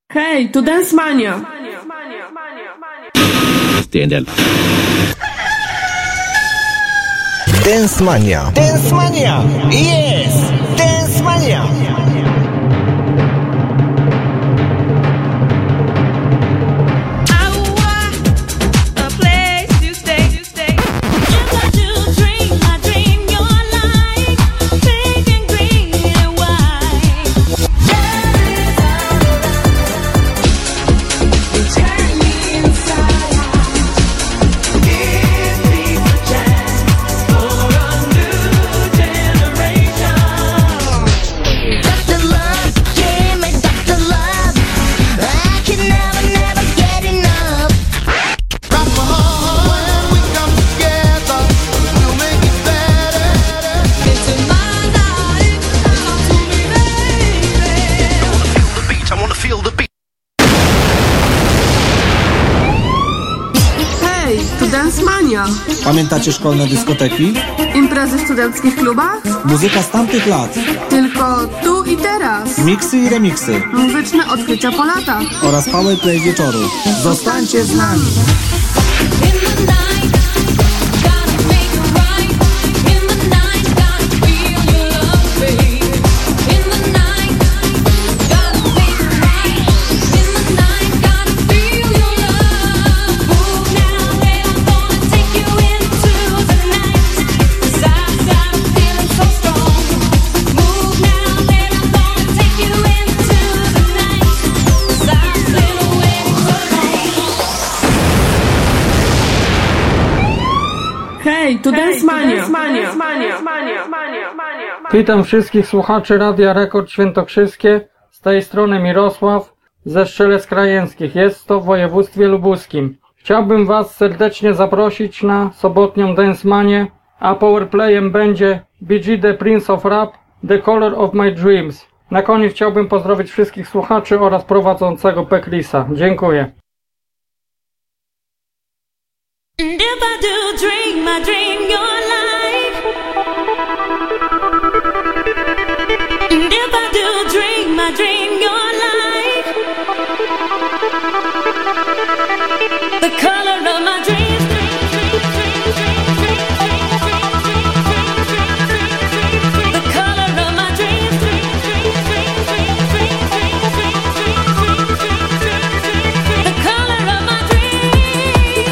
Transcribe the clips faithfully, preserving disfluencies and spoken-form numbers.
Hej, to Dance Mania! Dance Mania! Dance Mania! Yes! Dance Mania! Pamiętacie szkolne dyskoteki? Imprezy w studenckich klubach? Muzyka z tamtych lat. Tylko tu i teraz. Miksy i remiksy. Muzyczne odkrycia po latach. Oraz powerplay wieczoru. Zostańcie z nami. Hej, to Dance Mania! Witam wszystkich słuchaczy Radia Rekord Świętokrzyskie. Z tej strony Mirosław ze Strzelec Krajeńskich. Jest to w województwie lubuskim. Chciałbym Was serdecznie zaprosić na sobotnią Dance Manię, a powerplayem będzie B G The Prince of Rap, The Color of My Dreams. Na koniec chciałbym pozdrowić wszystkich słuchaczy oraz prowadzącego Pekrisa. Dziękuję. And if I do dream, I dream your life. And if I do dream, I dream your life. The color of my dreams. The color of my dreams. The color of my dreams.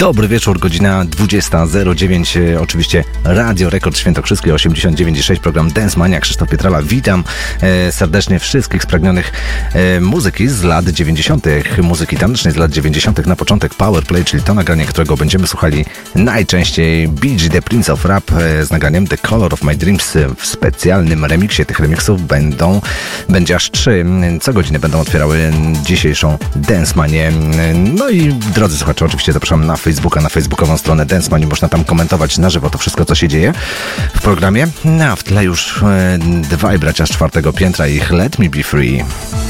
Dobry wieczór, godzina dwudziesta zero dziewięć. Oczywiście Radio Rekord Świętokrzyskie osiemdziesiąt dziewięć i sześć, program Dance Mania. Krzysztof Pietrala, witam e, serdecznie wszystkich spragnionych e, muzyki z lat dziewięćdziesiątych, muzyki tanecznej z lat dziewięćdziesiątych. Na początek Powerplay, czyli to nagranie, którego będziemy słuchali najczęściej. Bee Gee, The Prince of Rap e, z nagraniem The Color of My Dreams w specjalnym remiksie. Tych remiksów będą, będzie aż trzy. Co godzinę będą otwierały dzisiejszą Dance Manię. No i drodzy słuchacze, oczywiście zapraszam na Facebooka, na facebookową stronę Dance Mani. Można tam komentować na żywo to wszystko, co się dzieje w programie. No, a w tle już e, dwaj bracia z czwartego piętra i ich Let Me Be Free.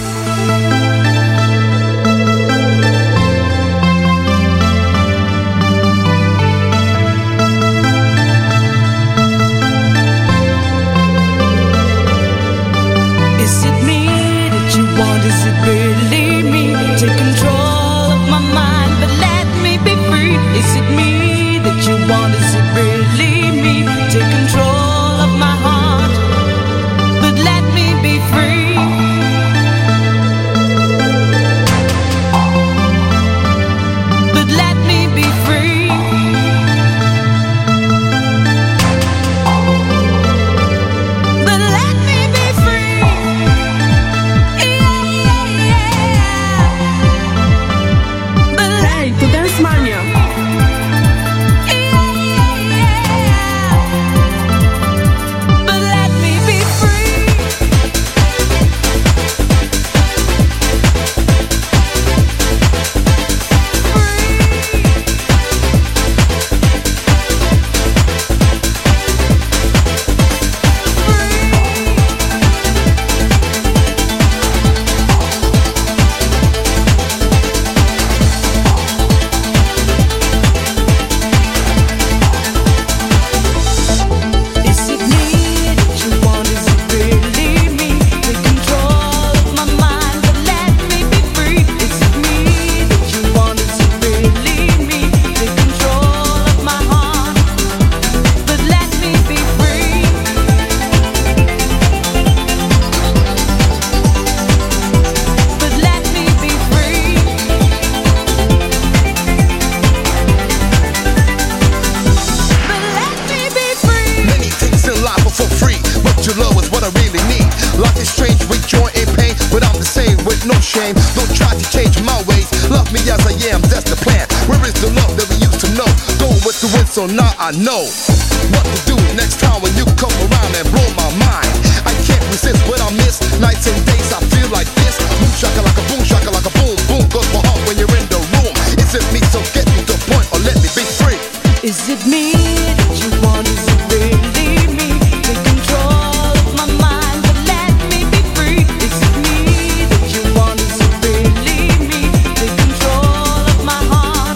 So now I know what to do next time when you come around and blow my mind. I can't resist what I miss. Nights and days I feel like this. Boom shaka like a boom shaka like a boom boom goes my heart when you're in the room. Is it me? So get me to the point or let me be free. Is it me that you want? Is it really me? Take control of my mind, but let me be free. Is it me that you want? Is it really me? Take control of my heart,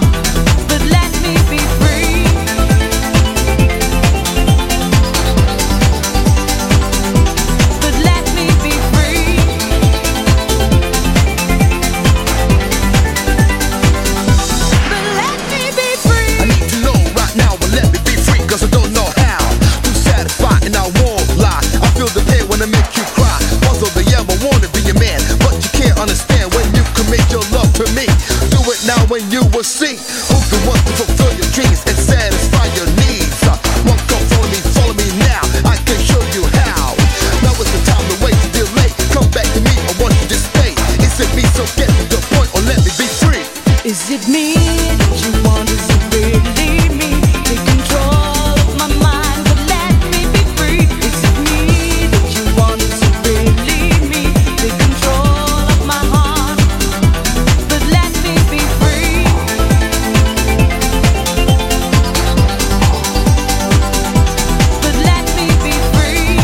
but let me be free. But let me be free. But let me be free. I need to know right now and let me be free, cause I don't know how to satisfy and I won't lie. I feel the pain when I make you cry. Also the yeah, I wanna be your man, but you can't understand when you commit your love to me. Do it now when you will see who's the one to fulfill your dreams and satisfy your needs. Uh, One come follow me, follow me now. I can show you how. Now is the time to wait to delay. Come back to me, I want you to stay. Is it me? So get to the point or let me be free. Is it me that you want? Is it really me? Take control of my mind, but let me be free. Is it me that you want? Is it really me? Take control of my heart, but let me be free. But let me be free.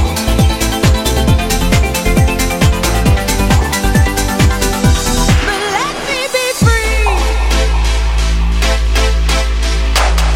But let me be free.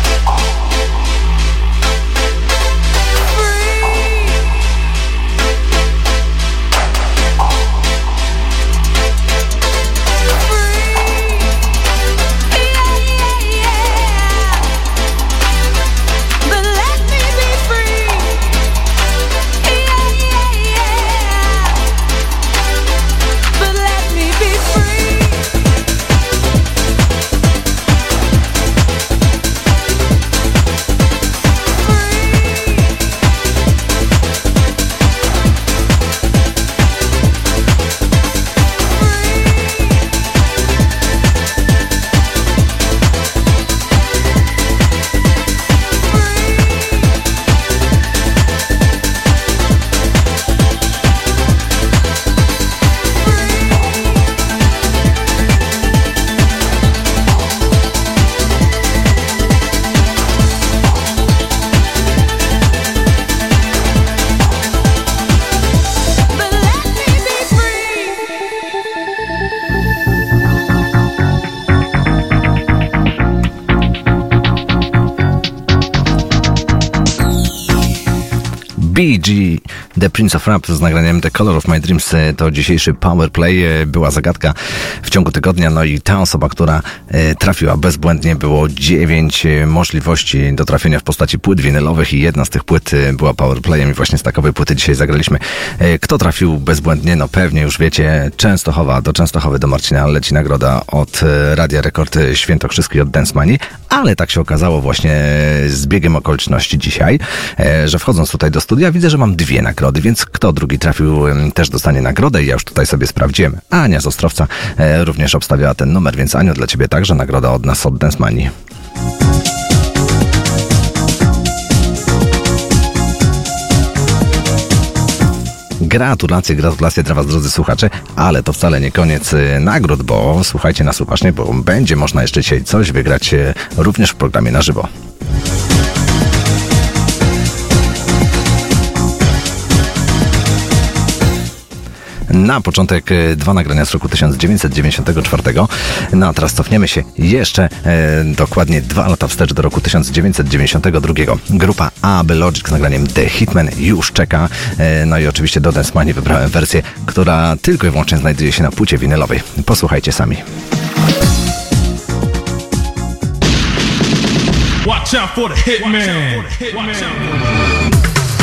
Bee Gee, The Prince of Rap z nagraniem The Color of My Dreams to dzisiejszy Powerplay. Była zagadka w ciągu tygodnia, no i ta osoba, która trafiła bezbłędnie, było dziewięć możliwości do trafienia w postaci płyt winylowych i jedna z tych płyt była Powerplayem i właśnie z takowej płyty dzisiaj zagraliśmy. Kto trafił bezbłędnie? No pewnie już wiecie, Częstochowa, do Częstochowy, do Marcina leci nagroda od Radia Rekord Świętokrzyski, od Dance Money, ale tak się okazało właśnie z biegiem okoliczności dzisiaj, że wchodząc tutaj do studia widzę, że mam dwie nagrody, więc kto drugi trafił, też dostanie nagrodę i ja już tutaj sobie sprawdziłem. Ania z Ostrowca również obstawiała ten numer, więc Aniu, dla ciebie także nagroda od nas, od Dance Money. Gratulacje, gratulacje dla was, drodzy słuchacze, ale to wcale nie koniec nagród, bo słuchajcie nas uważnie, bo będzie można jeszcze dzisiaj coś wygrać również w programie na żywo. Na początek dwa nagrania z roku tysiąc dziewięćset dziewięćdziesiątego czwartego. No a teraz cofniemy się jeszcze e, dokładnie dwa lata wstecz do roku tysiąc dziewięćset dziewięćdziesiątego drugiego. Grupa A B Logic z nagraniem The Hitman już czeka. E, no i oczywiście do Dance Money wybrałem wersję, która tylko i wyłącznie znajduje się na płycie winylowej. Posłuchajcie sami. Watch out for the hitman. Watch out.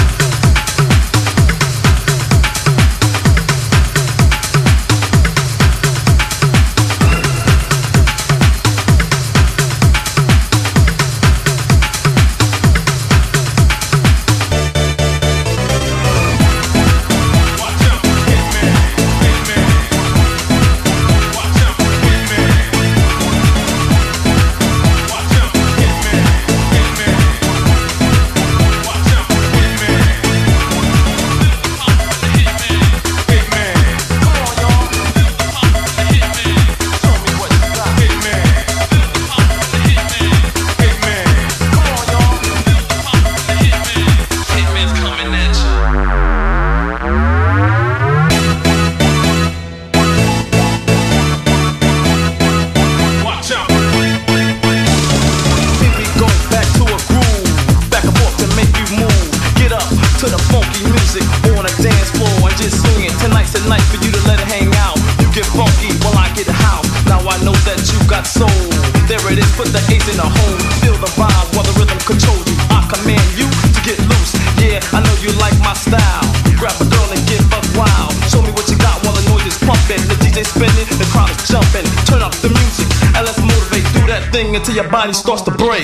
Until your body starts to break.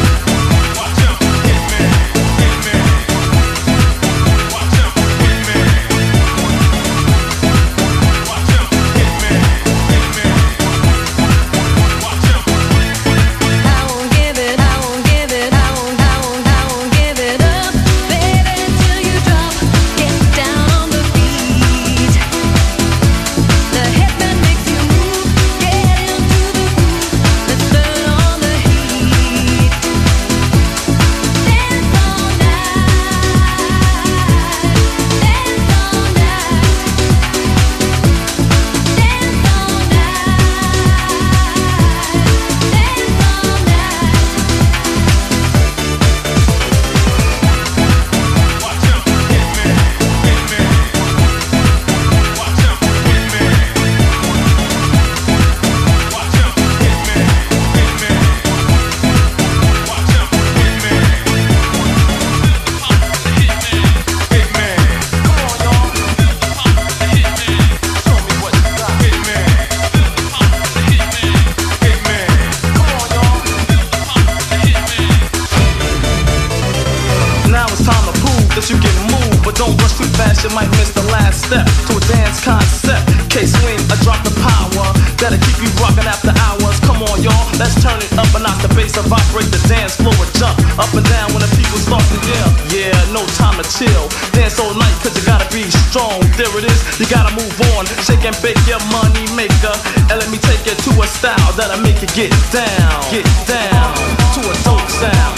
Get down, get down to a dope sound.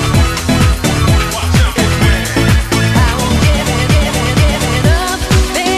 I won't give it, give it, give it up.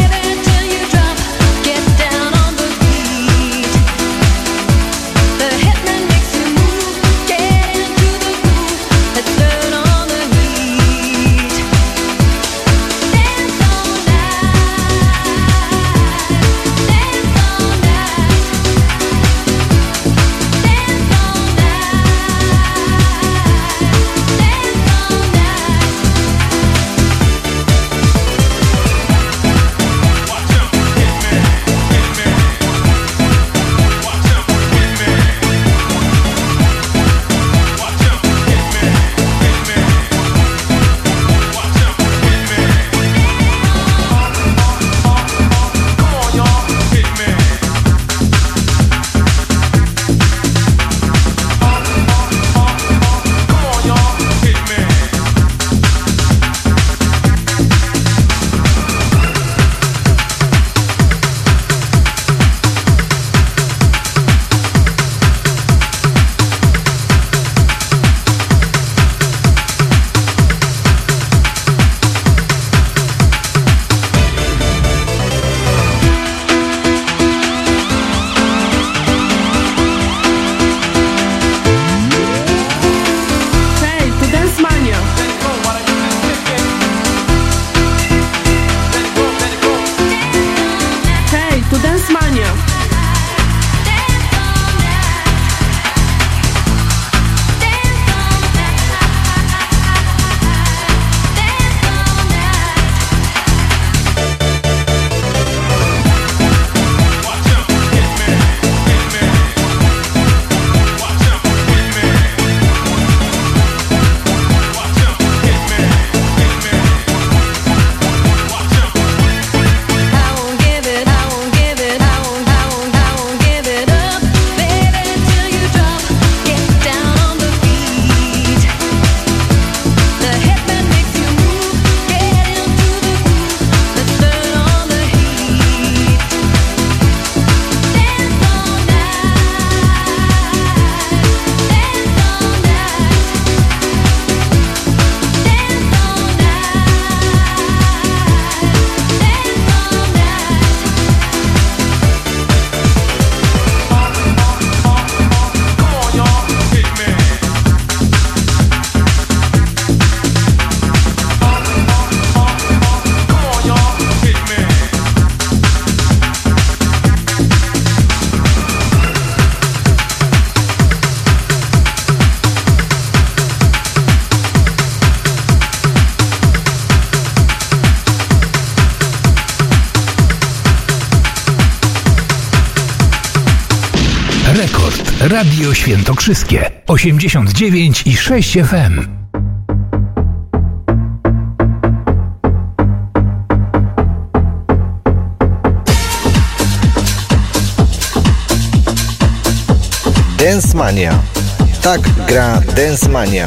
Radio Świętokrzyskie osiemdziesiąt dziewięć i sześć F M. Dance Mania. Tak gra Dance Mania.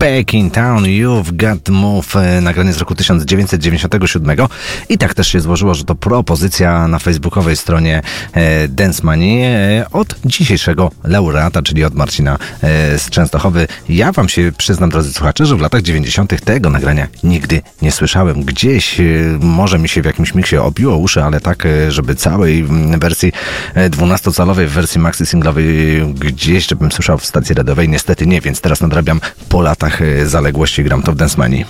Back in Town, You've Got to Move, nagranie z roku tysiąc dziewięćset dziewięćdziesiątego siódmego i tak też się złożyło, że to propozycja na facebookowej stronie e, Dance Money e, od dzisiejszego laureata, czyli od Marcina e, z Częstochowy. Ja wam się przyznam, drodzy słuchacze, że w latach dziewięćdziesiątych tego nagrania nigdy nie słyszałem. Gdzieś e, może mi się w jakimś miksie obiło uszy, ale tak, e, żeby całej wersji dwunastocalowej, w wersji maxi singlowej gdzieś, żebym słyszał w stacji radiowej, niestety nie, więc teraz nadrabiam po latach e, zaległości, gram to w Dance Money.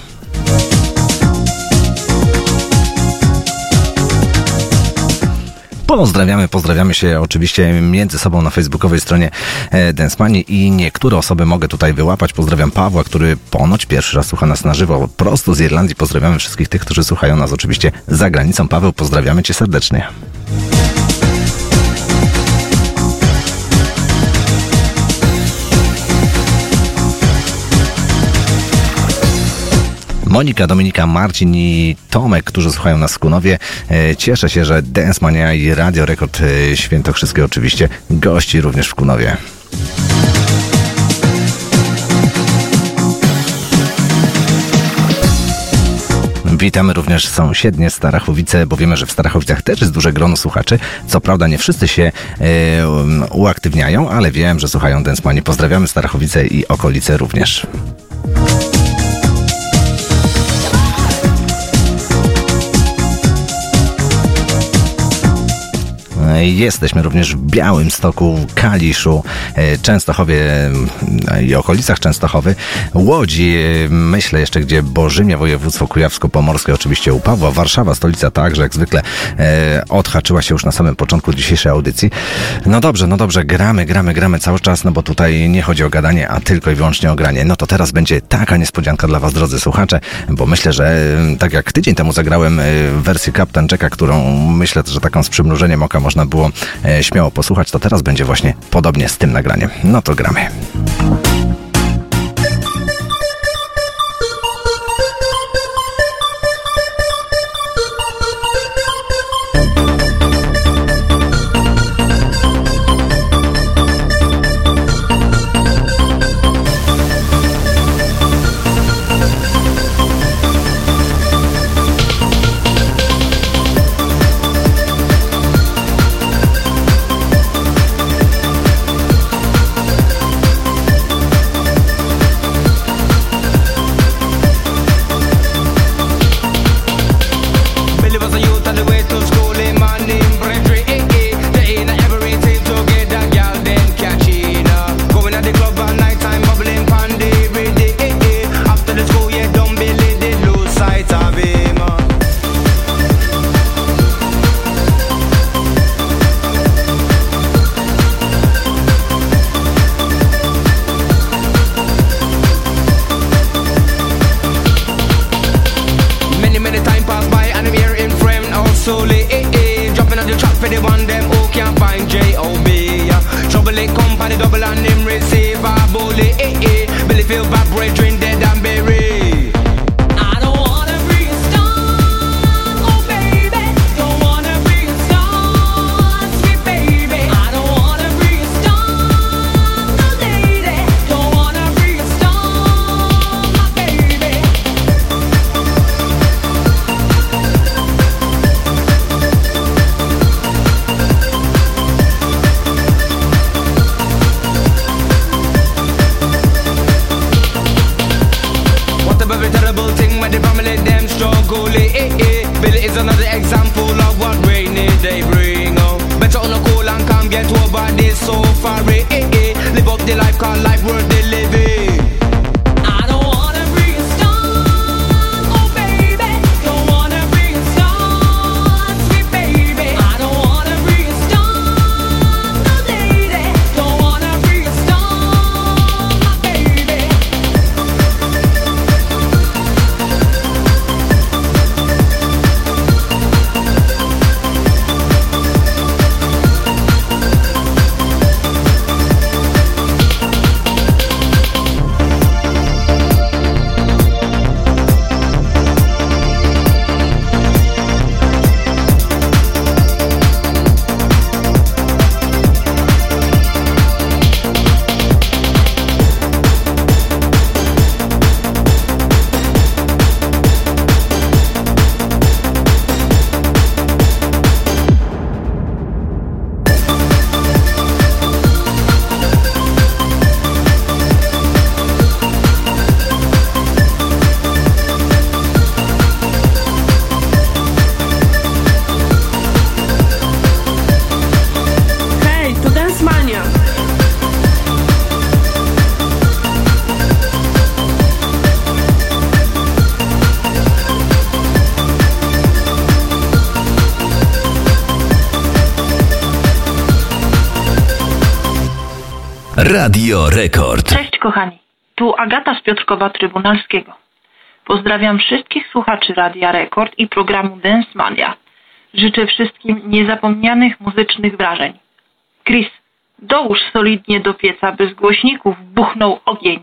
Pozdrawiamy, pozdrawiamy się oczywiście między sobą na facebookowej stronie Dance Money i niektóre osoby mogę tutaj wyłapać. Pozdrawiam Pawła, który ponoć pierwszy raz słucha nas na żywo prosto z Irlandii. Pozdrawiamy wszystkich tych, którzy słuchają nas oczywiście za granicą. Paweł, pozdrawiamy cię serdecznie. Monika, Dominika, Marcin i Tomek, którzy słuchają nas w Kunowie. Cieszę się, że Dance Mania i Radio Rekord Świętokrzyskie oczywiście gości również w Kunowie. Witamy również sąsiednie Starachowice, bo wiemy, że w Starachowicach też jest duże grono słuchaczy. Co prawda nie wszyscy się e, uaktywniają, ale wiem, że słuchają Dance Mania. Pozdrawiamy Starachowice i okolice również. Jesteśmy również w Białymstoku, Kaliszu, Częstochowie i okolicach Częstochowy, Łodzi, myślę jeszcze gdzie Bożymia, województwo kujawsko-pomorskie, oczywiście u Pawła, Warszawa, stolica także jak zwykle e, odhaczyła się już na samym początku dzisiejszej audycji. No dobrze, no dobrze, gramy, gramy, gramy cały czas, no bo tutaj nie chodzi o gadanie, a tylko i wyłącznie o granie. No to teraz będzie taka niespodzianka dla was, drodzy słuchacze, bo myślę, że tak jak tydzień temu zagrałem wersję Captain Jacka, którą myślę, że taką z przymrużeniem oka można było e, śmiało posłuchać, to teraz będzie właśnie podobnie z tym nagraniem. No to gramy. Radio Rekord. Cześć kochani, tu Agata z Piotrkowa Trybunalskiego. Pozdrawiam wszystkich słuchaczy Radia Rekord i programu Dance Mania. Życzę wszystkim niezapomnianych muzycznych wrażeń. Chris, dołóż solidnie do pieca, by z głośników buchnął ogień.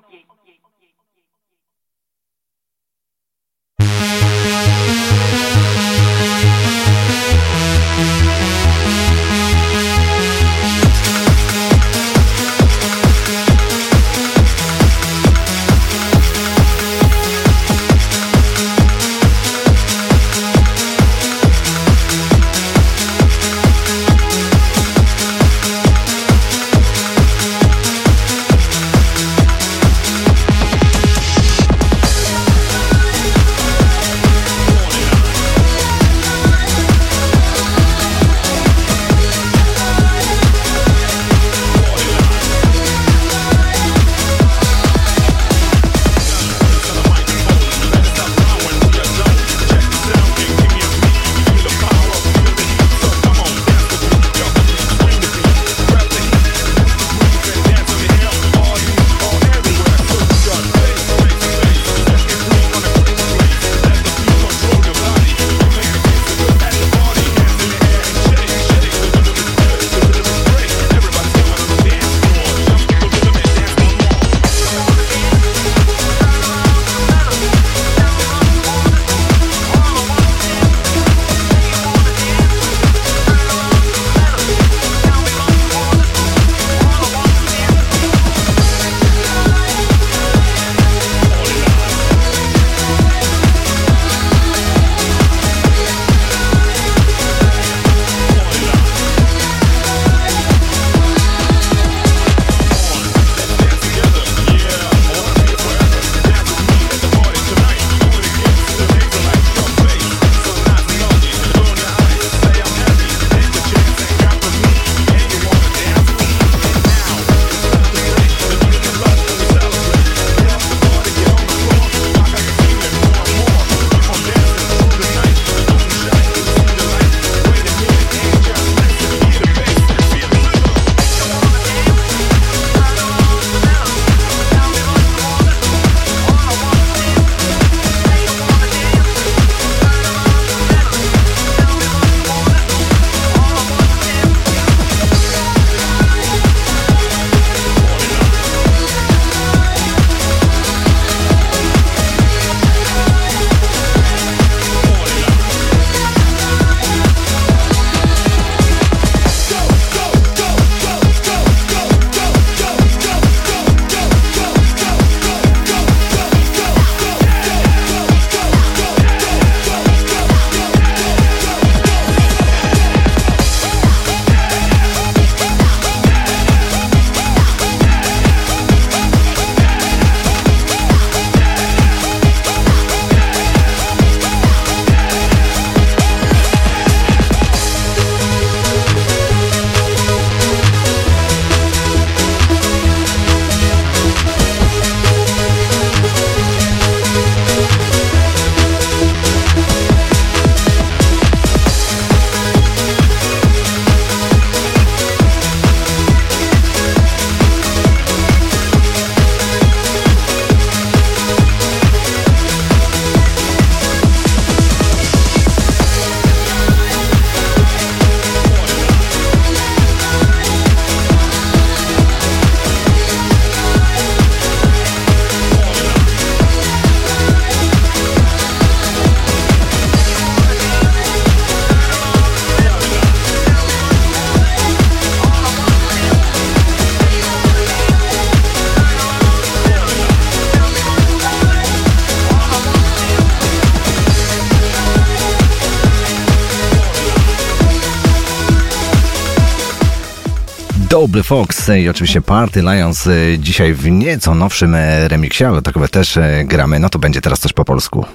Double Fox i oczywiście Party Lions dzisiaj w nieco nowszym remiksie, ale takowe też gramy. No to będzie teraz coś po polsku.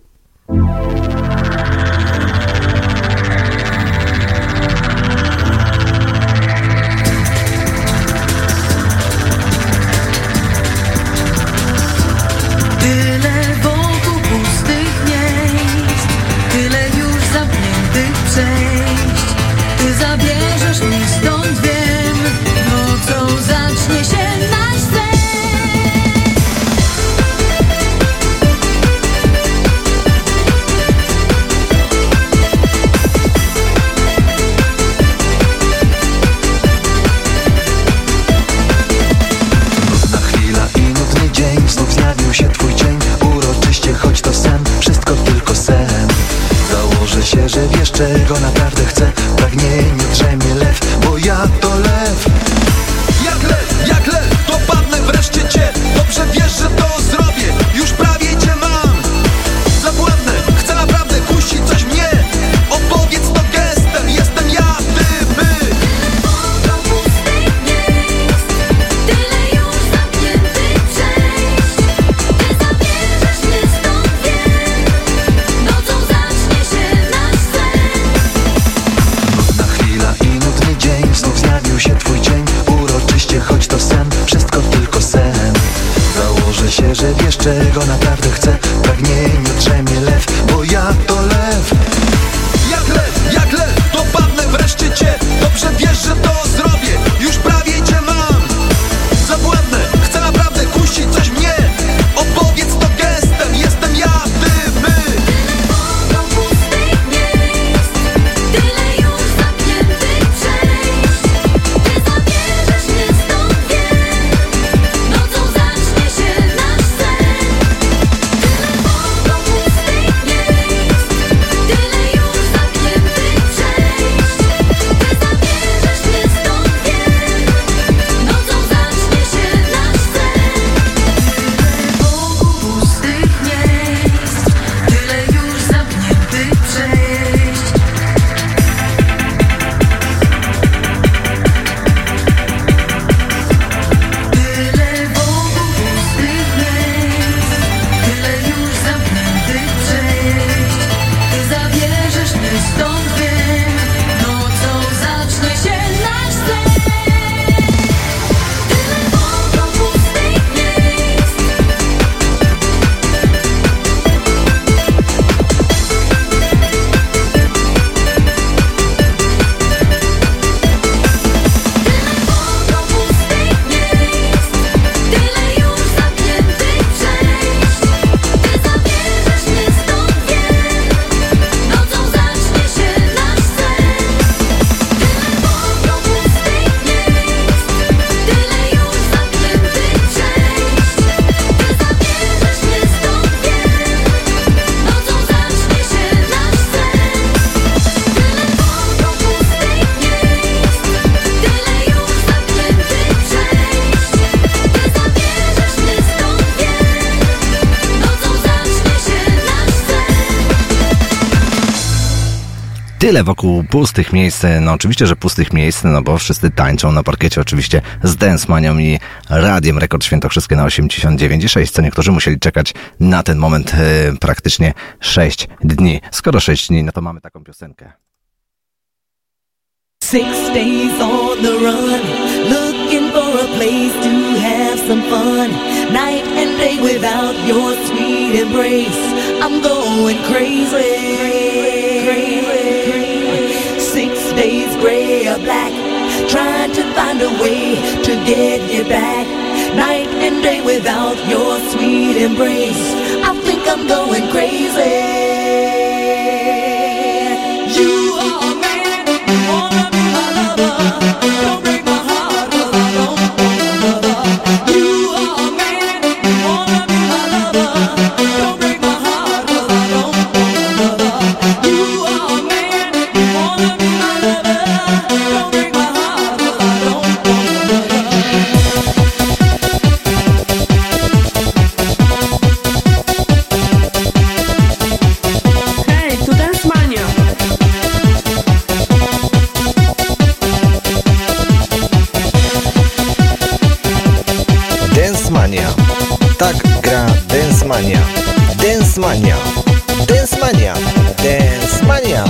Tyle wokół pustych miejsc, tyle już zamkniętych przejść. Ty zabierzesz mnie stąd, wiem, nocą zacznie się czego naprawdę chcę. Pragnienie drzemie lew, bo ja to lew. Jak lew, jak lew, to padnę wreszcie cię. Dobrze wiesz, że to zrobię, już prawie cię mam. Zapłatnę, chcę naprawdę kusić coś mnie. Odpowiedz to gestem, jestem ja, ty, my. Tyle już zamkniętych przejść. Ty zabierzesz mnie stąd, wiem. Nocą zacznie się nasz sen. Nudna chwila i nudny dzień, znów zjawił się twój cień. Uroczyście, choć to sen, wszystko tylko sen. Założę się, że wiesz, czego naprawdę chcę. Pragnienie drzemie lew, bo ja to lew. Jak lew, jak lew, to padnę wreszcie cię. Dobrze wiesz, że to zrobię, już prawie cię mam. Zapłatnę, chcę naprawdę kusić coś mnie. Odpowiedz to gestem, jestem ja, ty, my. Do pustych miejsc, tyle już zamkniętych przejść. Ty zabierzesz mnie stąd, wiem. Nocą zacznie się nasz sen. Do pustych miejsc, tyle już zamkniętych przejść. Ty zabierzesz mnie stąd, wiem. Nocą zacznie się nasz sen. Wokół pustych miejsc, tyle już zamkniętych przejść. Tyle wokół pustych miejsc, tyle już zamkniętych przejść. Ty zabierzesz mnie stąd, wiem. Nocą zacznie się nasz sen. Tyle wokół pustych miejsc. Do pustych miejsc, tyle już zamkniętych przejść. Ty zabierzesz mnie stąd, wiem. Nocą zacznie się nasz sen. Do pustych miejsc, tyle już zamkniętych przejść. Ty zabierzesz mnie stąd, wiem. Nocą zacznie się nasz sen. Do pustych miejsc, tyle już zamkniętych przejść. Ty zabierzesz mnie stąd, wiem. Nocą zacznie się nasz sen. Tyle wokół pustych miejsc, no oczywiście, że pustych miejsc, no bo wszyscy tańczą na parkiecie, oczywiście z Dance Manią i Radiem Rekord Świętokrzyskie na osiemdziesiąt dziewięć i sześć, co niektórzy musieli czekać na ten moment e, praktycznie sześć dni. Skoro sześć dni, no to mamy taką piosenkę. Six days on the run, looking for a place to have some fun. Night and day without your sweet embrace, I'm going crazy. Six days gray or black, trying to find a way to get you back. Night and day without your sweet embrace, I think I'm going crazy. You are a man, you wanna be my lover. Don't break my heart, 'cause I don't want love. You are a man, you wanna be my lover. Don't break my heart, 'cause I don't want love. You are a man, you wanna be my lover. Don't break my heart, 'cause I don't want love. Hej, tu Dance Mania. Dance Mania. Tak gra Dance Mania. Dance Mania. Dance Mania. Dance Mania.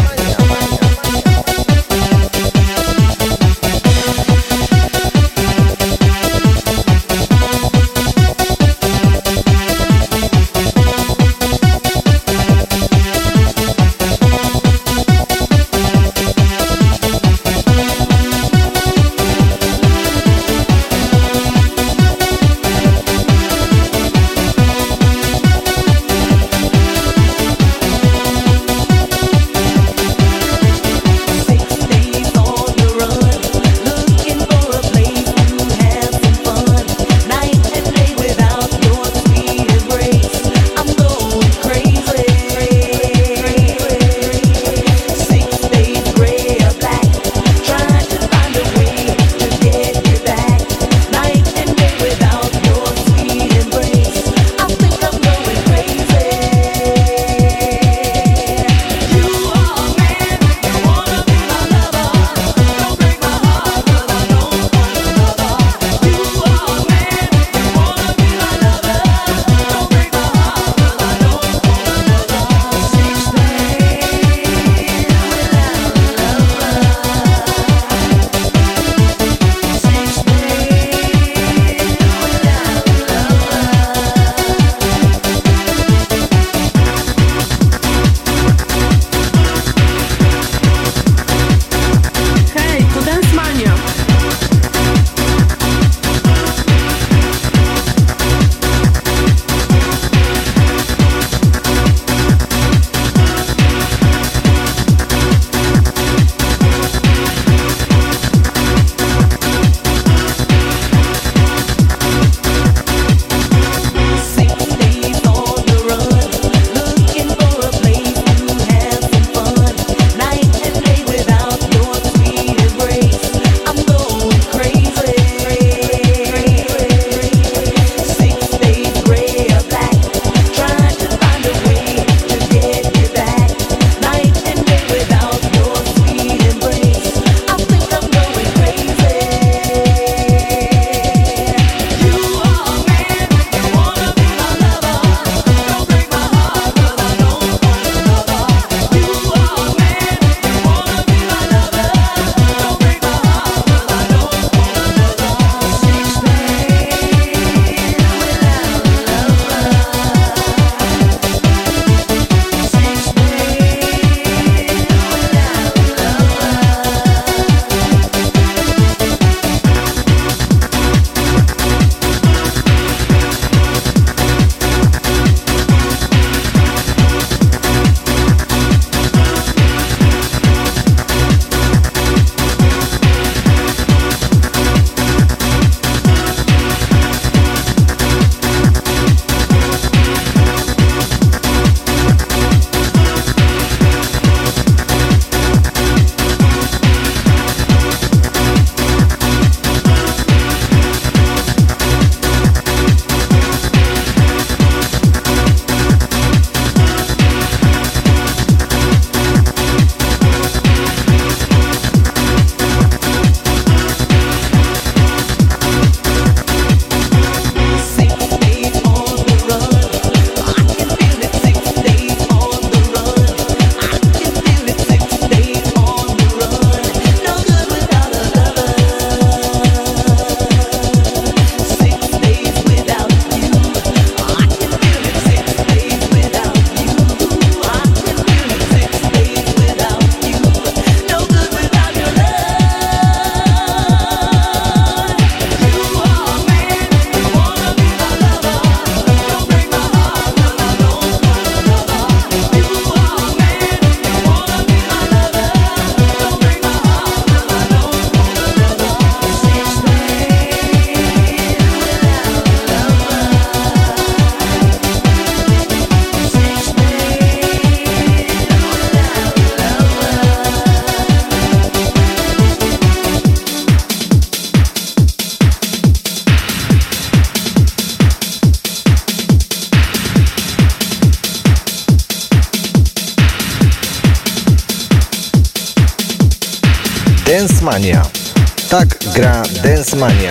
Dance Mania. Tak gra Dance Mania.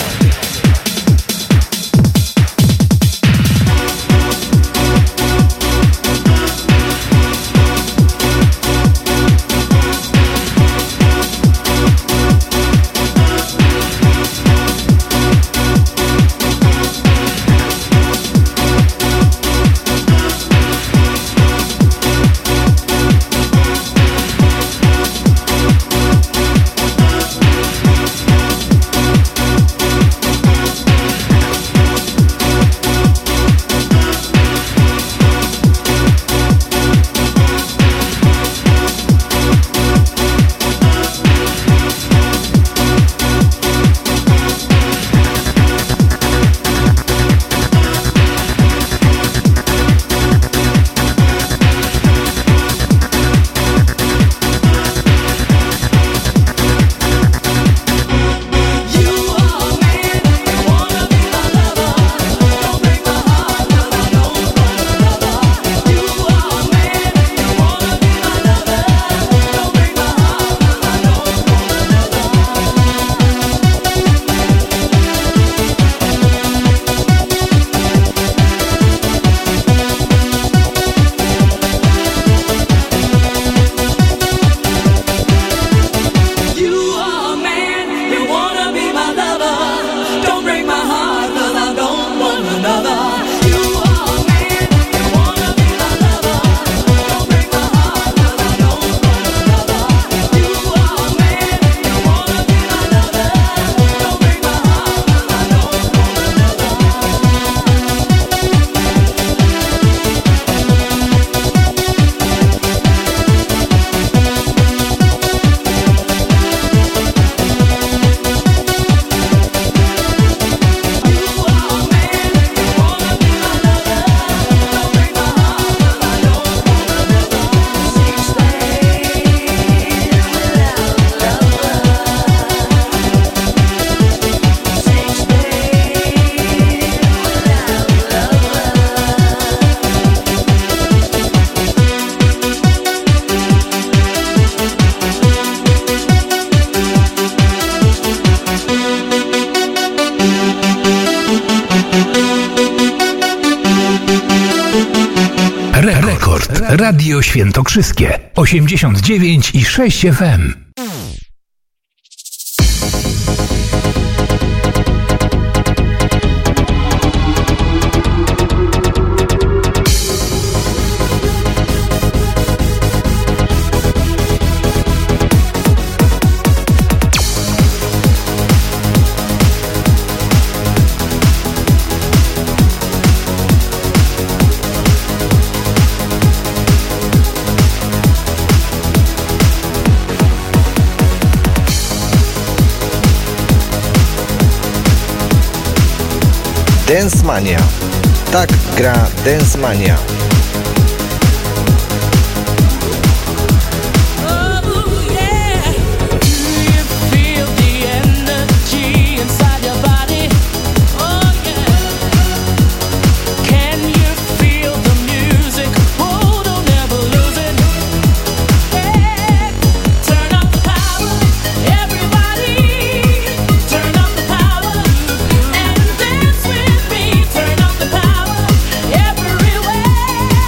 Radio Świętokrzyskie osiemdziesiąt dziewięć i sześć F M. Dance Mania. Tak gra Dance Mania. Everywhere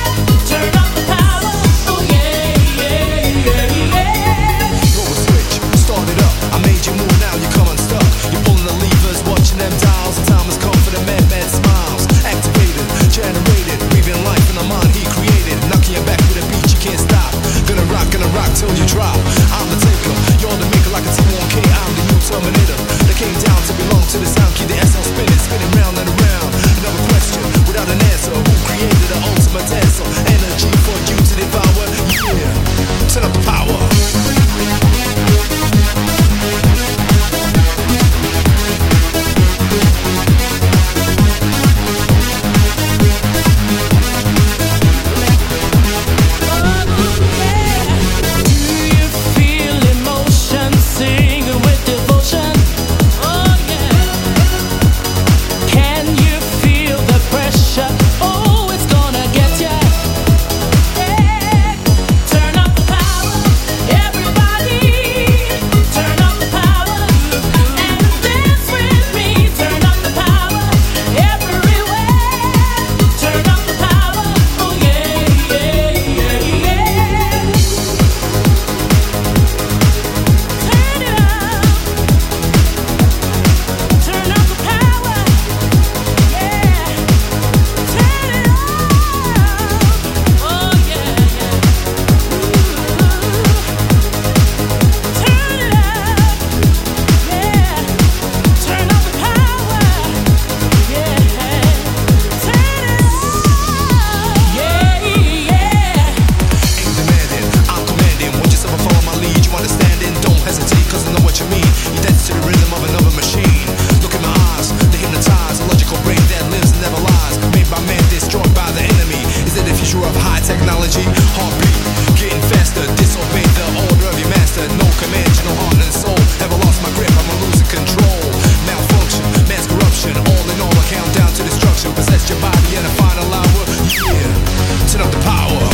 to possess your body in a final hour. Yeah, turn up the power.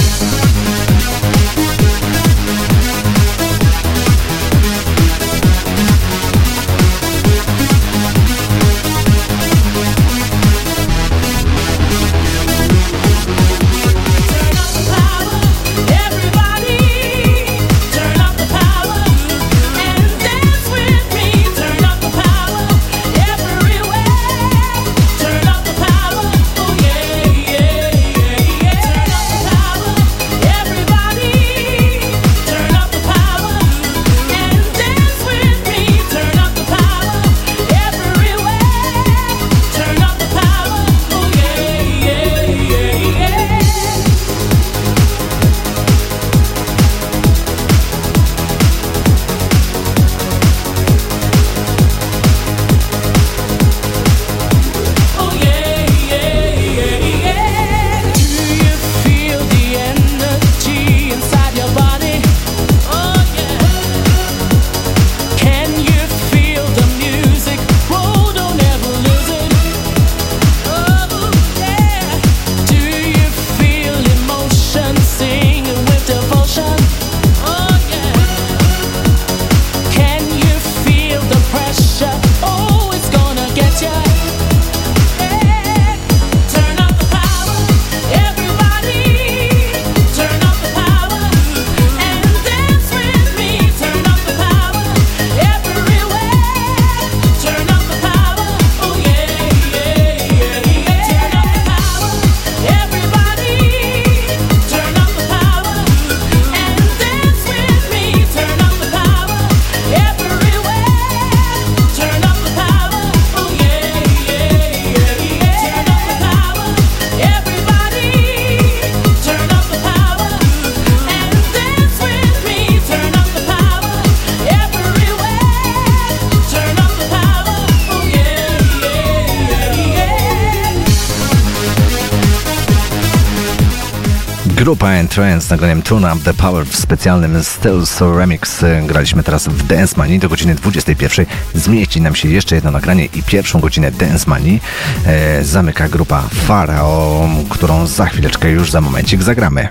Grupa Entrance z nagraniem Turn Up The Power w specjalnym Stills Remix. Graliśmy teraz w Dance Manii. Do godziny dwudziestej pierwszej zmieści nam się jeszcze jedno nagranie i pierwszą godzinę Dance Manii e, zamyka grupa Farao, którą za chwileczkę, już za momencik zagramy.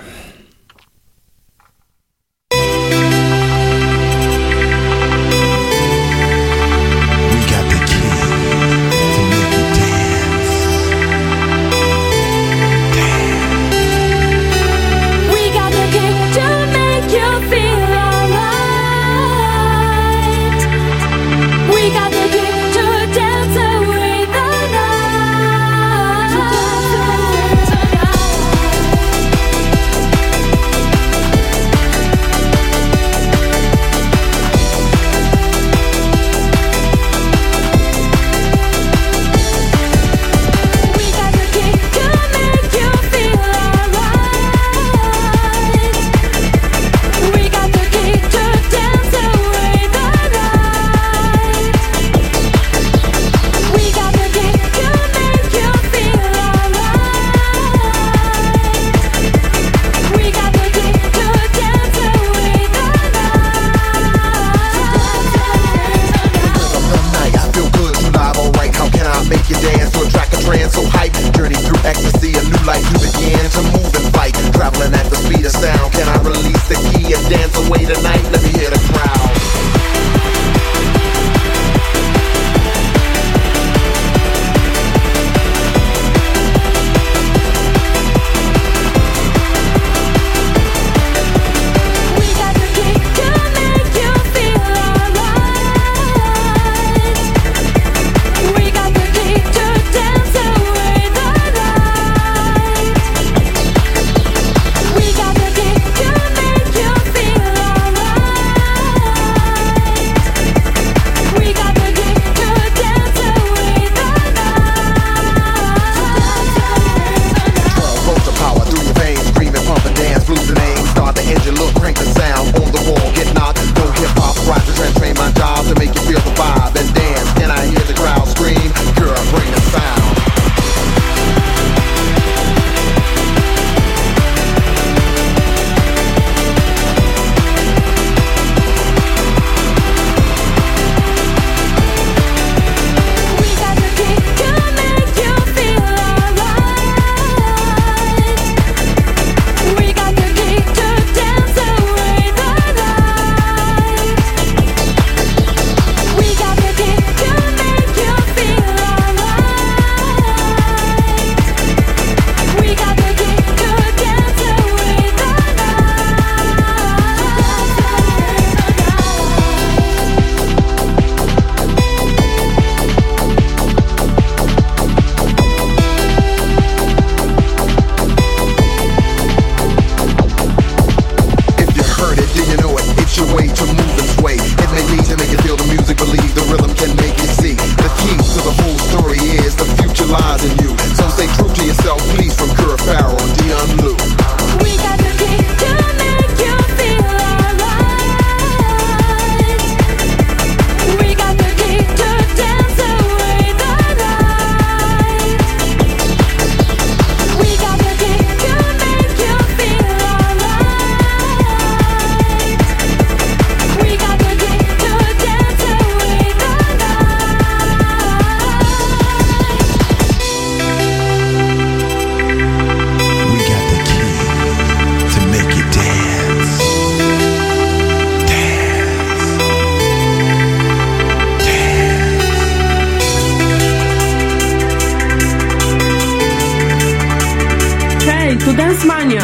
We got the key to make you feel alright. tu Dance Mania.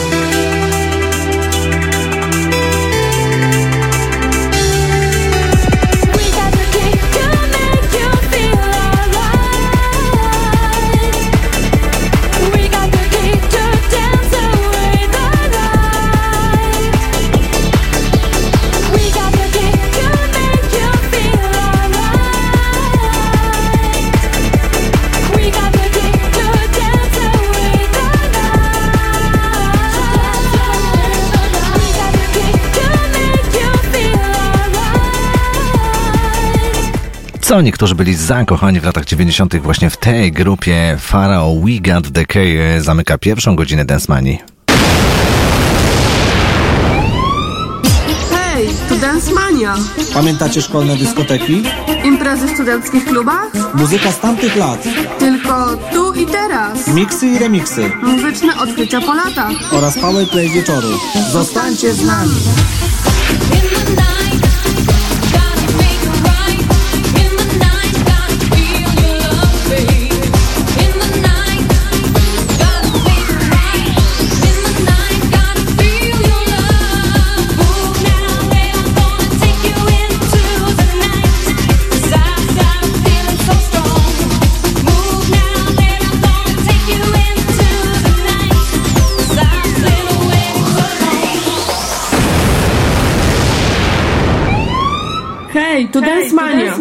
Co niektórzy byli zakochani w latach dziewięćdziesiątych właśnie w tej grupie. Pharao We Got The K zamyka pierwszą godzinę Dance Manii. Hej, tu Dance Mania. Pamiętacie szkolne dyskoteki? Imprezy w studenckich klubach? Muzyka z tamtych lat. Tylko tu i teraz. Miksy i remiksy. Muzyczne odkrycia po latach. Oraz powerplay wieczoru. Zostańcie z nami. Hej, tu Dance Mania.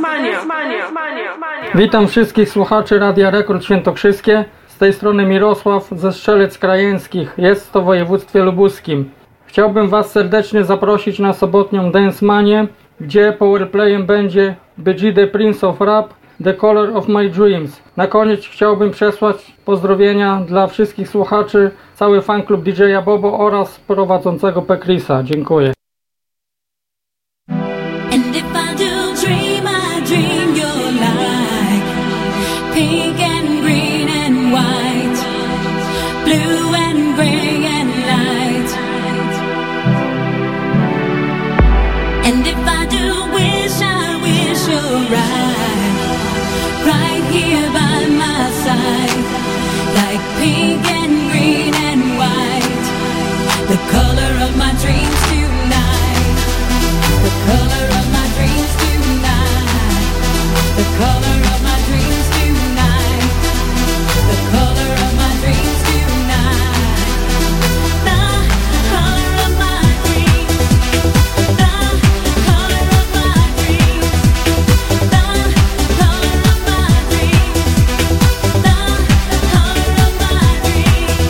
Witam wszystkich słuchaczy Radia Rekord Świętokrzyskie. Z tej strony Mirosław ze Strzelec Krajeńskich. Jest to w województwie lubuskim. Chciałbym Was serdecznie zaprosić na sobotnią Dance Manię, gdzie powerplayem będzie B G The Prince of Rap, The Color of My Dreams. Na koniec chciałbym przesłać pozdrowienia dla wszystkich słuchaczy, cały fanklub D J Bobo oraz prowadzącego Pekrisa. Dziękuję. And if I do dream, I dream you're like pink and green and white, blue and gray and light. And if I do wish, I wish you're right, right here by my side, like pink and green and white, the color of my dreams tonight, the color of my dreams tonight, the color of my dreams tonight, the color of my dreams tonight, the color of my dreams, the color of my dreams, the color of my dreams, the color of my dreams.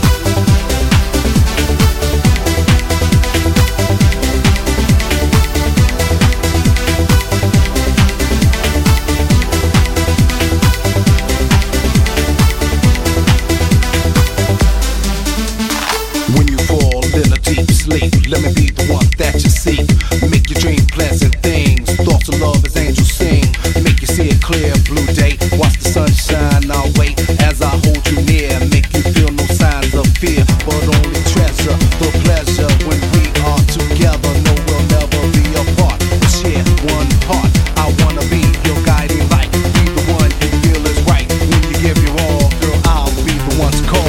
When you fall in a deep sleep, let me be the one that you seek. Make your dream pleasant things. Thoughts of love as angels sing. Make you see a clear blue day. Watch the sun shine our way as I hold you near. Make you feel no signs of fear, but only treasure the pleasure when we are together. No, we'll never be apart. Share one heart. I wanna be your guiding light. Be the one you feel is right. When you give your all, girl, I'll be the one to call.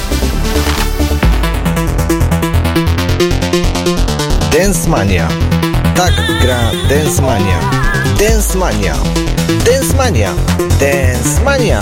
Dance Mania. Tak gra Dance Mania. Dance Mania. Dance Mania. Dance Mania.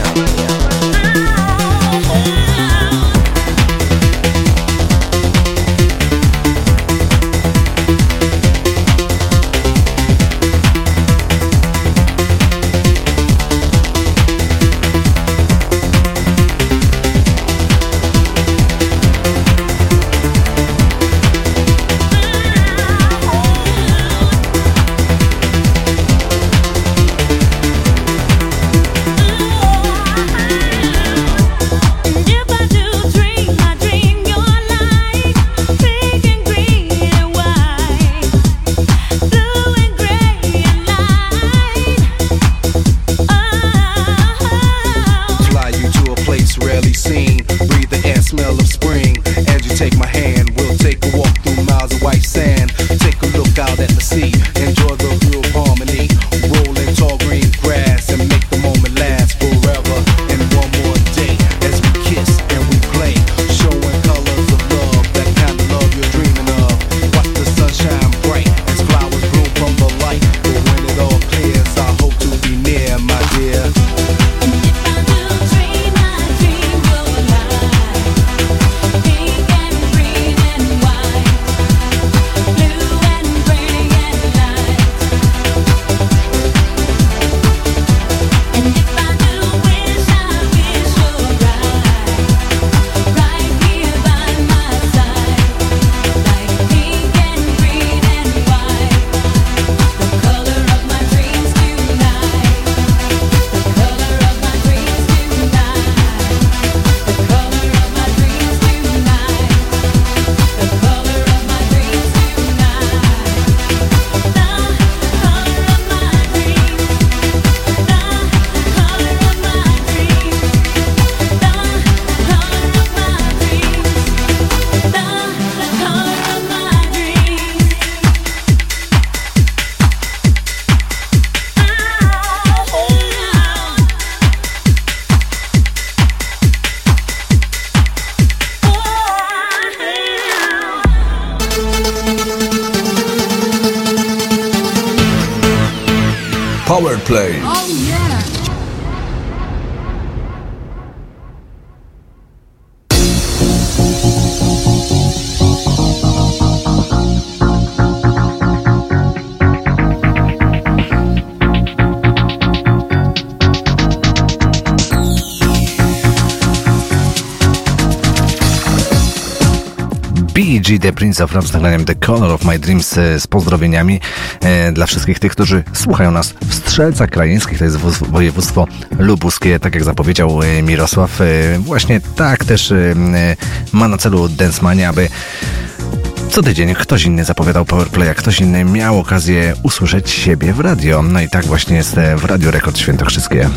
Power Play. Oh yeah! B G The Prince of Rap z nagraniem The Color of My Dreams e, z pozdrowieniami e, dla wszystkich tych, którzy słuchają nas w Strzelcach Krajeńskich, to jest wo- województwo lubuskie, tak jak zapowiedział e, Mirosław. E, właśnie tak też e, ma na celu Dance Mania, aby co tydzień ktoś inny zapowiadał Powerplaya, ktoś inny miał okazję usłyszeć siebie w radio. No i tak właśnie jest w Radio Rekord Świętokrzyskie.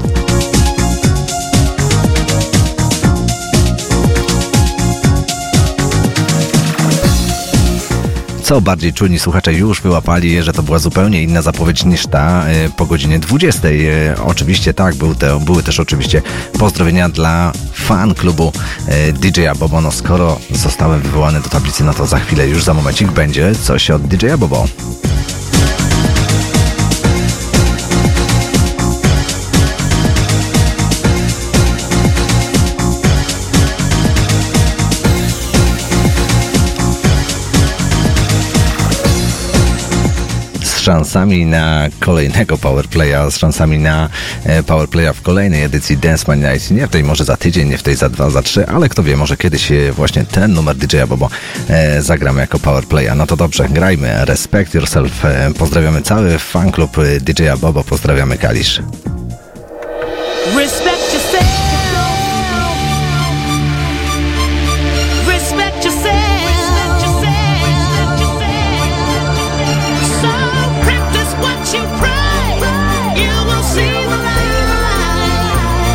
Co bardziej czujni słuchacze już wyłapali, że to była zupełnie inna zapowiedź niż ta y, po godzinie dwudziestej. Y, oczywiście tak, był te, były też oczywiście pozdrowienia dla fan klubu y, D J a Bobo. No skoro zostałem wywołany do tablicy, no to za chwilę, już za momencik będzie coś od D J a Bobo. Z szansami na kolejnego Powerplaya, z szansami na e, Powerplaya w kolejnej edycji Dance Mania Night. Nie w tej może za tydzień, nie w tej za dwa, za trzy, ale kto wie, może kiedyś e, właśnie ten numer D J a Bobo e, zagramy jako Powerplaya. No to dobrze, grajmy. Respect Yourself. E, pozdrawiamy cały fan klub D J a Bobo, pozdrawiamy Kalisz. Respect yourself. Respect yourself. So practice what you pray. You will see the light.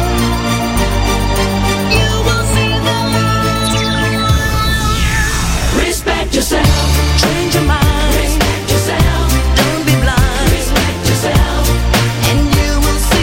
You will see the light. Respect yourself. Change your mind. Respect yourself. Don't be blind. Respect yourself. And you will see.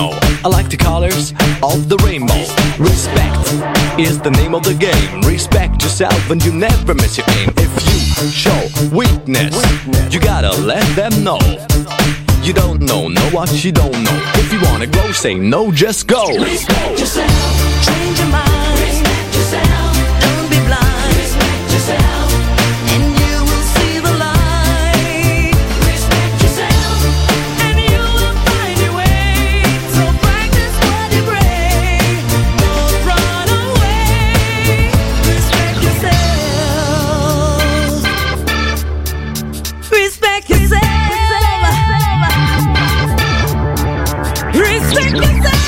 know. I like the colors of the rainbow. Respect is the name of the game. Respect yourself and you never miss your aim. If you show weakness, you gotta let them know. You don't know, know what you don't know. If you wanna grow, say no, just go. Respect yourself, change your mind. Respect yourself, don't be blind. Respect yourself, and you will see the light. Respect yourself, and you will find your way. So practice what you pray. Don't run away. Respect yourself. Respect yourself. Respect yourself.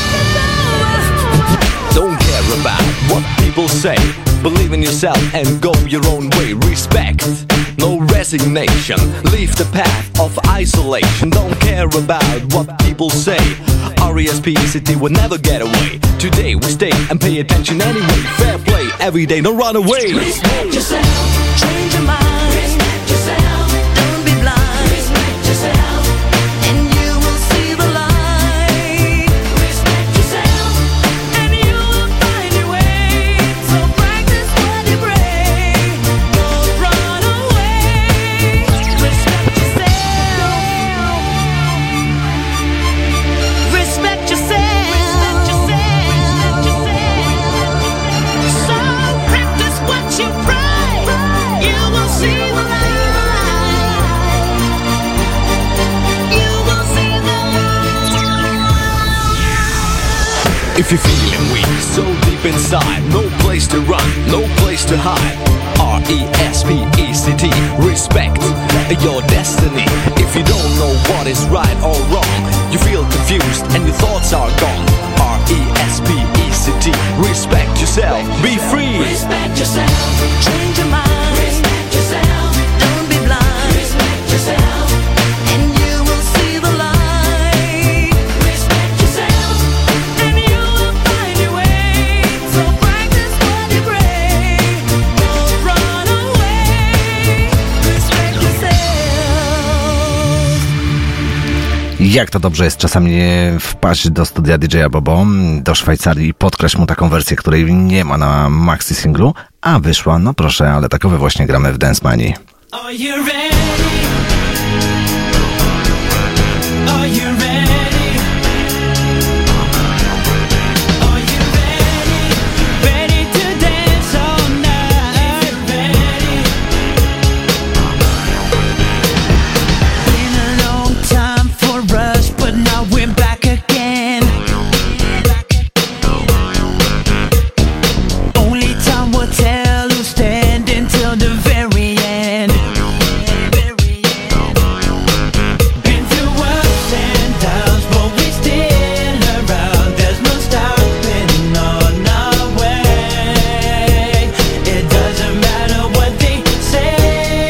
Don't care about what people say. Believe in yourself and go your own way. Respect, no resignation. Leave the path of isolation. Don't care about what people say. R E S P E C T will never get away. Today we stay and pay attention anyway. Fair play every day, don't run away. Respect yourself, change your mind. Respect yourself, don't be blind. Respect yourself, and you will see the light. Respect yourself, and you will find your way. So practice what you pray. Don't run away. Respect yourself. Respect yourself. Respect yourself. So practice what you pray. You will see the light. You will see the light. If you're feeling weak, so deep inside, no place to run, no place to hide. R E S P E C T, respect your destiny. If you don't know what is right or wrong, you feel confused and your thoughts are gone. R E S P E C T, respect yourself, be free. Respect yourself, change your mind. Respect yourself, don't be blind. Respect yourself, and you will see the light. Respect yourself, and you will find your way. So practice what you pray. Don't run away. Respect yourself. Jak to dobrze jest czasami wpaść do studia D J Bobo, do Szwajcarii i podkraść mu taką wersję, której nie ma na maxi singlu, a wyszła, no proszę, ale takowe właśnie gramy w Dance Manii. Are you ready? Are you ready? Are you ready? Ready to dance all night? Ready? Been a long time for us, but now we're back again. Only time will tell who's standing till the very end. Been through ups and downs, but we still around. There's no stopping on our way. It doesn't matter what they say.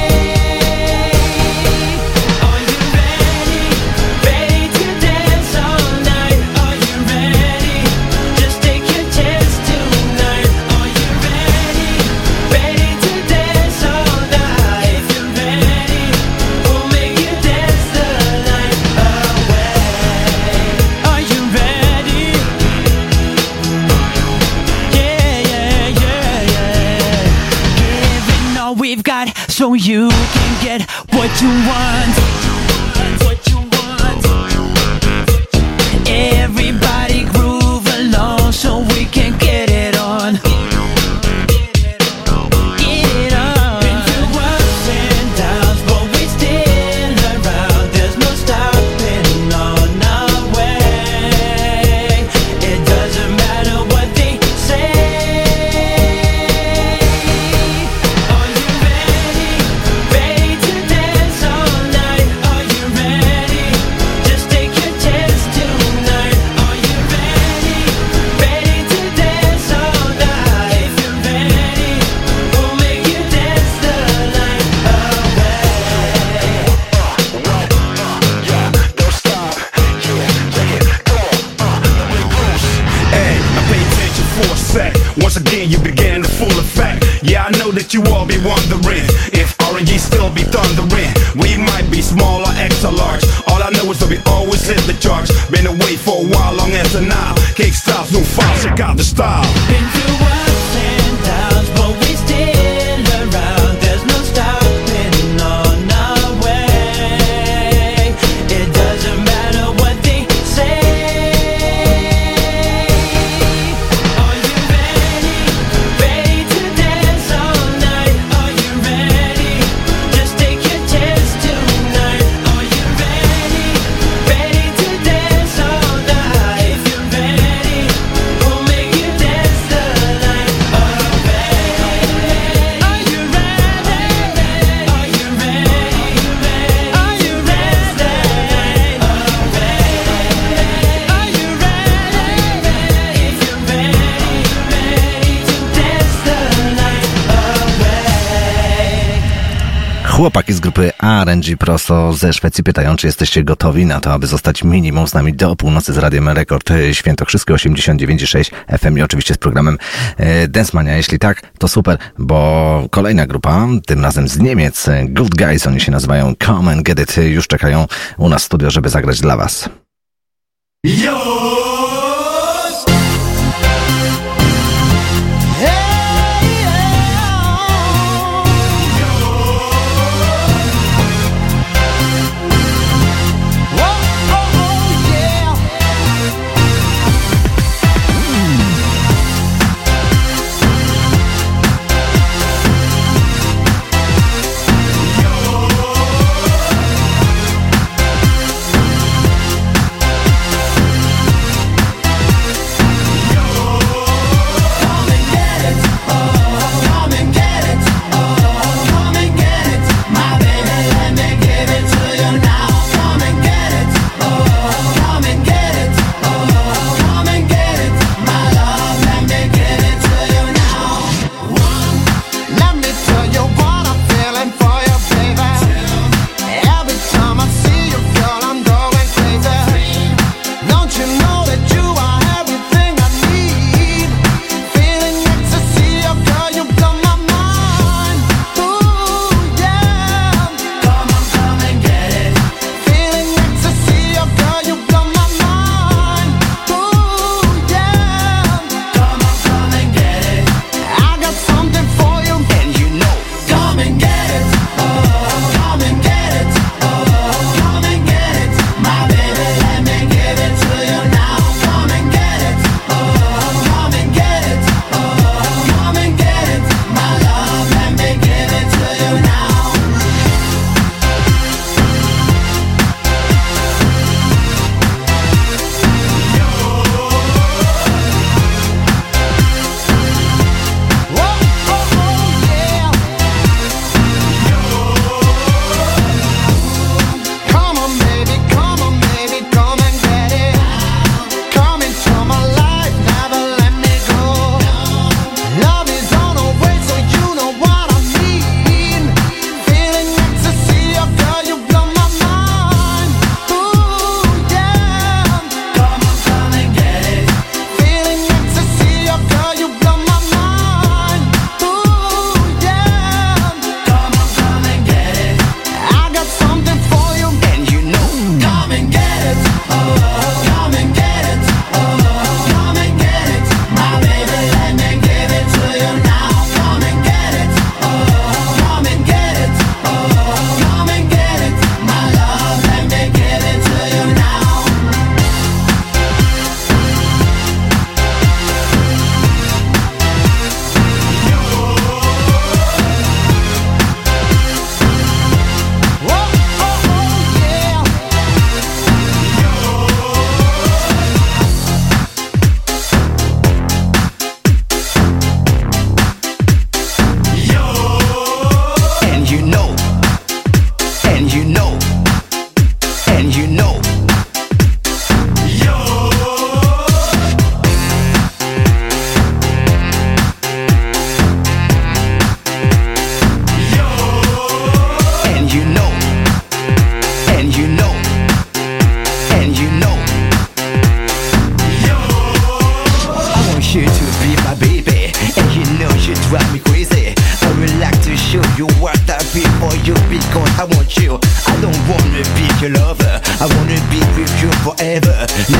Are you ready? Ready to dance all night? Are you ready? Just take your chance tonight. Are you ready? Ready to dance all night? If you're ready, we'll make you dance the night away. Are you ready? Yeah, yeah, yeah, yeah. Giving all we've got so you can get what you want. What you want. Everybody groove along so we can get it on. Get it on. Been through ups and downs, but we still around. There's no stopping on our way. It doesn't matter what they say. Are you ready? Ready to dance all night? Are you ready? Just take your chance tonight. Are you ready? Ready to dance all night? If you're ready, we'll make you dance the night away. Hey, now pay attention for a sec. Once again, you began the full effect. Yeah, I know that you all be wondering if R and G still be thundering. We might be small or extra large. All I I know is that we always hit the charts. Been away for a while, long as a now. Cake styles, no files, check out the style. Been through ups and downs, but we still around. There's no stopping on our way. It doesn't matter what they say. Are you ready? Ready to dance all night? Are you ready? Just take your chance tonight. Are you ready? Ready to dance all night? If you're ready, we'll make you dance the night away. Are you ready? Are you ready? Are you ready? Are you ready? If you're ready, ready to dance the night away. Chłopaki z grupy A R N G prosto ze Szwecji pytają, czy jesteście gotowi na to, aby zostać minimum z nami do północy z Radiem Rekord Świętokrzyskie osiemdziesiąt dziewięć i sześć F M i oczywiście z programem e, Dance Mania. Jeśli tak, to super, bo kolejna grupa, tym razem z Niemiec, Good Guys, oni się nazywają Come and Get It, już czekają u nas w studio, żeby zagrać dla was. Yo!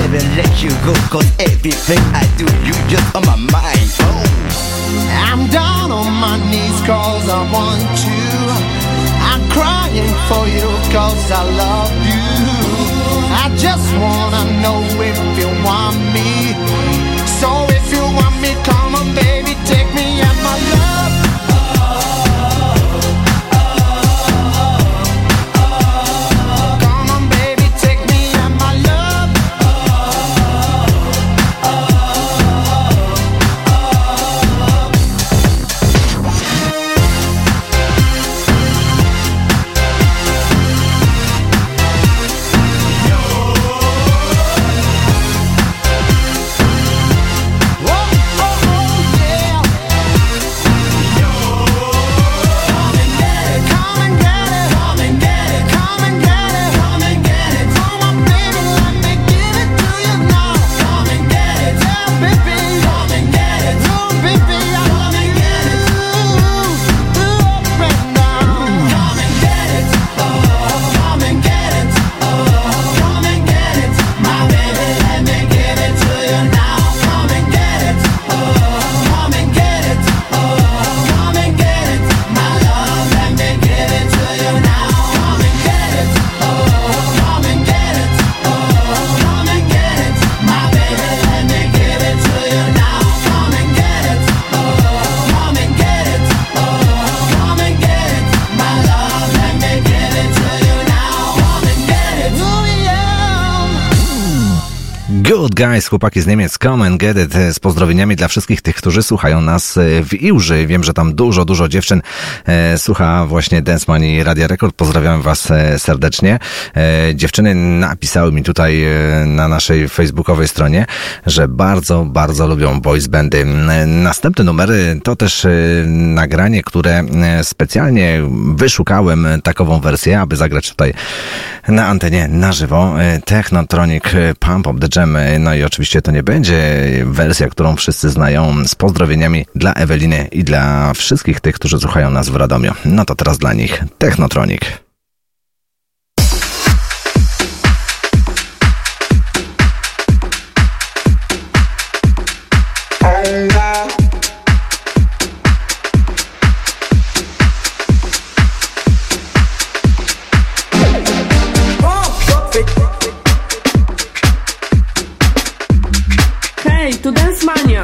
never let you go, cause everything I do, you just on my mind. Oh. I'm down on my knees cause I want to. I'm crying for you cause I love you. I just wanna know if you want me. So if you want me, come on baby, take me at my love. Come on baby, take me at my love. Good Guys, chłopaki z Niemiec, Come and Get It, z pozdrowieniami dla wszystkich tych, którzy słuchają nas w Iłży. Wiem, że tam dużo, dużo dziewczyn e, słucha właśnie Dance Money Radia Rekord. Pozdrawiam was e, serdecznie. E, dziewczyny napisały mi tutaj e, na naszej facebookowej stronie, że bardzo, bardzo lubią boys bandy. E, następny numer to też e, nagranie, które e, specjalnie wyszukałem takową wersję, aby zagrać tutaj na antenie na żywo. E, Technotronic Pump Up The Jam. No i oczywiście to nie będzie wersja, którą wszyscy znają, z pozdrowieniami dla Eweliny i dla wszystkich tych, którzy słuchają nas w Radomiu. No to teraz dla nich Technotronic. Hej, tu Dance Mania.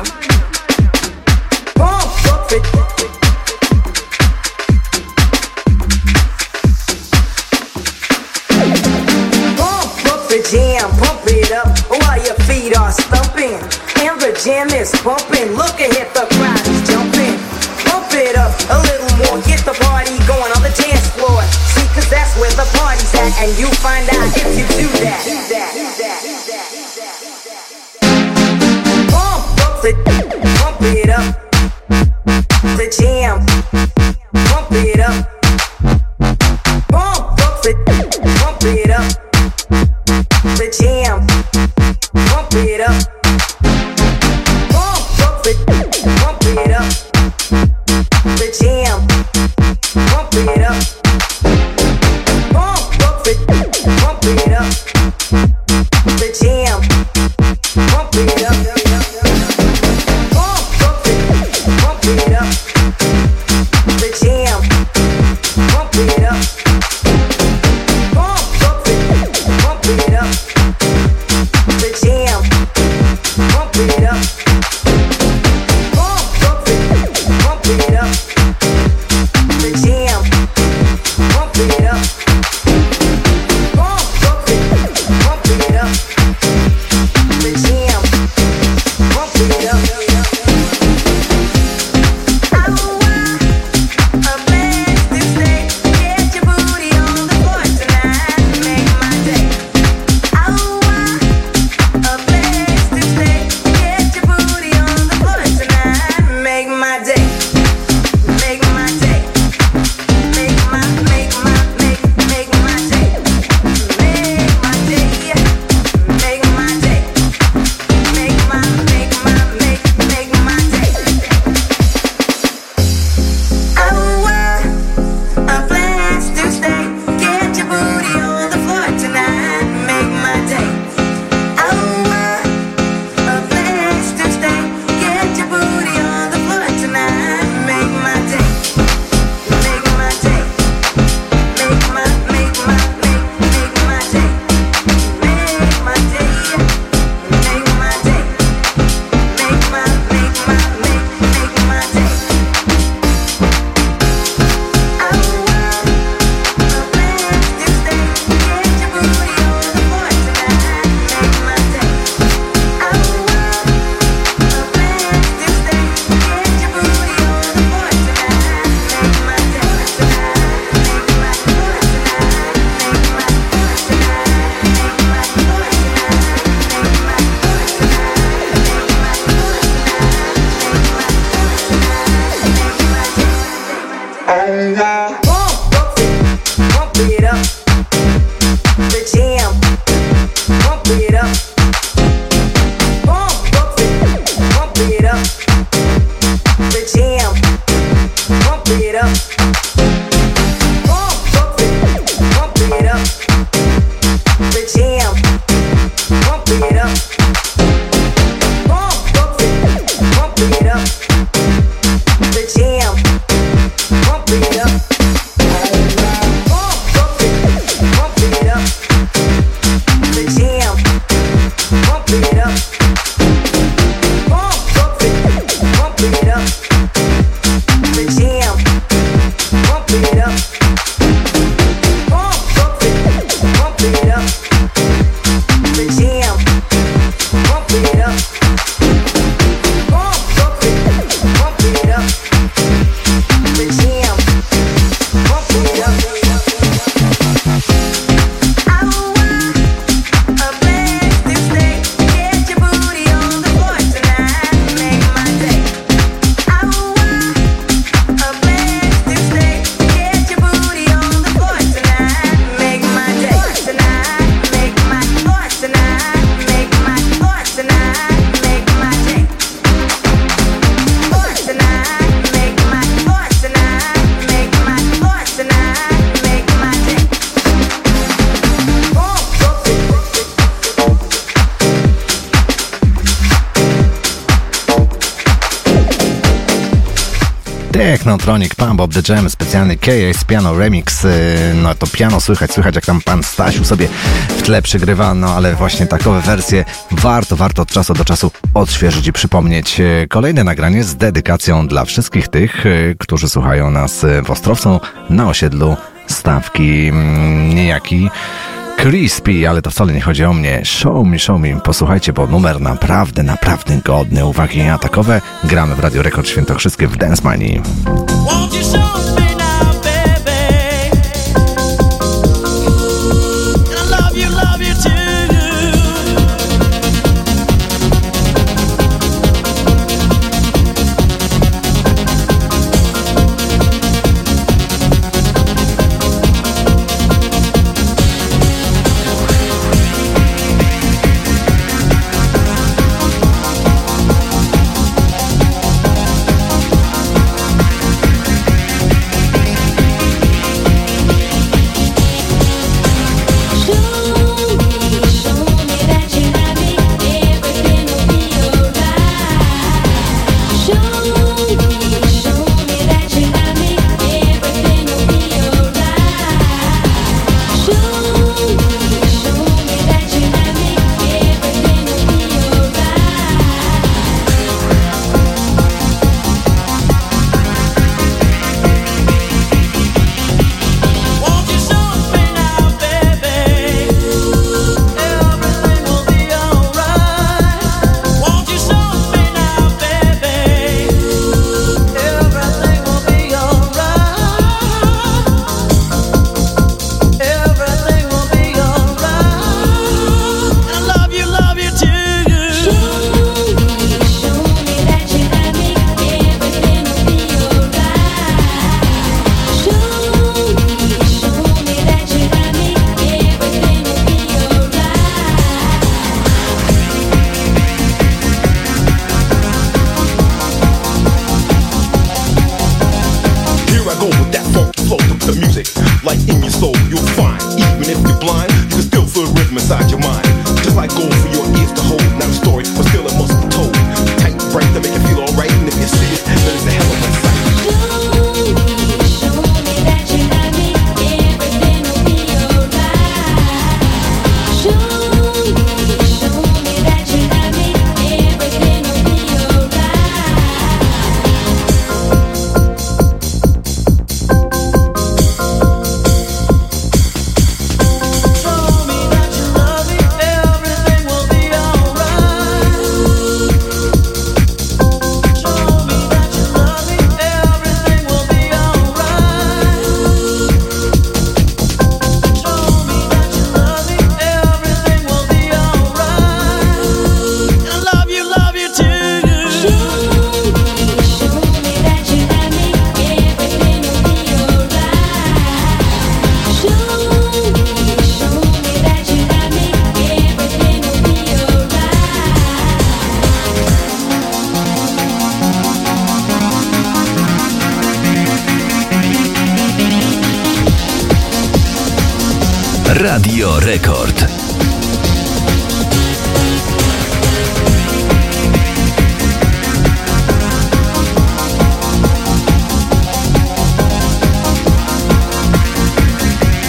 Jam, pump it up while your feet are stumping. And the jam is pumping. Look ahead, the crowd is jumping. Pump it up a little more. Get the party going on the dance floor. See, cause that's where the party's at. And you find out if you do that. Pump up it, pump it up. The jam, pump it up. Pump up it, pump it up. The jam, pump it up. Pump up it, pump it up. The jam, pump it up. Pump up it, pump it up. The jam, pump it up. Pump up it, pump it up. The jam, pump it up. Pump up it, pump it up. The jam, pump it up. Pump up it, pump it up. The jam, pump it up. Pump up it, pump it up. The jam, Technotronic, Pump Up The Jam, specjalny K S Piano Remix. No to piano słychać, słychać jak tam pan Stasiu sobie w tle przygrywa, no ale właśnie takowe wersje warto, warto od czasu do czasu odświeżyć i przypomnieć. Kolejne nagranie z dedykacją dla wszystkich tych, którzy słuchają nas w Ostrowcu na osiedlu Stawki. Niejaki Crispy, ale to wcale nie chodzi o mnie. Show me, show me. Posłuchajcie, bo numer naprawdę, naprawdę godny uwagi. A takowe gramy w Radio Rekord Świętokrzyskie w Dance Manii. Radio Rekord.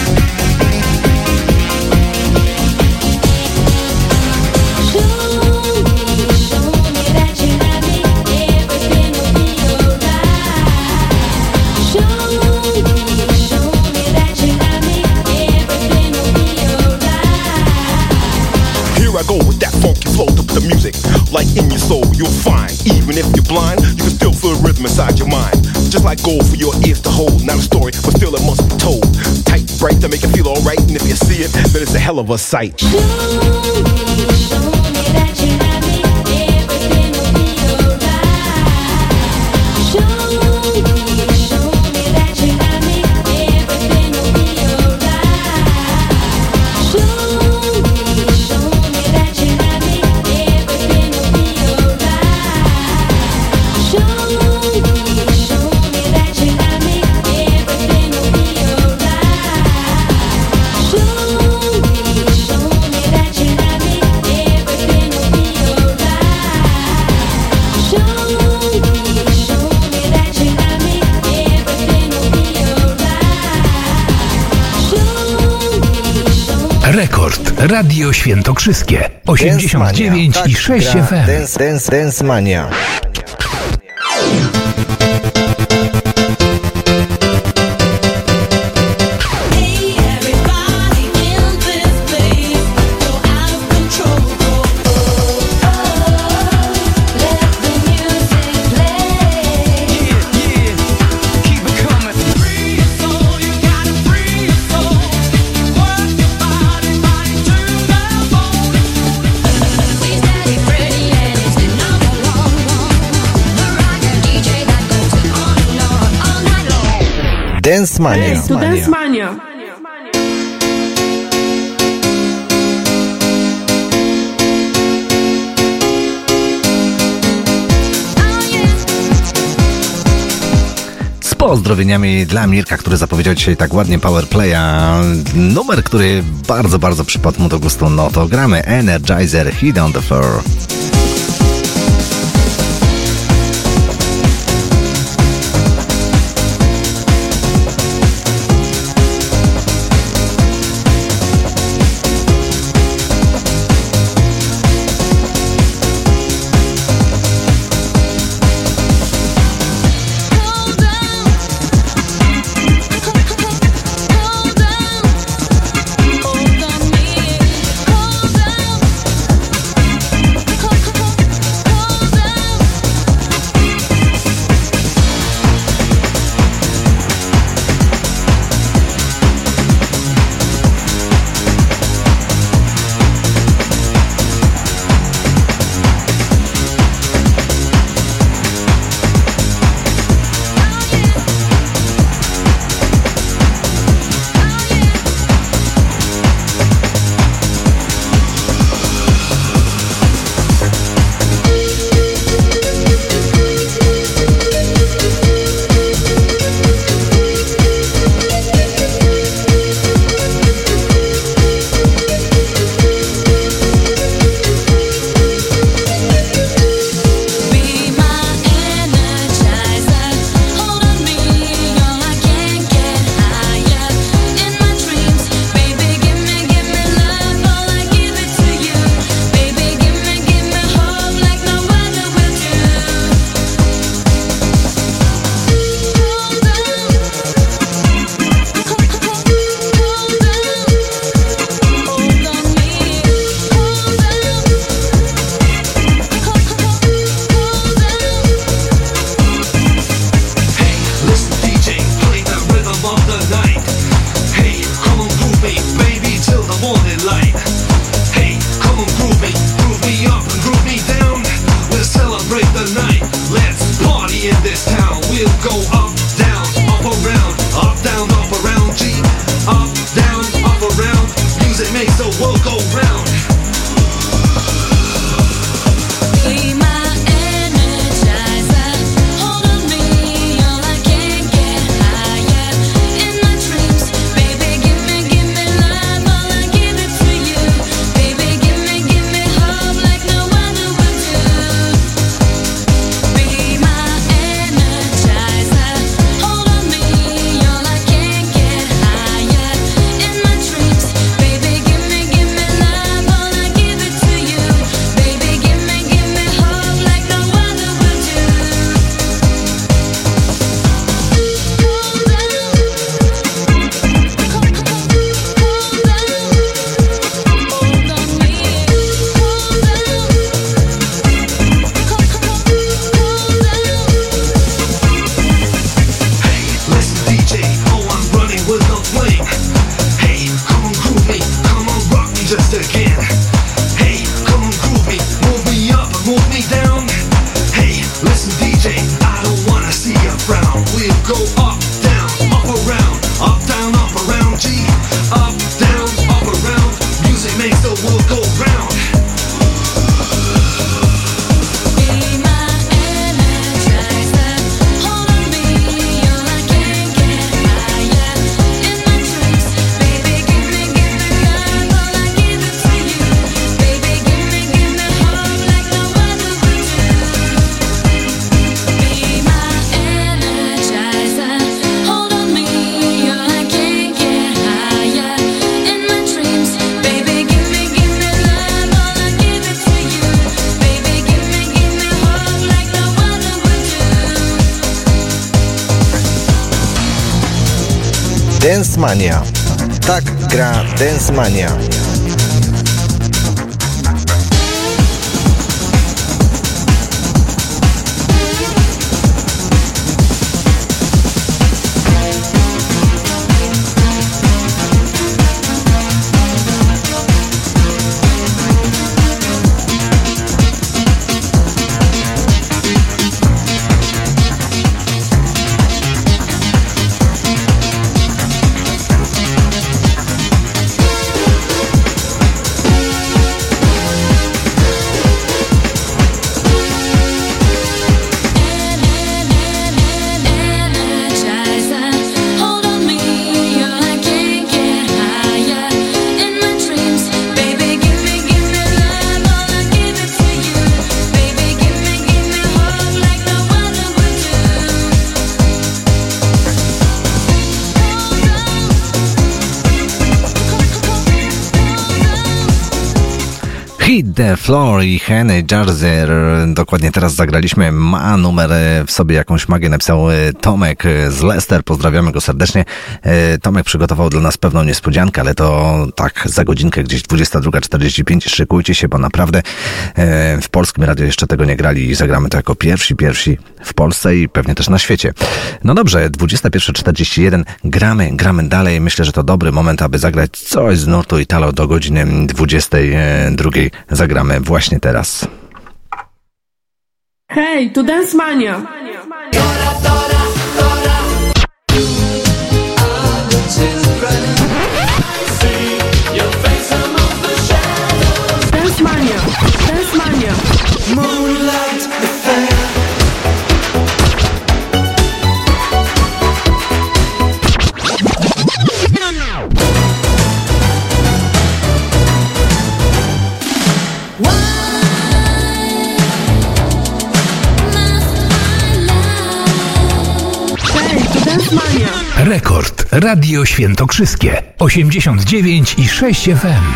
Show in your soul, you'll find. Even if you're blind, you can still feel rhythm inside your mind. Just like gold for your ears to hold. Not a story, but still it must be told. Tight, bright to make it feel alright. And if you see it, then it's a hell of a sight. Rekord Radio Świętokrzyskie osiemdziesiąt dziewięć i sześć F M. Dance, dance, dance mania. Dance Mania. Hey, to Dance Mania. Z pozdrowieniami dla Mirka, który zapowiedział dzisiaj tak ładnie Powerplaya. Numer, który bardzo, bardzo przypadł mu do gustu. No to gramy Energizer Hit on the Floor. Be my energizer. Dance Mania. Tak gra Dance Mania. Hit the Floor i Henny Jarzer. Dokładnie teraz zagraliśmy. Ma numer w sobie, jakąś magię napisał Tomek z Leicester. Pozdrawiamy go serdecznie. Tomek przygotował dla nas pewną niespodziankę, ale to tak za godzinkę, gdzieś dwudziesta druga czterdzieści pięć. Szykujcie się, bo naprawdę w polskim radiu jeszcze tego nie grali i zagramy to jako pierwsi, pierwsi w Polsce i pewnie też na świecie. No dobrze, dwudziesta pierwsza czterdzieści jeden. Gramy, gramy dalej. Myślę, że to dobry moment, aby zagrać coś z nurtu Italo do godziny dwudziestej drugiej. Zagramy właśnie teraz. Hej, tu Dance Mania. Dance Mania, Dance Mania. Moonlight affair. Rekord Radio Świętokrzyskie osiemdziesiąt dziewięć i sześć F M.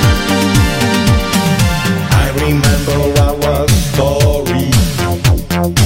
Remember our story.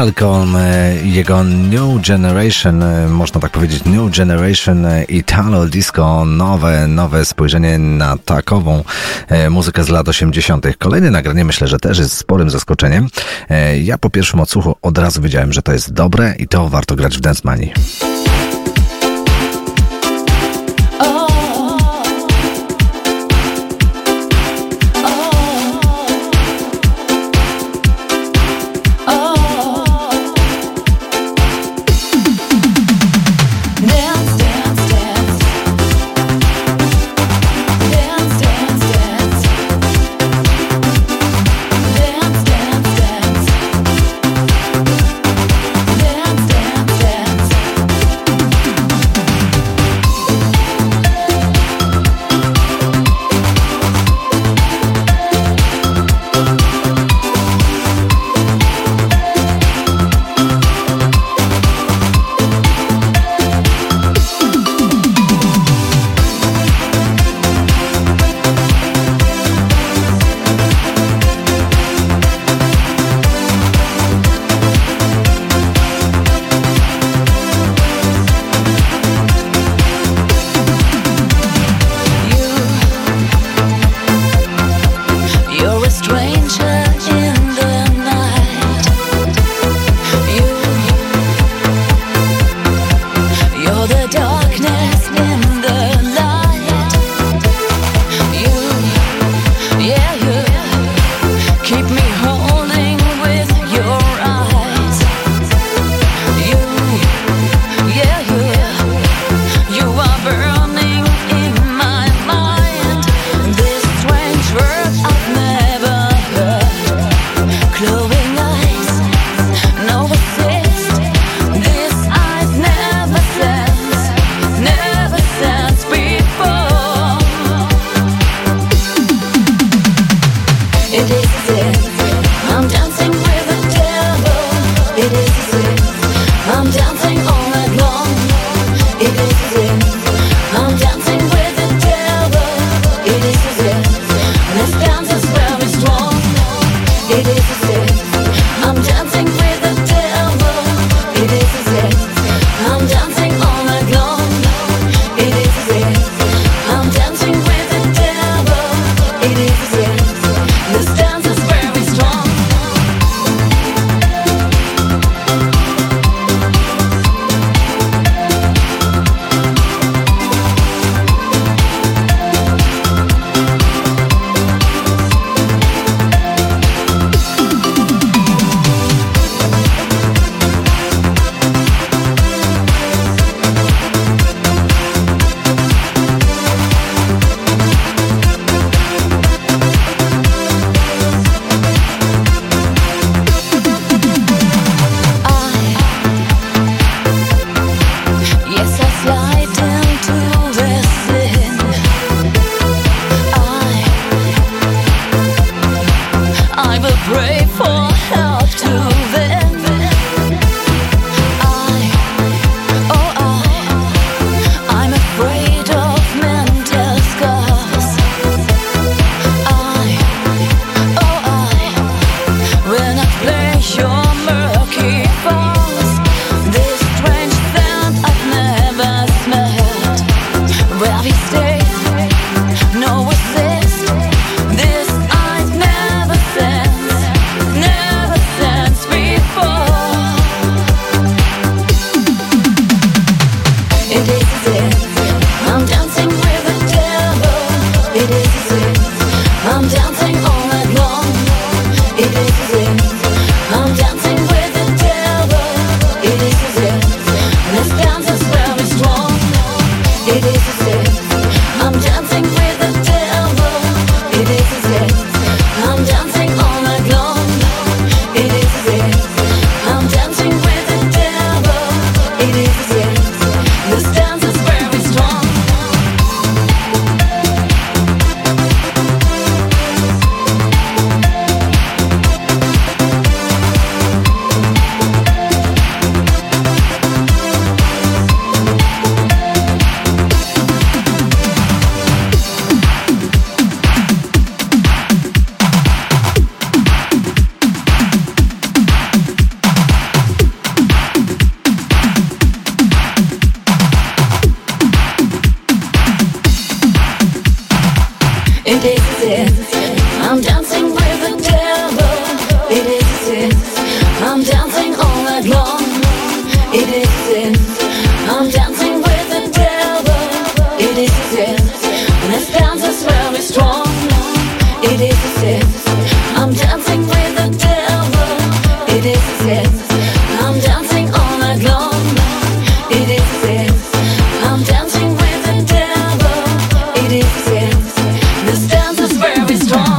Malcolm i jego New Generation, można tak powiedzieć, New Generation Italo Disco, nowe, nowe spojrzenie na takową muzykę z lat osiemdziesiątych. Kolejne nagranie myślę, że też jest sporym zaskoczeniem. Ja po pierwszym odsłuchu od razu wiedziałem, że to jest dobre i to warto grać w Dance Manii. It is it. I'm dancing with the devil. It is it. I'm dancing all night long. It is it. I'm dancing with the devil. It is it. This dance is very strong. It is it. I'm dancing with the devil. It is it. I'm dancing all night long. It is it. I'm dancing with the devil. It is it. This dance is very strong.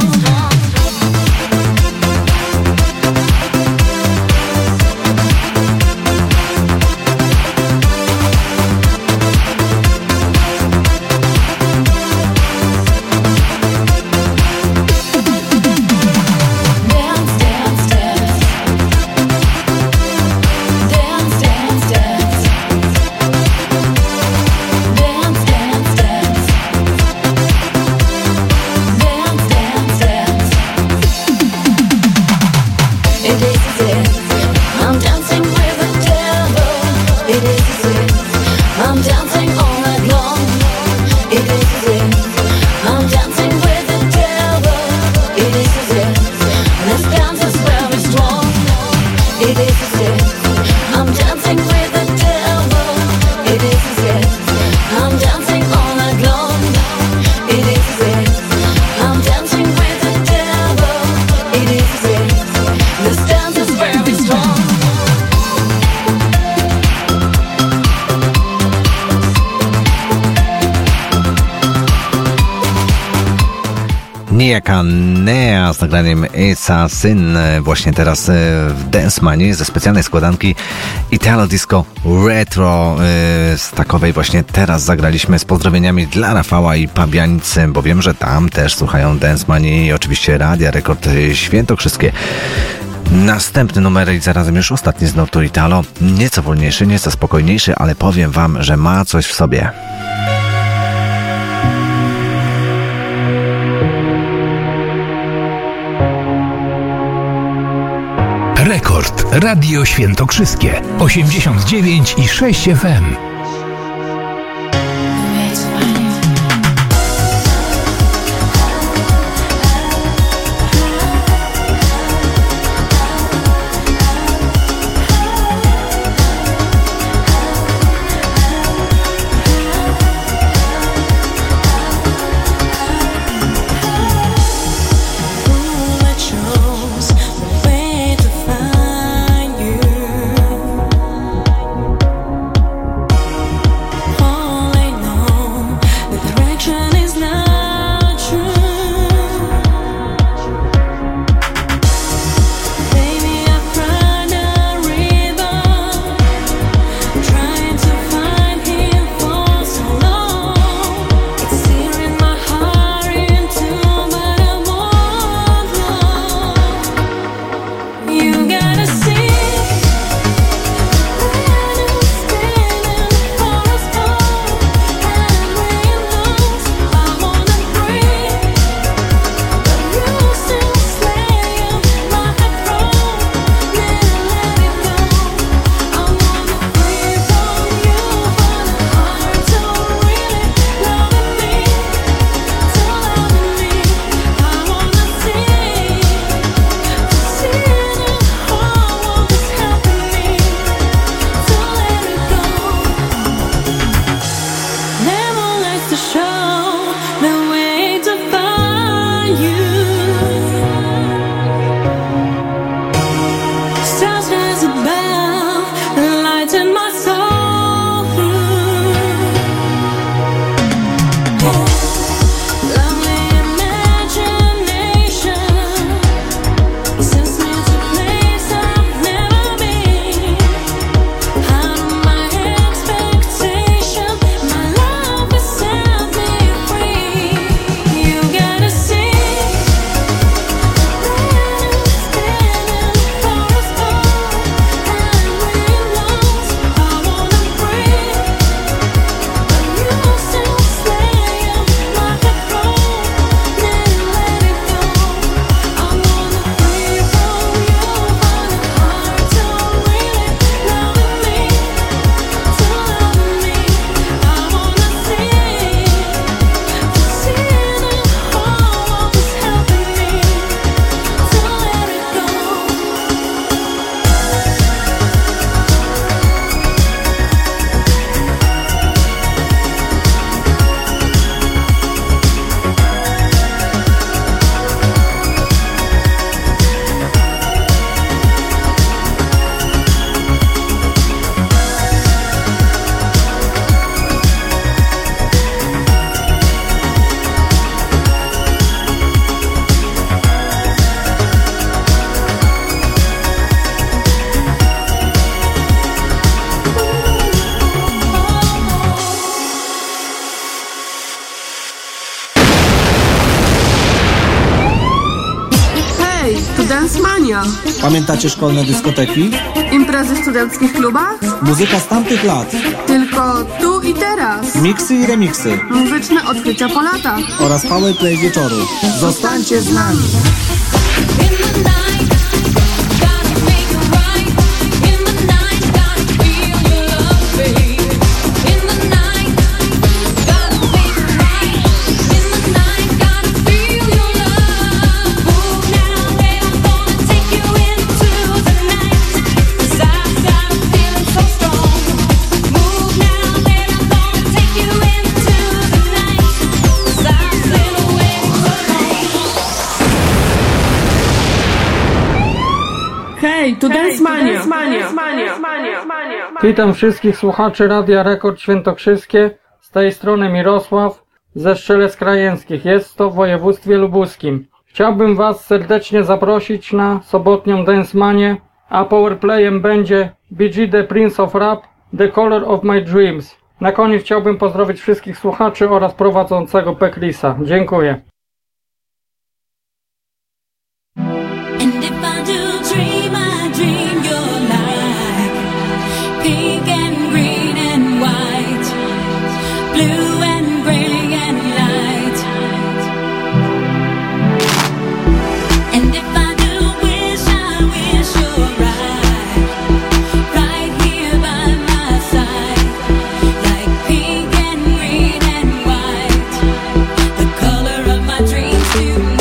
Niejaka Nea z nagraniem It's a Sin właśnie teraz w Dance Manii ze specjalnej składanki Italo Disco Retro. Z takowej właśnie teraz zagraliśmy z pozdrowieniami dla Rafała i Pabianicy, bo wiem, że tam też słuchają Dance Manii i oczywiście Radia Rekord Świętokrzyskie. Następny numer i zarazem już ostatni z nurtu Italo. Nieco wolniejszy, nieco spokojniejszy, ale powiem wam, że ma coś w sobie. Rekord Radio Świętokrzyskie osiemdziesiąt dziewięć i sześć F M. Expectation, my love is set me to Dance Mania. Pamiętacie szkolne dyskoteki? Imprezy w studenckich klubach? Muzyka z tamtych lat. Tylko tu i teraz. Miksy i remiksy. Muzyczne odkrycia po latach. Oraz powerplay wieczoru. Zostańcie z nami. Hej, to Dance Mania. Witam wszystkich słuchaczy Radia Rekord Świętokrzyskie. Z tej strony Mirosław ze Strzelec Krajeńskich. Jest to w województwie lubuskim. Chciałbym Was serdecznie zaprosić na sobotnią Dance Manię, a powerplayem będzie B G The Prince of Rap, The Color of My Dreams. Na koniec chciałbym pozdrowić wszystkich słuchaczy oraz prowadzącego Pekrisa. Dziękuję. And if I do dream, I dream you're like pink and green and white, blue and gray and light. And if I do wish, I wish you're right, right here by my side, like pink and green and white, the color of my dreams tonight.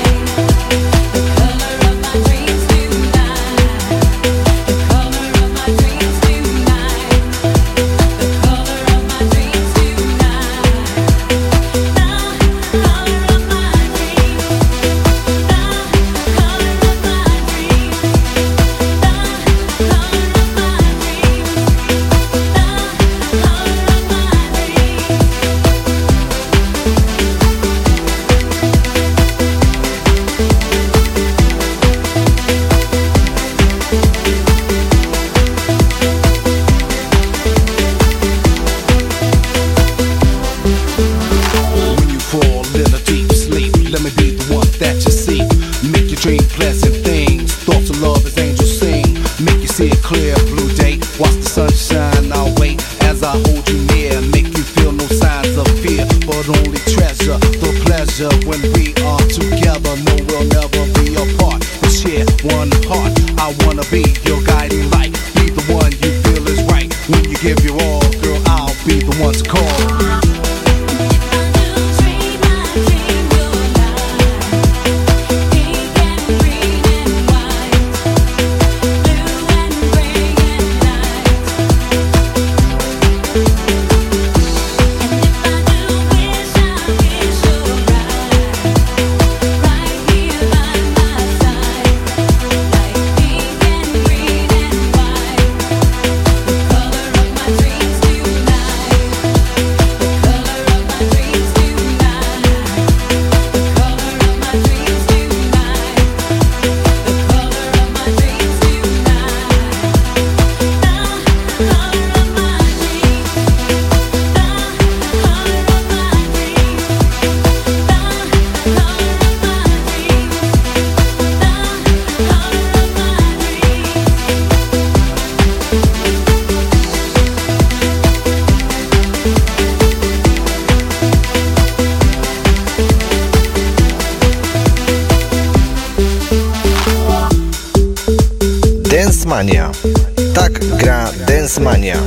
Dance Mania. Tak gra Dance Mania.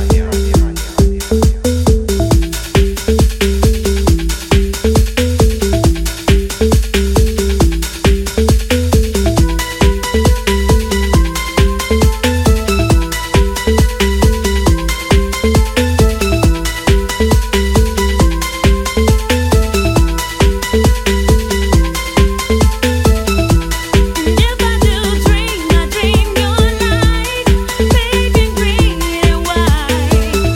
Dream, I dream your light, baby green and white.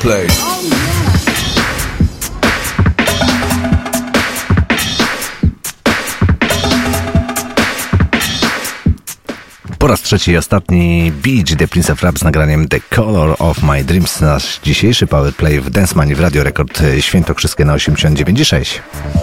Powerplay. Po raz trzeci i ostatni Beach The Prince of Rap z nagraniem The Color of My Dreams. Nasz dzisiejszy Powerplay w Dance Money w Radio Rekord Świętokrzyskie na osiemdziesiąt dziewięć i sześć.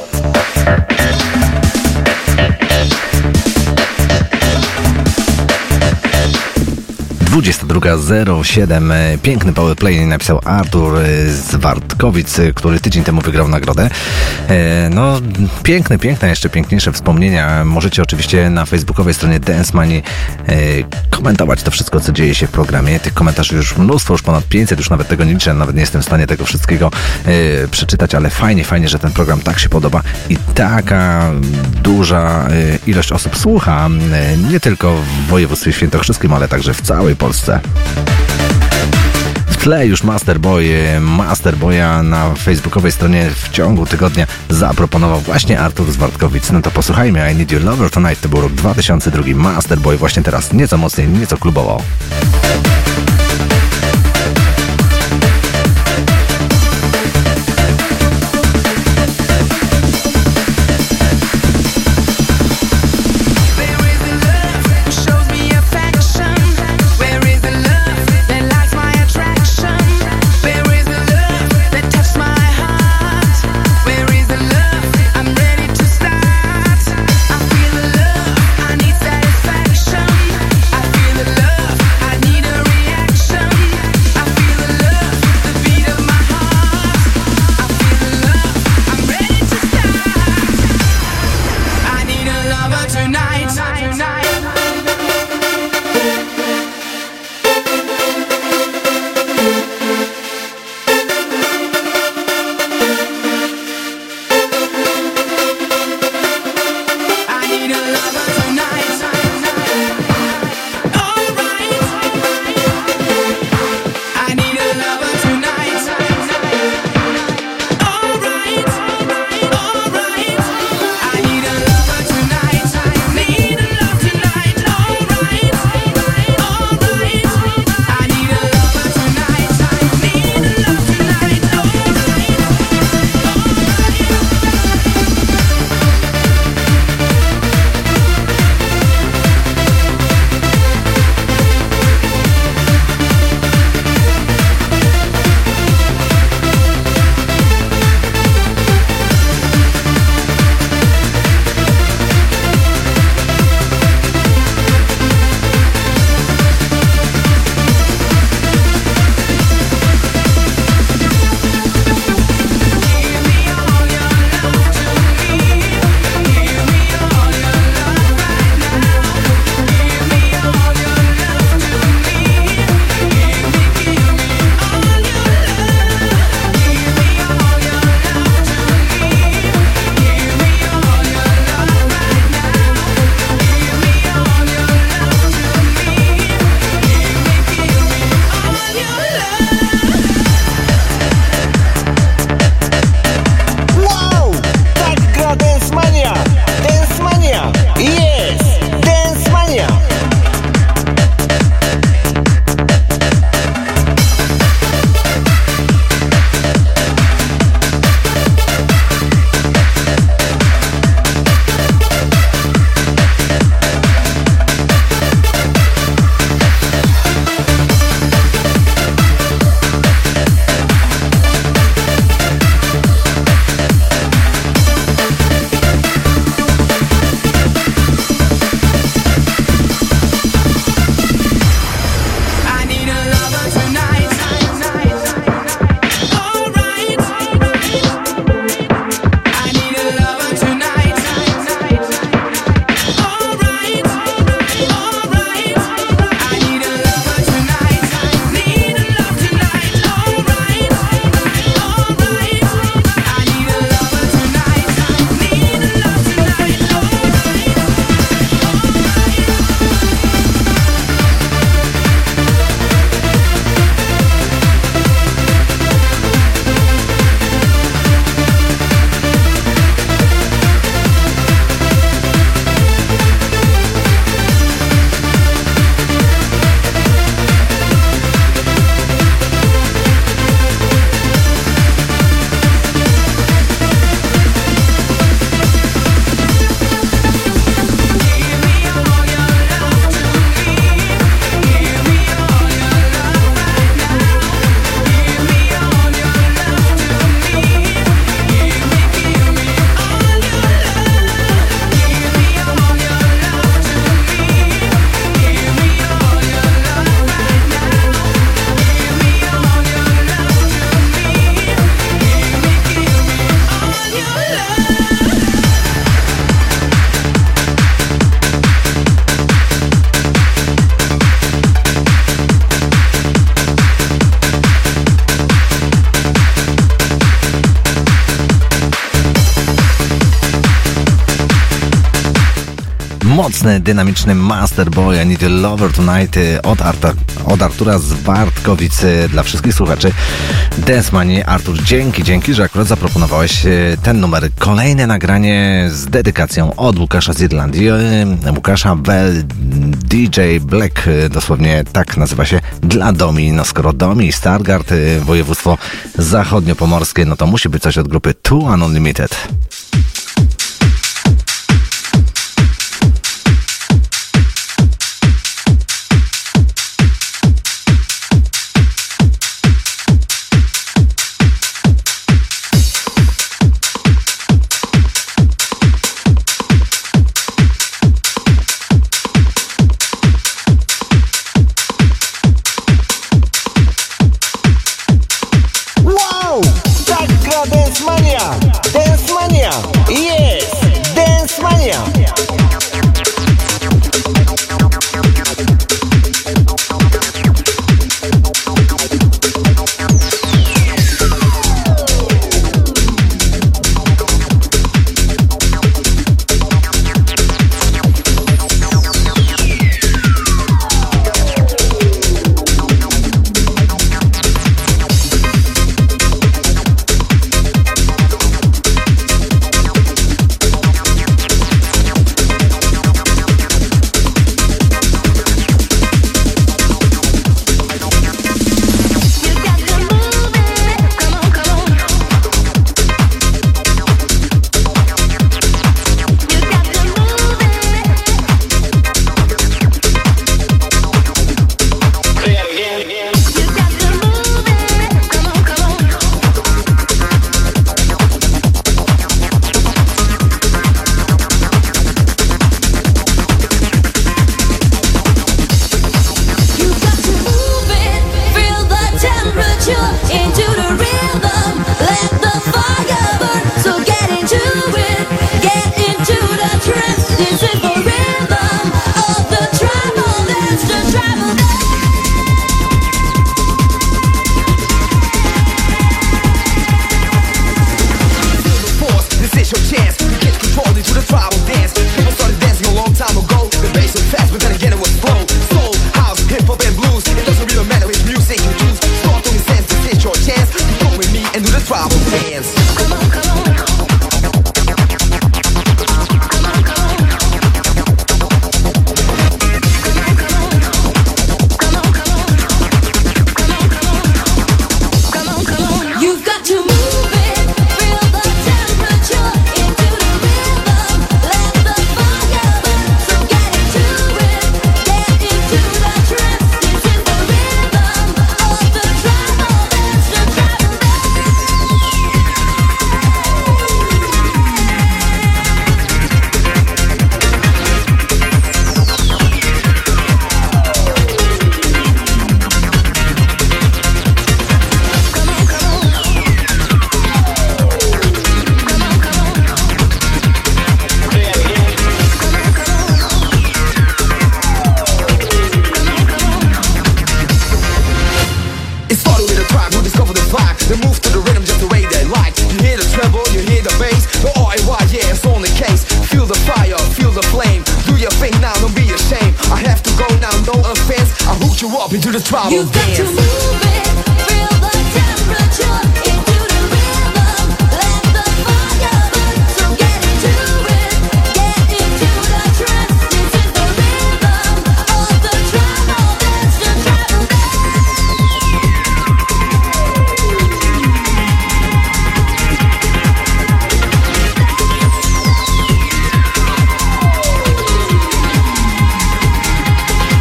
dwudziesta druga zero siedem. Piękny powerplay napisał Artur z Wartkowic, który tydzień temu wygrał nagrodę. No, piękne, piękne, jeszcze piękniejsze wspomnienia. Możecie oczywiście na facebookowej stronie Dance Money komentować to wszystko, co dzieje się w programie. Tych komentarzy już mnóstwo, już ponad pięćset, już nawet tego nie liczę, nawet nie jestem w stanie tego wszystkiego przeczytać, ale fajnie, fajnie, że ten program tak się podoba i taka duża ilość osób słucha, nie tylko w województwie świętokrzyskim, ale także w całej Polsce. W tle już Masterboy, Masterboya na facebookowej stronie w ciągu tygodnia zaproponował właśnie Artur z Wartkowic. No to posłuchajmy, I Need Your Lover Tonight, to był rok dwa tysiące drugi. Masterboy właśnie teraz nieco mocniej, nieco klubowo. Tonight, mocny, dynamiczny Master Boy, I Need a Lover Tonight od, Arta, od Artura z Bartkowic dla wszystkich słuchaczy Dance Manii. Artur, dzięki, dzięki, że akurat zaproponowałeś ten numer. Kolejne nagranie z dedykacją od Łukasza z Irlandii. Łukasza Bell, D J Black, dosłownie tak nazywa się, dla Domi. No skoro Domi i Stargard, województwo zachodniopomorskie, no to musi być coś od grupy Two Unlimited.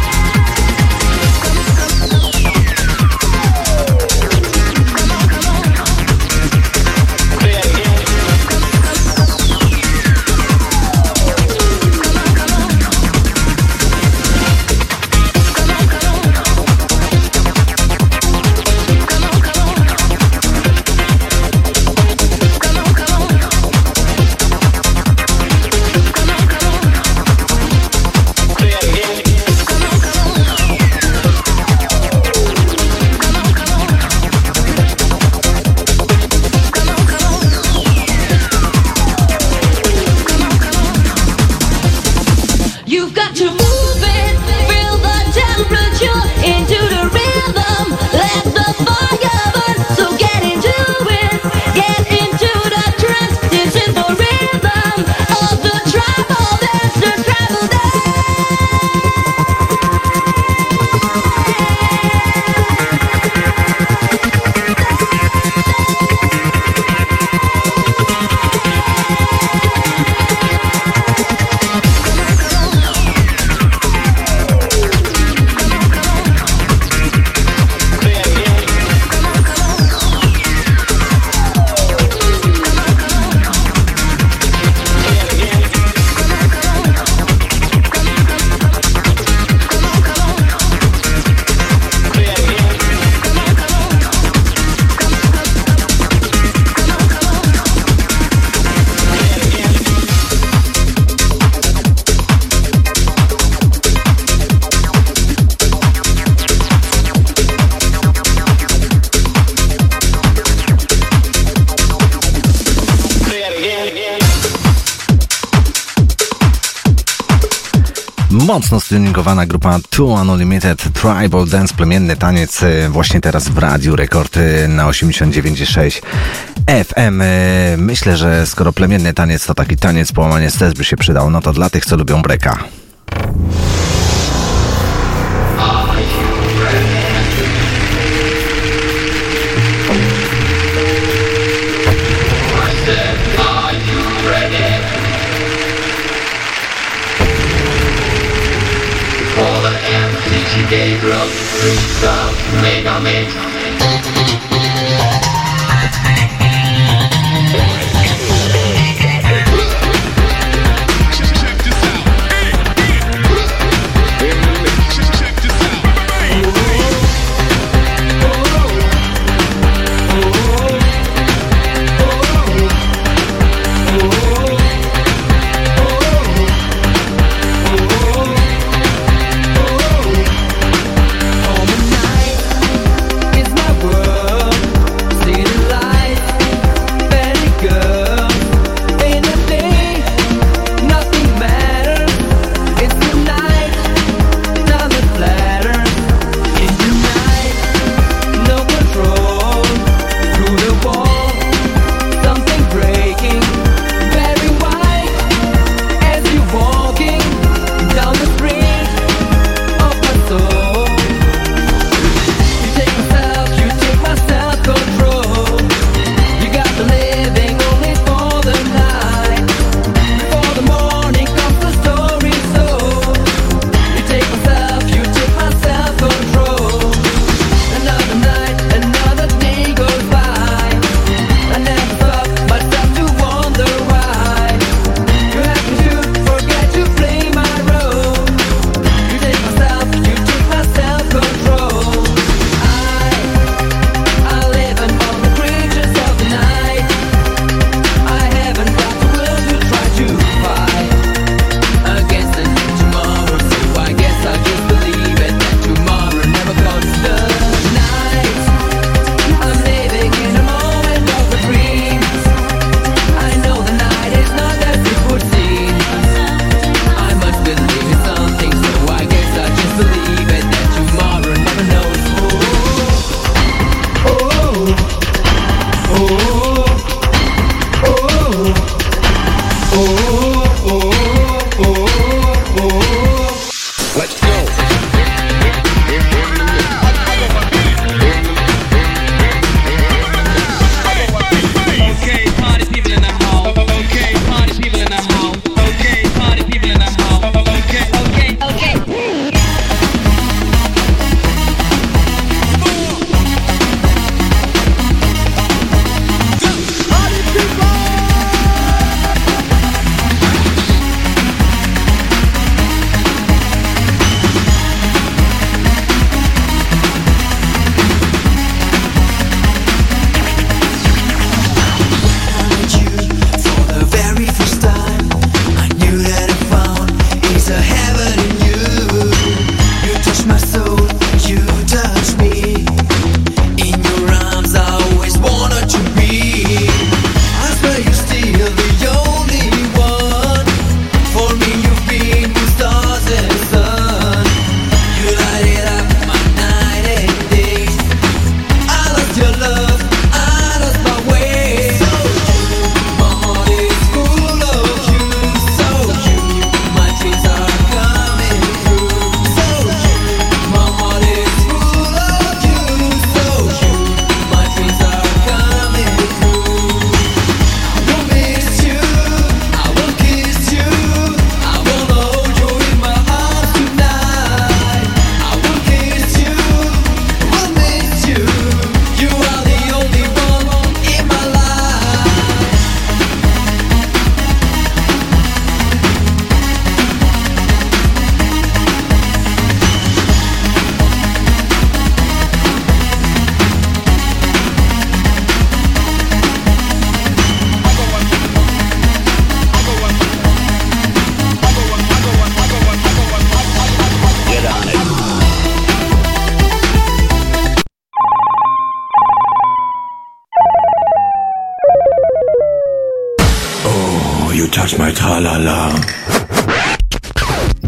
Come on, come on. You've got to move it, feel the temperature into the rhythm. Let the fire burn, so get into it, get into the trance. This is the rhythm of the travel dance, the travel dance. Mocno stuningowana grupa Two Unlimited Tribal Dance, plemienny taniec właśnie teraz w Radiu Rekord na osiemdziesiąt dziewięć i sześć F M. Myślę, że skoro plemienny taniec to taki taniec połamanie stres by się przydał, no to dla tych, co lubią breka. Gabriel, freestyle, mega mix. It's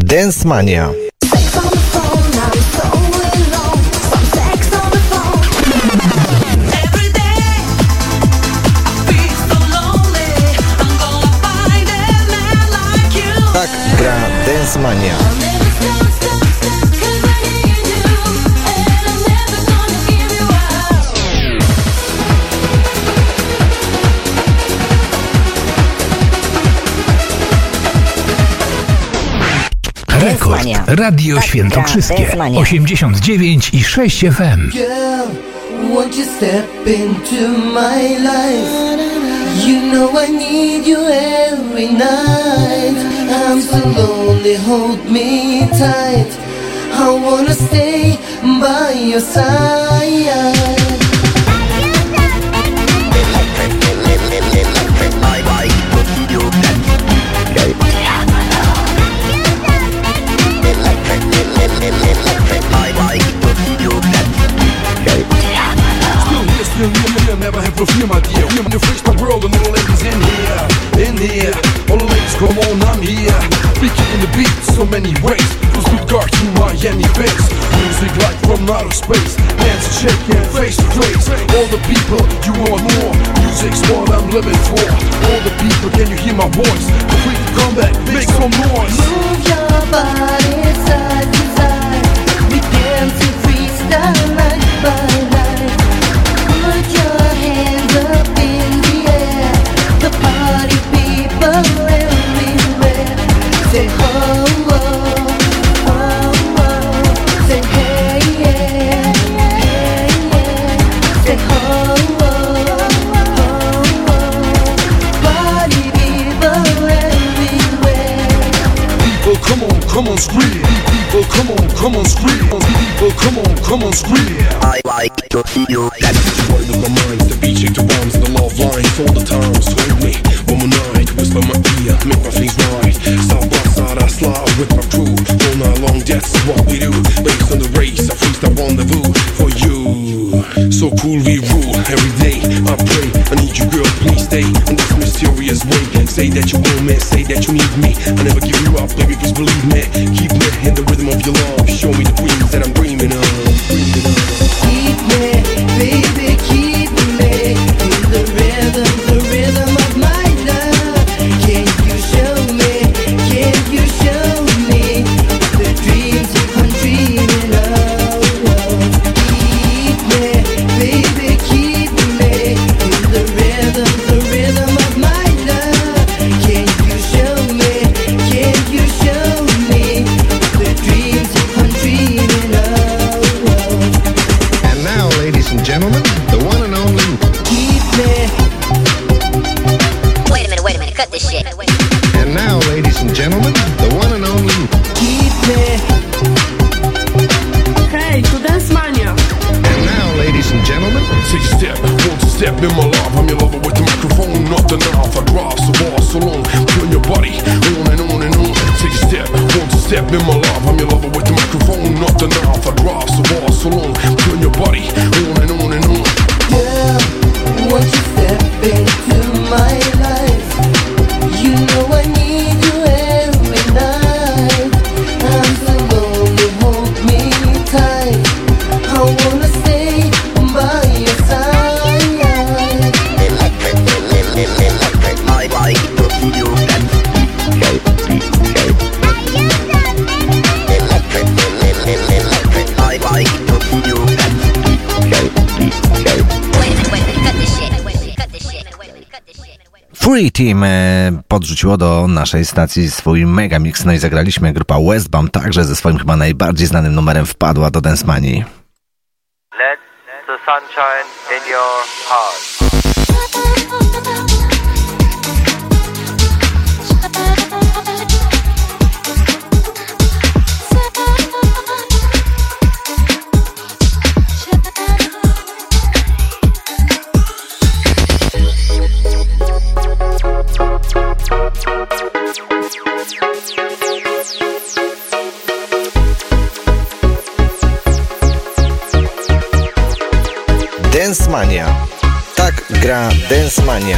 Dance Mania. Tak gra Dance Mania. Rekord Radio Świętokrzyskie osiemdziesiąt dziewięć i sześć F M. Girl, won't you step into my life? You know I need you every night. I'm so lonely, hold me tight. I wanna stay by your side. Still here, never have no fear, my dear. Women to fix my world, and little ladies in here, in here. All the ladies, come on, I'm here. We kicking the beat so many ways. From Stuttgart to Miami Bass. Music like from outer space. Hands shaking, face to face. All the people, you want more. Music's what I'm living for. All the people, can you hear my voice? If we can come back, make some noise. Move your body side to side. We dance and freestyle night by night. Put your hands up in the air. The party people everywhere. Say ho, ho, ho, ho. Say hey, yeah, hey, yeah. Say ho, ho, ho, ho. Party people everywhere. People, come on, come on, scream. People, come on, come on, scream. People, come on, come on, scream. I like to feel that. Word of my mind, the beat, shake the rhymes, the love lines all the time. Sway me, one more night, whisper my ear, make my things right. Side by side, I slide with my crew. All night long, that's what we do. Based on the race, I freestyle rendezvous for you. So cool, we rule every day. I pray, I need you, girl, please stay in this mysterious way. Say that you want me, say that you need me. I never give you up, baby, please believe me. Keep me in the rhythm of your love. Show me the dreams that I'm dreaming of. Dreaming of. Keep me, baby, keep me in the rhythm, the rhythm of my love. Can you show me, can you show me the dreams I'm dreaming of? Keep me, baby, keep me in the rhythm, the rhythm of my love. Can you show me, can you show me the dreams I'm dreaming of? And now, ladies and gentlemen, the one and only. Keep me. Wait a minute, wait a minute, cut this shit. And now, ladies and gentlemen, the one and only. Keep me. Hej, tu Dance Mania. And now, ladies and gentlemen. Take a step, want to step in my life. I'm your lover with the microphone, not the knife. I drive so far, so long, turn your body on and on and on. Take a step, want to step in my life. I'm your lover with the microphone, not the knife. I drive so far, so long, turn your body on and on and on. Girl, won't you step into my life? You know I need you every night. I'm so lonely, hold me tight. I wanna stay by your side. I like to feel that. I like to feel that. Wait a minute, wait a minute, cut this shit. Wait a minute, cut this shit. Wait a minute, cut this shit. Free Team e, podrzuciło do naszej stacji swój megamix, no i zagraliśmy. Grupa Westbam także ze swoim chyba najbardziej znanym numerem wpadła do Dance Manii. Let the sunshine in your heart. Dance Mania. Tak gra Dance Mania.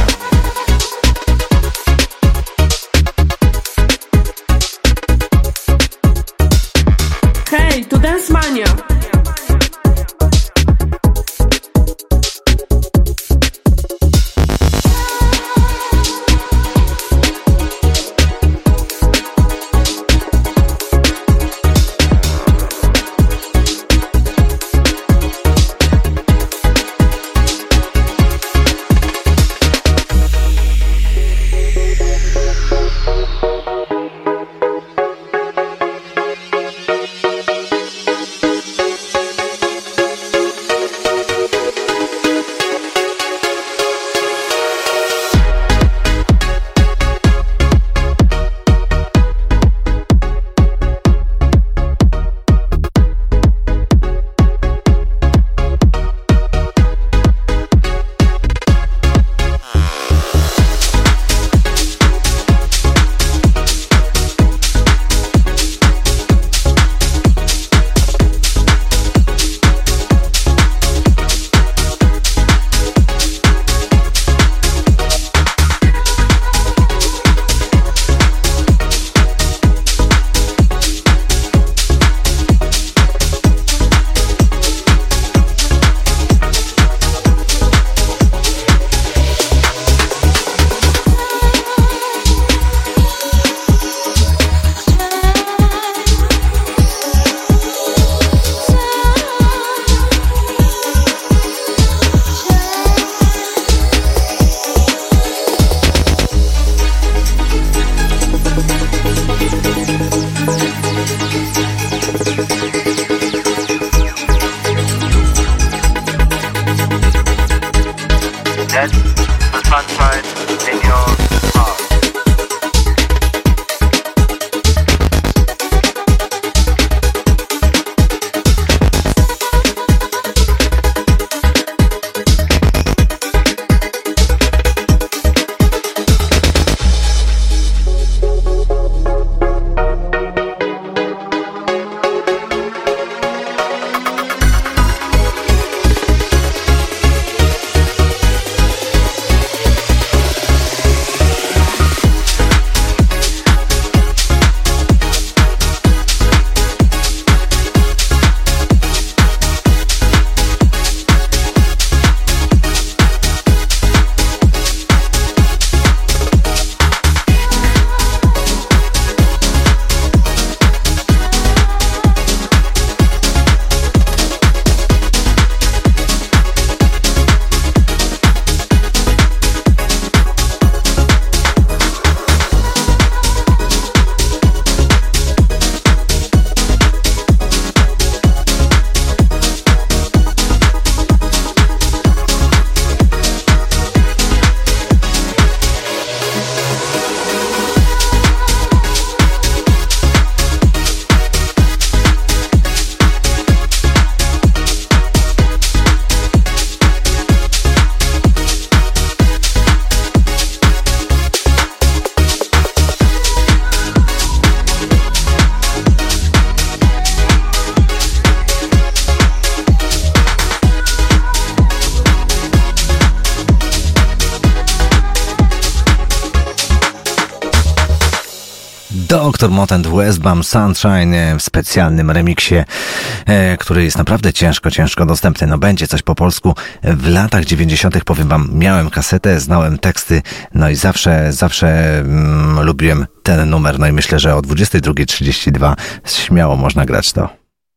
doktor Motent Westbam Sunshine w specjalnym remiksie, e, który jest naprawdę ciężko, ciężko dostępny. No będzie coś po polsku. W latach dziewięćdziesiątych powiem wam, miałem kasetę, znałem teksty, no i zawsze, zawsze mm, lubiłem ten numer. No i myślę, że o dwudziestej drugiej trzydzieści dwa śmiało można grać to.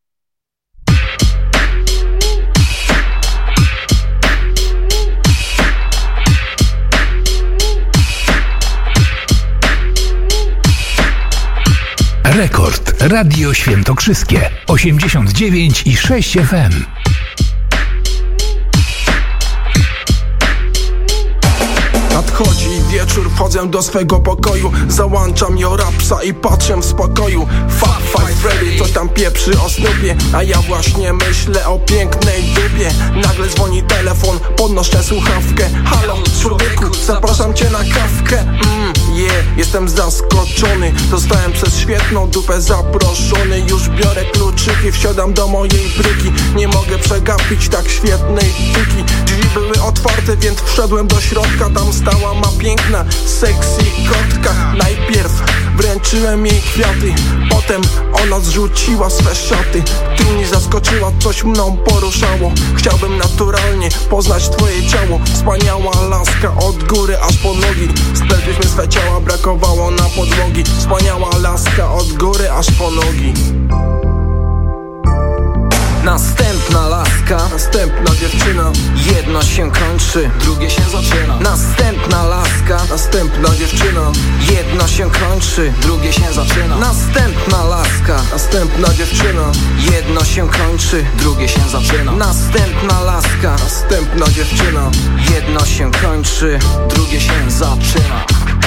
Rekord Radio Świętokrzyskie osiemdziesiąt dziewięć i sześć F M. Nadchodzi wieczór, wchodzę do swego pokoju, załączam jorapsa i patrzę w spokoju. Fat Five Freddy coś tam pieprzy o Snoopie, a ja właśnie myślę o pięknej dupie. Nagle dzwoni telefon, podnoszę słuchawkę. Halo, człowieku, zapraszam cię na kawkę. Mmm, yeah, jestem zaskoczony, zostałem przez świetną dupę zaproszony. Już biorę kluczyki, wsiadam do mojej bryki. Nie mogę przegapić tak świetnej tyki. Drzwi były otwarte, więc wszedłem do środka. Tam stała ma piękna, sexy kotka. Najpierw wręczyłem jej kwiaty, potem ona zrzuciła swe szaty. Ty mnie zaskoczyła, coś mną poruszało. Chciałbym naturalnie poznać twoje ciało. Wspaniała laska od góry aż po nogi. Splegliśmy swe ciała, brakowało na podłogi. Wspaniała laska od góry aż po nogi. Następna laska, następna dziewczyna. jedno się kończy, drugie się zaczyna. Następna laska, następna dziewczyna. jedno się kończy, drugie się zaczyna. Następna laska, następna dziewczyna. jedno się kończy, drugie się zaczyna. Następna laska, następna dziewczyna. jedno się kończy, drugie się zaczyna.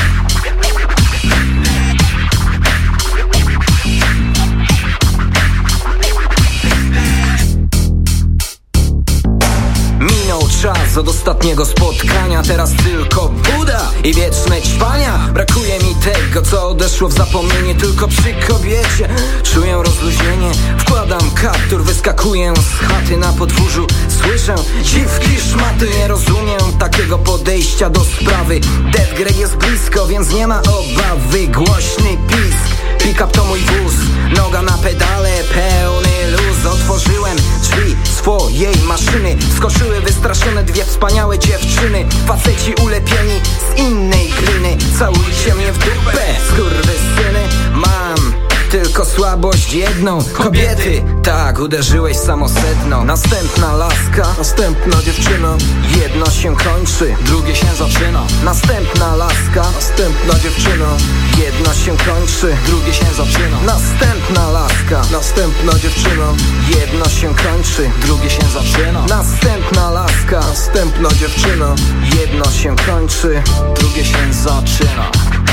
Minął czas od ostatniego spotkania, teraz tylko Buda i wieczne ćwania. Brakuje mi tego, co odeszło w zapomnienie. Tylko przy kobiecie czuję rozluźnienie. Wkładam kaptur, wyskakuję z chaty na podwórzu. Słyszę dziwki, szmaty. Nie rozumiem takiego podejścia do sprawy. Death Grey jest blisko, więc nie ma obawy. Głośny pisk, pick-up to mój wóz. Noga na pedale, pełny luz. Otworzyłem drzwi swojej maszyny. Skoczyły wystraszone dwie wspaniałe dziewczyny. Faceci ulepieni z innej gliny. Całujcie mnie w dupę, skurwysyny. Mam tylko słabość jedną. Kobiety, tak, uderzyłeś samo sedno. Następna laska, następna dziewczyna. jedno się kończy, drugie się zaczyna. Następna laska, następna dziewczyna. jedno się kończy, drugie się zaczyna. Następna laska, następna dziewczyna. jedno się kończy, drugie się zaczyna. Następna laska, następna dziewczyna. jedno się kończy, drugie się zaczyna.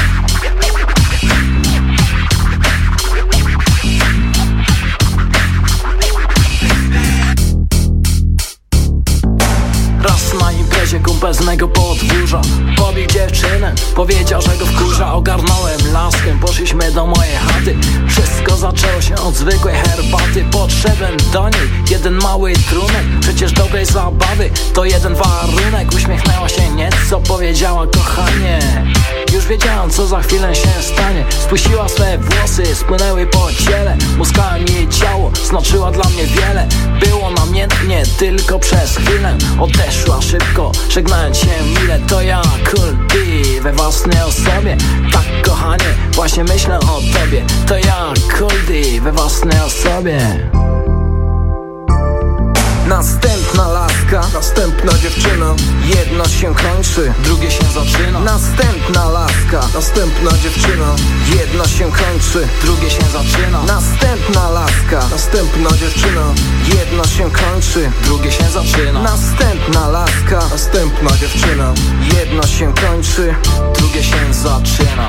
Raz na imprezie kumpel z mego podwórza pobił dziewczynę, powiedział, że go wkurza. Ogarnąłem laskę, poszliśmy do mojej chaty. Wszystko zaczęło się od zwykłej herbaty. Podszedłem do niej, jeden mały trunek. Przecież dobrej zabawy to jeden warunek. Uśmiechnęła się nieco, powiedziała kochanie. Już wiedziałam, co za chwilę się stanie. Spuściła swe włosy, spłynęły po ciele. Muskałem jej ciało, znaczyła dla mnie wiele. Było namiętnie, tylko przez chwilę. Odeszła szybko, żegnając się mile. To ja, Cool D, we własnej osobie. Tak kochanie, właśnie myślę o tobie. To ja, Cool D, we własnej osobie. Następna laska, następna dziewczyna. jedno się kończy, drugie się zaczyna. Następna laska, następna dziewczyna. jedno się kończy, drugie się zaczyna. Następna laska, następna dziewczyna. jedno się kończy, drugie się zaczyna. Następna laska, następna dziewczyna. jedno się kończy, drugie się zaczyna.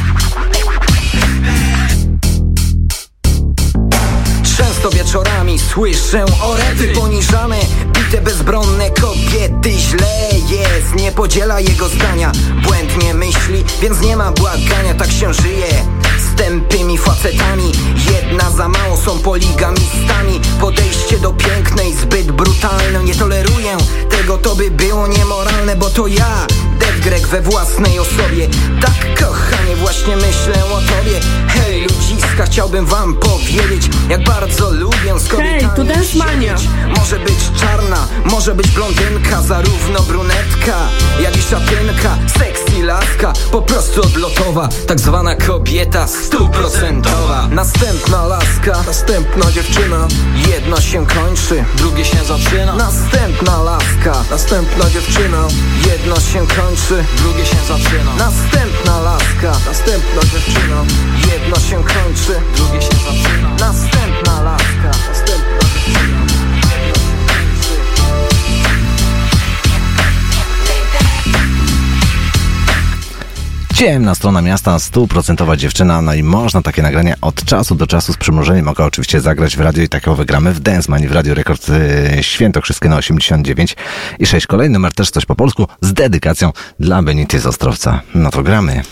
Często wieczorami słyszę orety poniżane, bite bezbronne kobiety. Źle jest, nie podziela jego zdania, błędnie myśli, więc nie ma błagania. Tak się żyje z tępymi facetami, jedna za mało, są poligamistami. Podejście do pięknej zbyt brutalne, nie toleruję tego, to by było niemoralne, bo to ja, Dead Greg we własnej osobie. Tak, kochanie, właśnie myślę o tobie. Hej, ludziska, chciałbym wam powiedzieć, jak bardzo lubię z kobietami Hej, tu Dance Mania. siedzieć. Może być czarna, może być blondynka, zarówno brunetka, jak i szatynka. Sexy laska, po prostu odlotowa, tak zwana kobieta stuprocentowa. Następna laska, następna dziewczyna, jedno się kończy, drugie się zaczyna. Następna laska, następna dziewczyna, jedno się kończy, drugie się zaczyna. Następna laska, następna dziewczyna, jedno się kończy, drugie się zaczyna. Następna laska, następna dziewczyna. Ciemna strona miasta, stuprocentowa dziewczyna, no i można takie nagrania od czasu do czasu z przymrużeniem oka oczywiście zagrać w radio i takowe gramy w Dance Manii w Radio Rekord yy, Świętokrzyskie na osiemdziesiąt dziewięć i sześć. Kolejny numer też coś po polsku z dedykacją dla Benity z Ostrowca. No to gramy.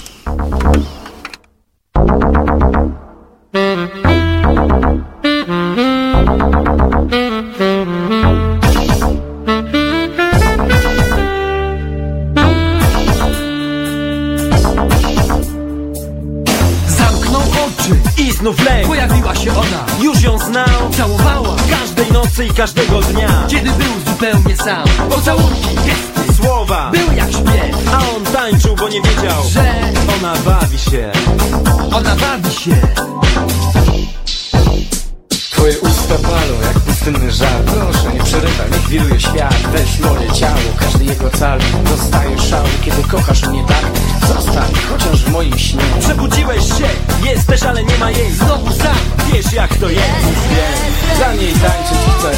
I znów lęk, pojawiła się ona, już ją znał, całowała każdej nocy i każdego dnia, kiedy był zupełnie sam. Pocałunki, gesty, słowa były jak śpiew, a on tańczył, bo nie wiedział, że ona bawi się. Ona bawi się. Twoje usta palą jak pustynny żar. Proszę, nie przerywaj, niech wiruje świat. Weź moje ciało, każdy jego cal dostaje szału, kiedy kochasz mnie tak. Zostań, chociaż w moim śnie. Przebudziłeś się, jesteś, ale nie ma jej. Znowu sam, wiesz jak to jest. Wiem, dla niej tańczyć chcę.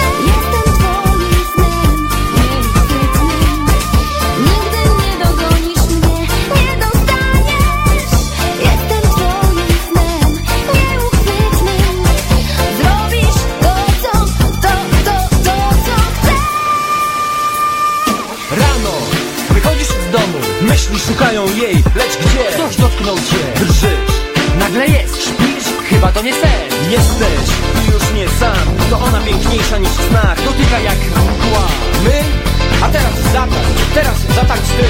Myśli szukają jej, lecz gdzie? Ktoś dotknął cię, drżysz. Nagle jest, śpisz, chyba to nie sen. Jesteś i już nie sam. To ona piękniejsza niż w snach, dotyka jak mgła. My? A teraz zatańcz, teraz zatańcz ty.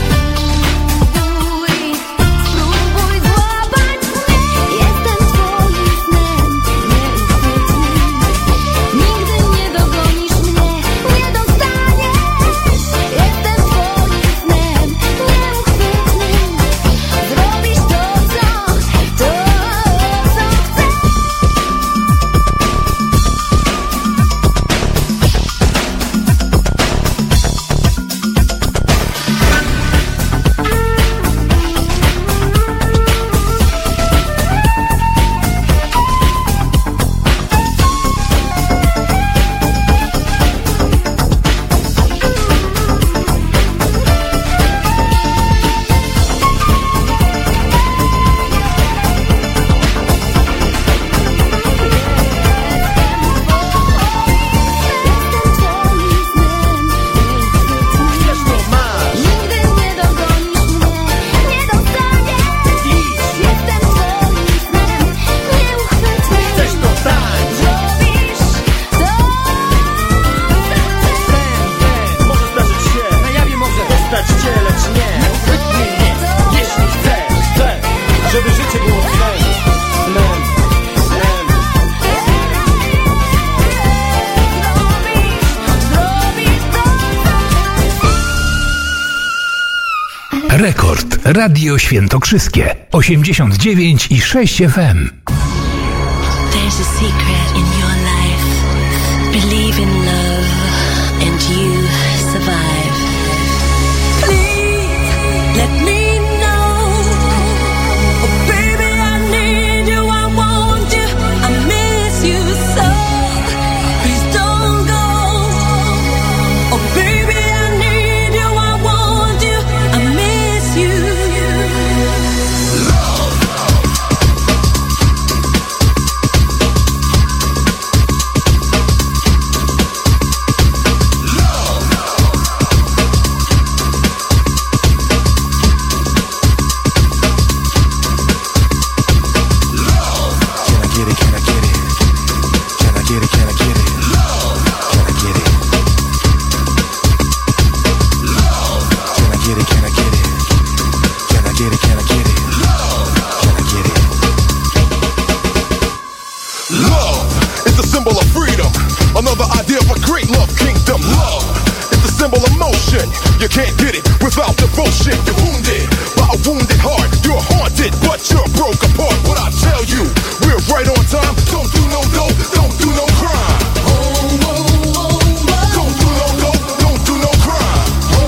Rekord Radio Świętokrzyskie osiemdziesiąt dziewięć i sześć F M. There's a secret in your life. Believe in love and you survive. Please let me you can't get it without the bullshit. You're wounded by a wounded heart. You're haunted, but you're broke apart. What I tell you, we're right on time. Don't do no dope, don't do no crime. Don't do no dope, don't do no crime.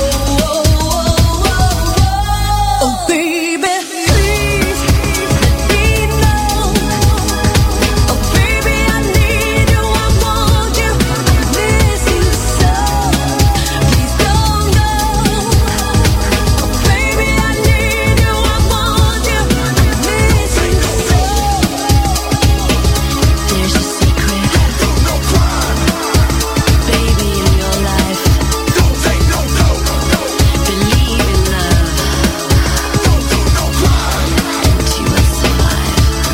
Oh baby, please let me know. Oh baby, I need you, I want you, I miss you so. Please don't go. Oh baby, I need you, I want you, I miss you so. There's a secret, Don't no crime. baby, in your life. Don't take no dope, no. Believe in love, Don't do no crime. and you will survive.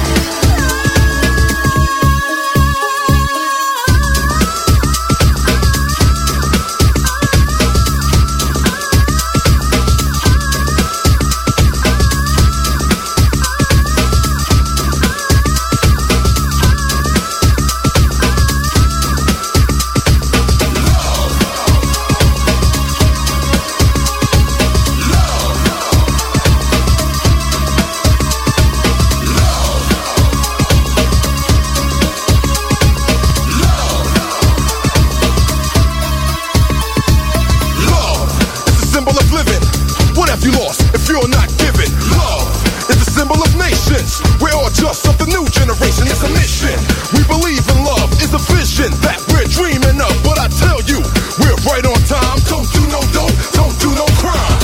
Love is a symbol of living. What have you lost if you're not giving? Love is a symbol of nations. We're all just of the new generation. It's a mission. We believe in love. It's a vision that we're dreaming of. But I tell you, we're right on time. Don't do no dope. Don't do no crime.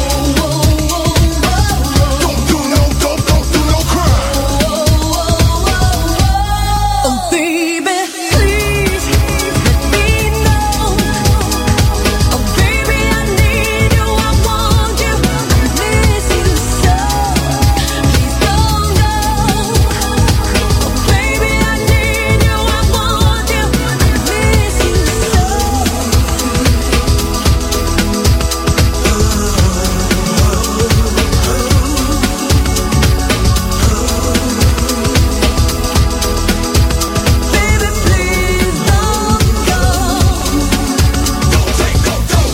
Don't do no dope. Don't do no crime. oh baby, please let me know. Oh baby, I need you, I want you, I miss you so. Please don't go. Oh baby, I need you, I want you, I miss you so. Baby, please don't go. Don't take no dope.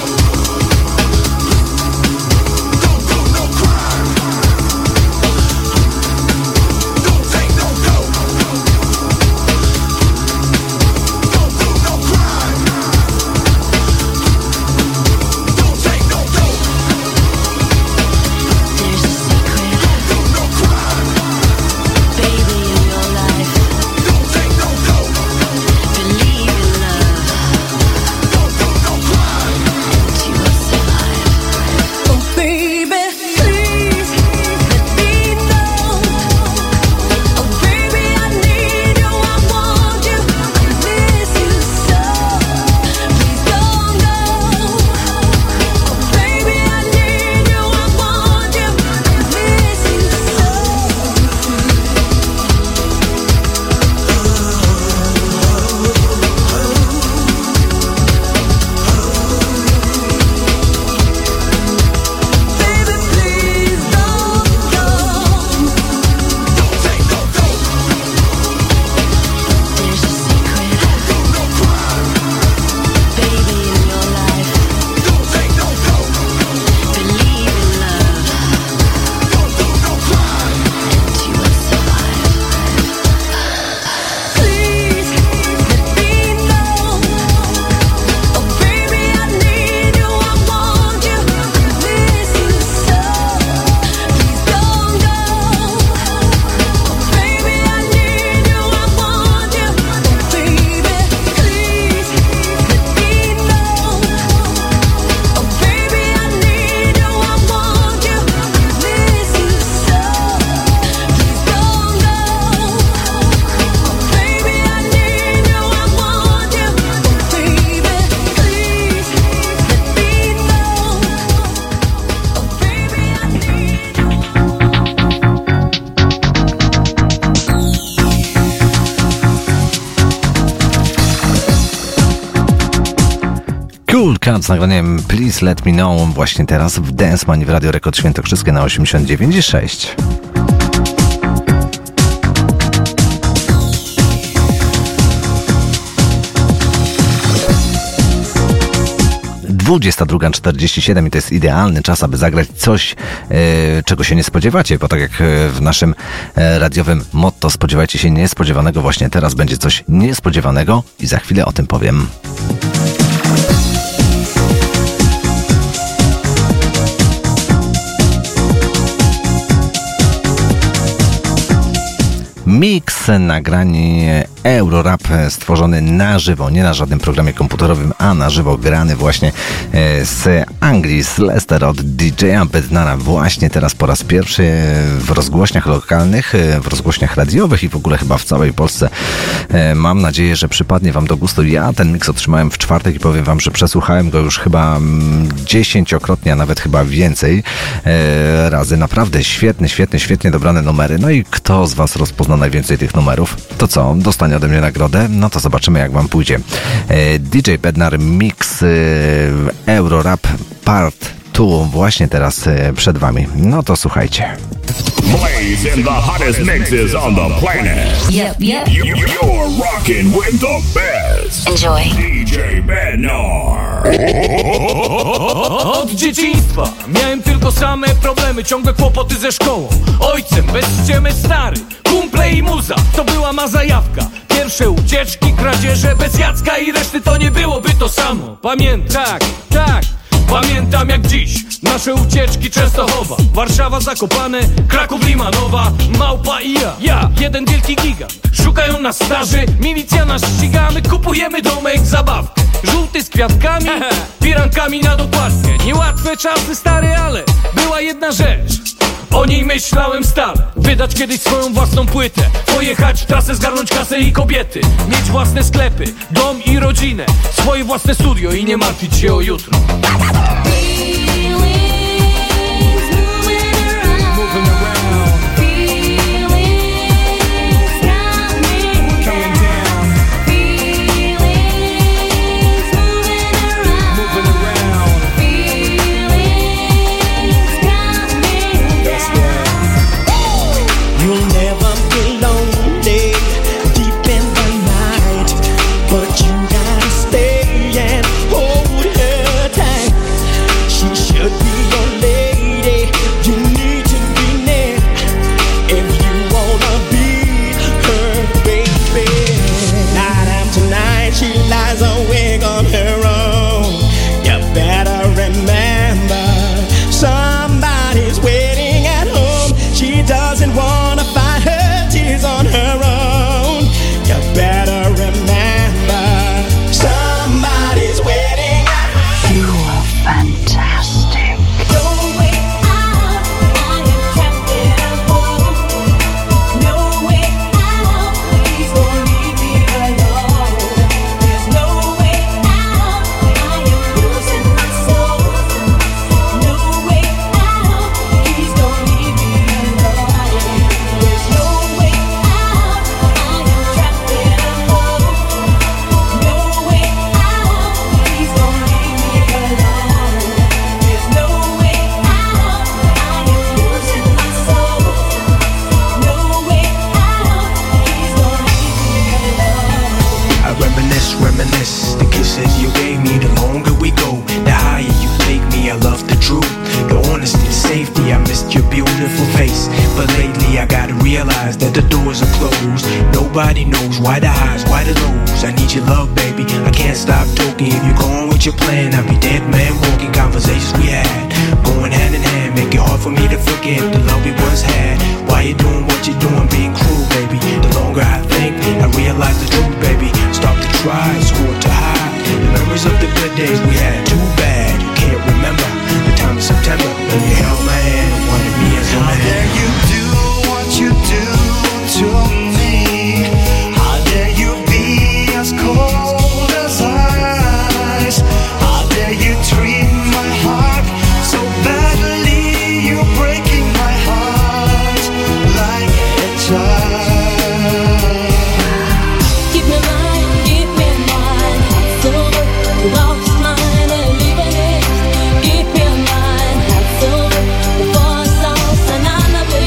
Don't do no crime. Don't take no dope. Don't do no crime. Don't take no dope. There's a secret, Do no crime. baby, in your life. Don't take no dope. Believe in love, Don't do no crime. and you will survive. Oh baby, please let me know. Oh baby, I need you, I want you, I miss you so. Please don't go. Oh baby, I need you, I want you, I miss you so. Baby, please don't go. Don't take no dope. There's a secret, Do no crime. baby, in your life. Don't take no dope. Believe in love, Don't do no crime. and you will survive. Please let me know. Oh baby, I need you, I want you, I miss you so. Please don't go. Oh baby, I need you, I want you. Oh baby, please let me know. Oh baby, I need you, I want you, I miss you so. Please don't go. Oh baby, I need you, I want you. Oh baby, please let me know. Oh baby, I need you. Cool Cat z nagraniem Please Let Me Know właśnie teraz w Dance Mania w Radio Rekord Świętokrzyskie na osiemdziesiąt dziewięć i sześć. dwudziesta druga czterdzieści siedem i to jest idealny czas, aby zagrać coś, e, czego się nie spodziewacie, bo tak jak w naszym e, radiowym motto spodziewajcie się niespodziewanego, właśnie teraz będzie coś niespodziewanego i za chwilę o tym powiem. Miks nagranie Eurorap stworzony na żywo, nie na żadnym programie komputerowym, a na żywo grany właśnie z Anglii, z Leicester od D J Bednara. Właśnie teraz po raz pierwszy w rozgłośniach lokalnych, w rozgłośniach radiowych i w ogóle chyba w całej Polsce. Mam nadzieję, że przypadnie Wam do gustu. Ja ten miks otrzymałem w czwartek i powiem Wam, że przesłuchałem go już chyba dziesięciokrotnie, a nawet chyba więcej razy. Naprawdę świetne, świetne, świetnie dobrane numery. No i kto z Was rozpozna najwięcej tych numerów? To co? Dostanie ode mnie nagrodę? No to zobaczymy, jak Wam pójdzie. D J Bednar Mix Eurorap Part dwa właśnie teraz przed Wami. No to słuchajcie. Blaze in the hottest mixes on the planet. Yep, yep. You, you're rocking with the best. Enjoy. D J Bednar. Od dzieciństwa miałem tylko same problemy, ciągłe kłopoty ze szkołą, ojcem, bez ściemy stary, kumple i muza, to była ma zajawka. Pierwsze ucieczki, kradzieże, bez Jacka i reszty to nie byłoby to samo. Pamiętam, tak, tak. Pamiętam jak dziś nasze ucieczki Częstochowa, Warszawa, Zakopane, Kraków, Limanowa, Małpa i ja, ja, jeden wielki gigant. Szukają nas starzy, milicja nas ściga, my kupujemy domek, zabawkę, żółty z kwiatkami, pirankami na dokładkę. Niełatwe czasy stare, ale była jedna rzecz, o niej myślałem stale. Wydać kiedyś swoją własną płytę, pojechać w trasę, zgarnąć kasę i kobiety, mieć własne sklepy, dom i rodzinę, swoje własne studio i nie martwić się o jutro. Nobody knows why the highs, why the lows. I need your love, baby. I can't stop talking. If you're going with your plan, I'll be dead man walking. Conversations we had, going hand in hand, make it hard for me to forget the love we once had. Why you doing what you're doing, being cruel, baby? The longer I think, I realize the truth, baby. Stop to try, it's hard to hide. The memories of the good days we had, too bad you can't remember the time of September when you held my hand and wanted me as a man. How dare you do what you do to me? How dare you be as cold as ice? How dare you treat my heart so badly? You're breaking my heart like a child. Keep me mine, keep me mine. Have silver, lost mine and leaving it. Keep me mine, have silver. Before I saw, and I never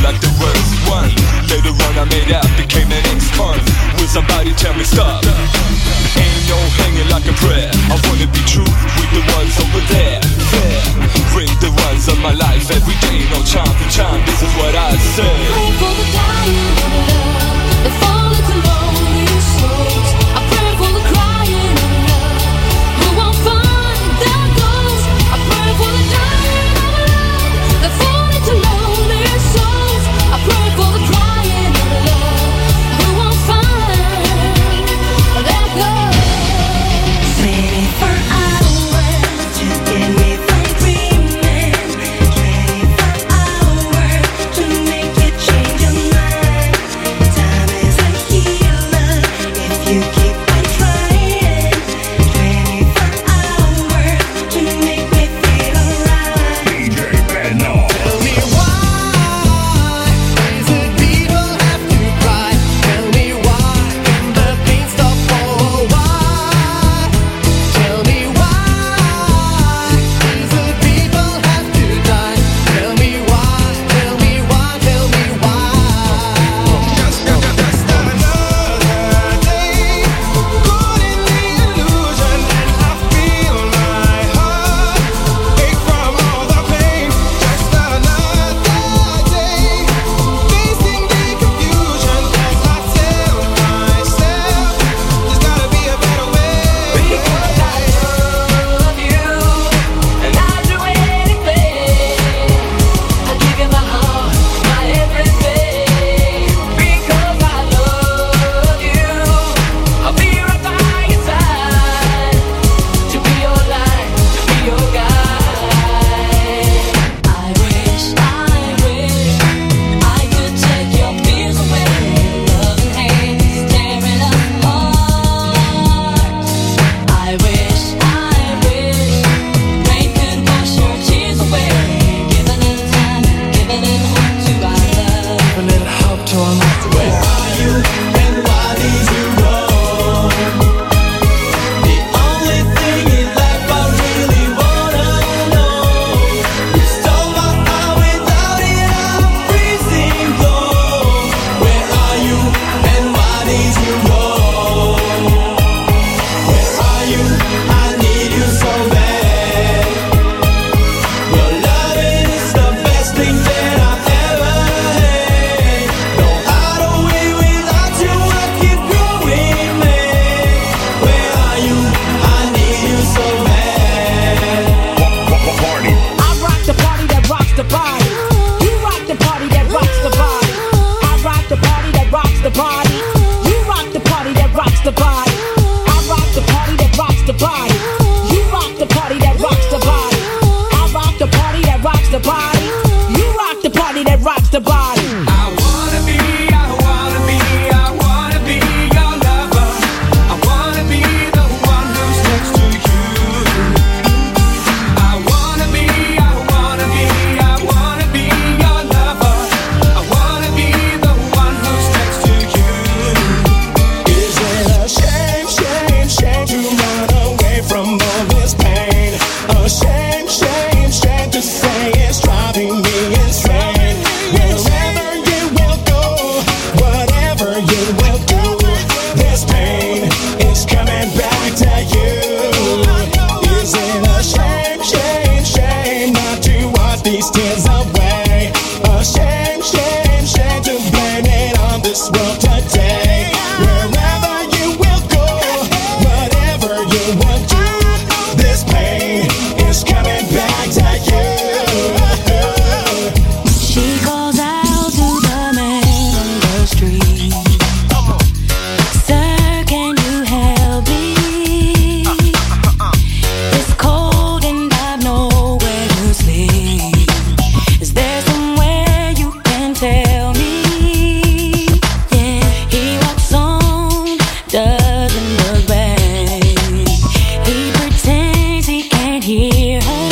like the worst one. Later on I made out, became an ex-con. Will somebody tell me stop? Ain't no hanging like a prayer. I wanna be true with the ones over there. Fair, bring the ones of my life every day. No charm for charm, this is what I say. Pray for the dying of love, that fall into lonely souls. I pray for the crying of love, who won't find their goals. I pray for the dying of love, that fall into lonely souls. I pray for the crying of love, who won't find their goals. Waiting for hours to get me from dreaming. Waiting for hours to make you change your mind. Time is a healer if you keep on trying. Waiting for hours to make me feel alright. D J Benno. Tell me why is it people have to cry? Tell me why can the pain stop for a while? Tell me why is it people have to die? Tell me why, tell me why, tell me why. Just, just, just another day, caught in the illusion, and I feel my heart ache from all the pain. Just another day, facing the confusion as I tell myself there's gotta be a better way. Because I love you, and I'd do anything. I'd give you my heart, my everything. Because I love you, I'll be right by your side, to be your light, to be your guide. I wish, I wish I could take your fears away. Loving hands tearing us apart. I wish, I wish rain could wash your tears away. Giving it time, giving it hope to our love. Giving it hope to our love. Where are you and why did you go? The only thing in life I really wanna know. You stole my heart, without it I'm freezing cold. Where are you and why did you go? Where are you? I need you so bad. Your loving is the best thing that I've ever had. No, I don't wait without you, I keep growing mad. Where are you? I need you so bad. Party. I rock the party that rocks the body. You rock the party that rocks the body. I rock the party that rocks the body. You rock the party that rocks the body. I rock the party that rocks the body. You rock the party that rocks the body. I rock the party that rocks the body. You rock the party that rocks the body. I wanna be, I wanna be, I wanna be your lover. I wanna be the one who's next to you. I wanna be, I wanna be, I wanna be your lover. I wanna be the one who's next to you. Is it a shame, shame, shame to run away from all this pain? A shame, shame, shame to say it's driving me insane. Wherever you will go, whatever you will do, this pain is coming back to you. Is it a shame, shame, shame not to wash these tears away? A shame, shame, shame to blame it on this world today. Wherever you will go, whatever you will do, this pain is coming back to you. She calls out to the man on the street. Sir, can you help me? It's cold and I've nowhere to sleep. Is there somewhere you can tell me? Yeah, he walks on, doesn't look back. He pretends he can't hear her.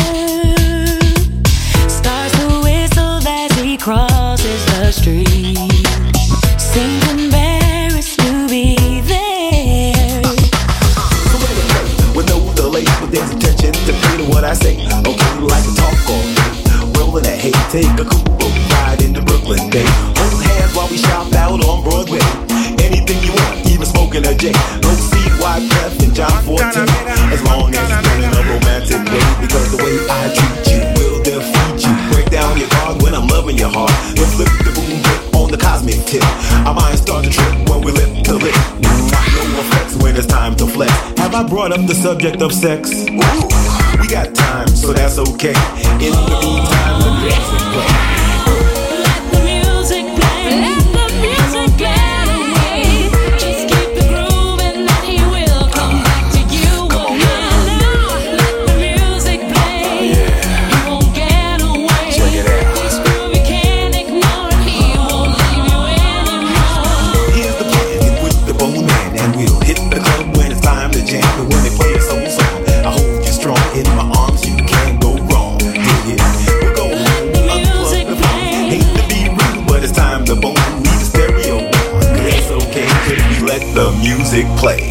Starts to whistle as he crosses the street. Seems embarrassed to be there. With no delay, but there's attention to pay to what I say. Okay, like a talk or rolling that hay, take a cool ride in the brook. Brooklyn, babe. Hold hands while we shop out on Broadway. Anything you want, even smoking a J. No C Y F and John fourteen. As long as it's in a romantic way. Because the way I treat you will defeat you. Break down your guard when I'm loving your heart. Then flip the boom flip on the cosmic tip. Our minds start to trip when we lip to lip. No effects when it's time to flex. Have I brought up the subject of sex? Ooh, we got time, so that's okay. In the meantime, the music play. Let the music play. Let the music play. Just keep the groove and then he will come back to you. Oh yeah, now let the music play. You won't get away. This groove you can't ignore. He won't leave you anymore. Here's the plan, get with the bone man, and we'll hit the club when it's time to jam. And when they play a soul song, I hold you strong in my arms. You can't go wrong. Dig it? We'll go home, unplug the phone. Hate to be rude, but it's time to bone. Leave the stereo on. It's okay, cause we let the music play.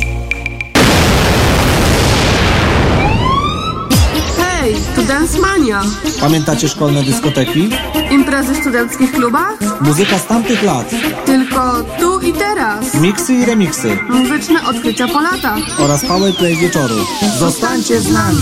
Hej, to Dance Mania. Pamiętacie szkolne dyskoteki? Imprezy w studenckich klubach? Muzyka z tamtych lat. Tylko tu i teraz. Miksy i remiksy. Muzyczne odkrycia po latach. Oraz powerplay wieczoru. Zostańcie z nami.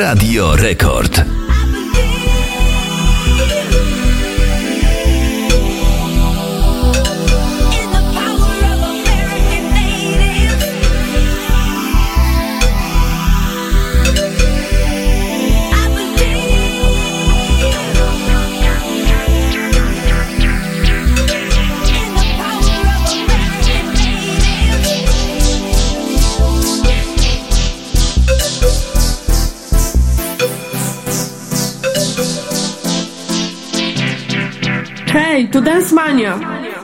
Radio Rekord. Hej, tu Dance Mania!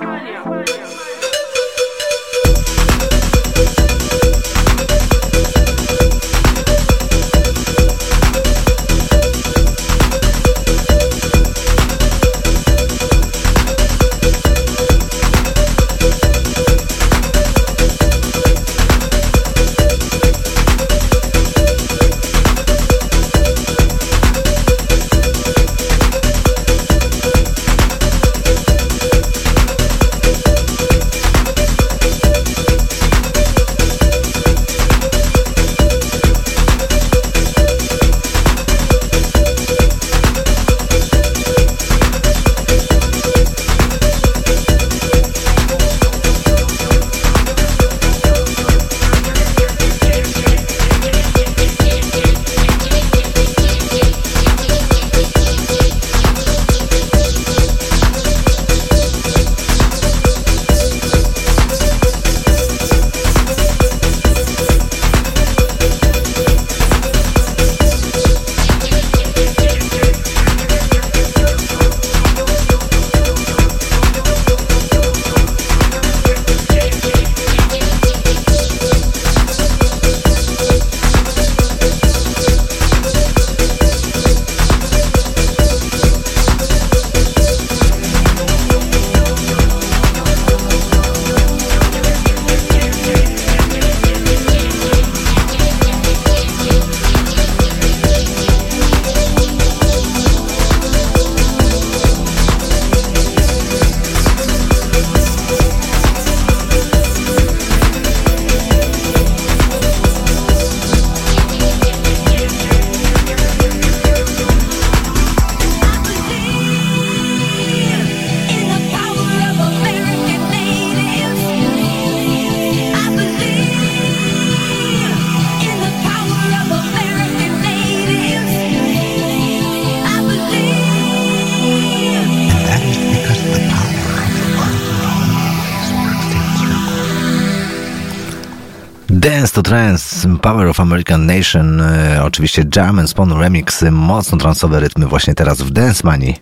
Dance to Trance, Power of American Nation, e, oczywiście Jam and Spawn Remix, mocno transowe rytmy właśnie teraz w Dance Manii.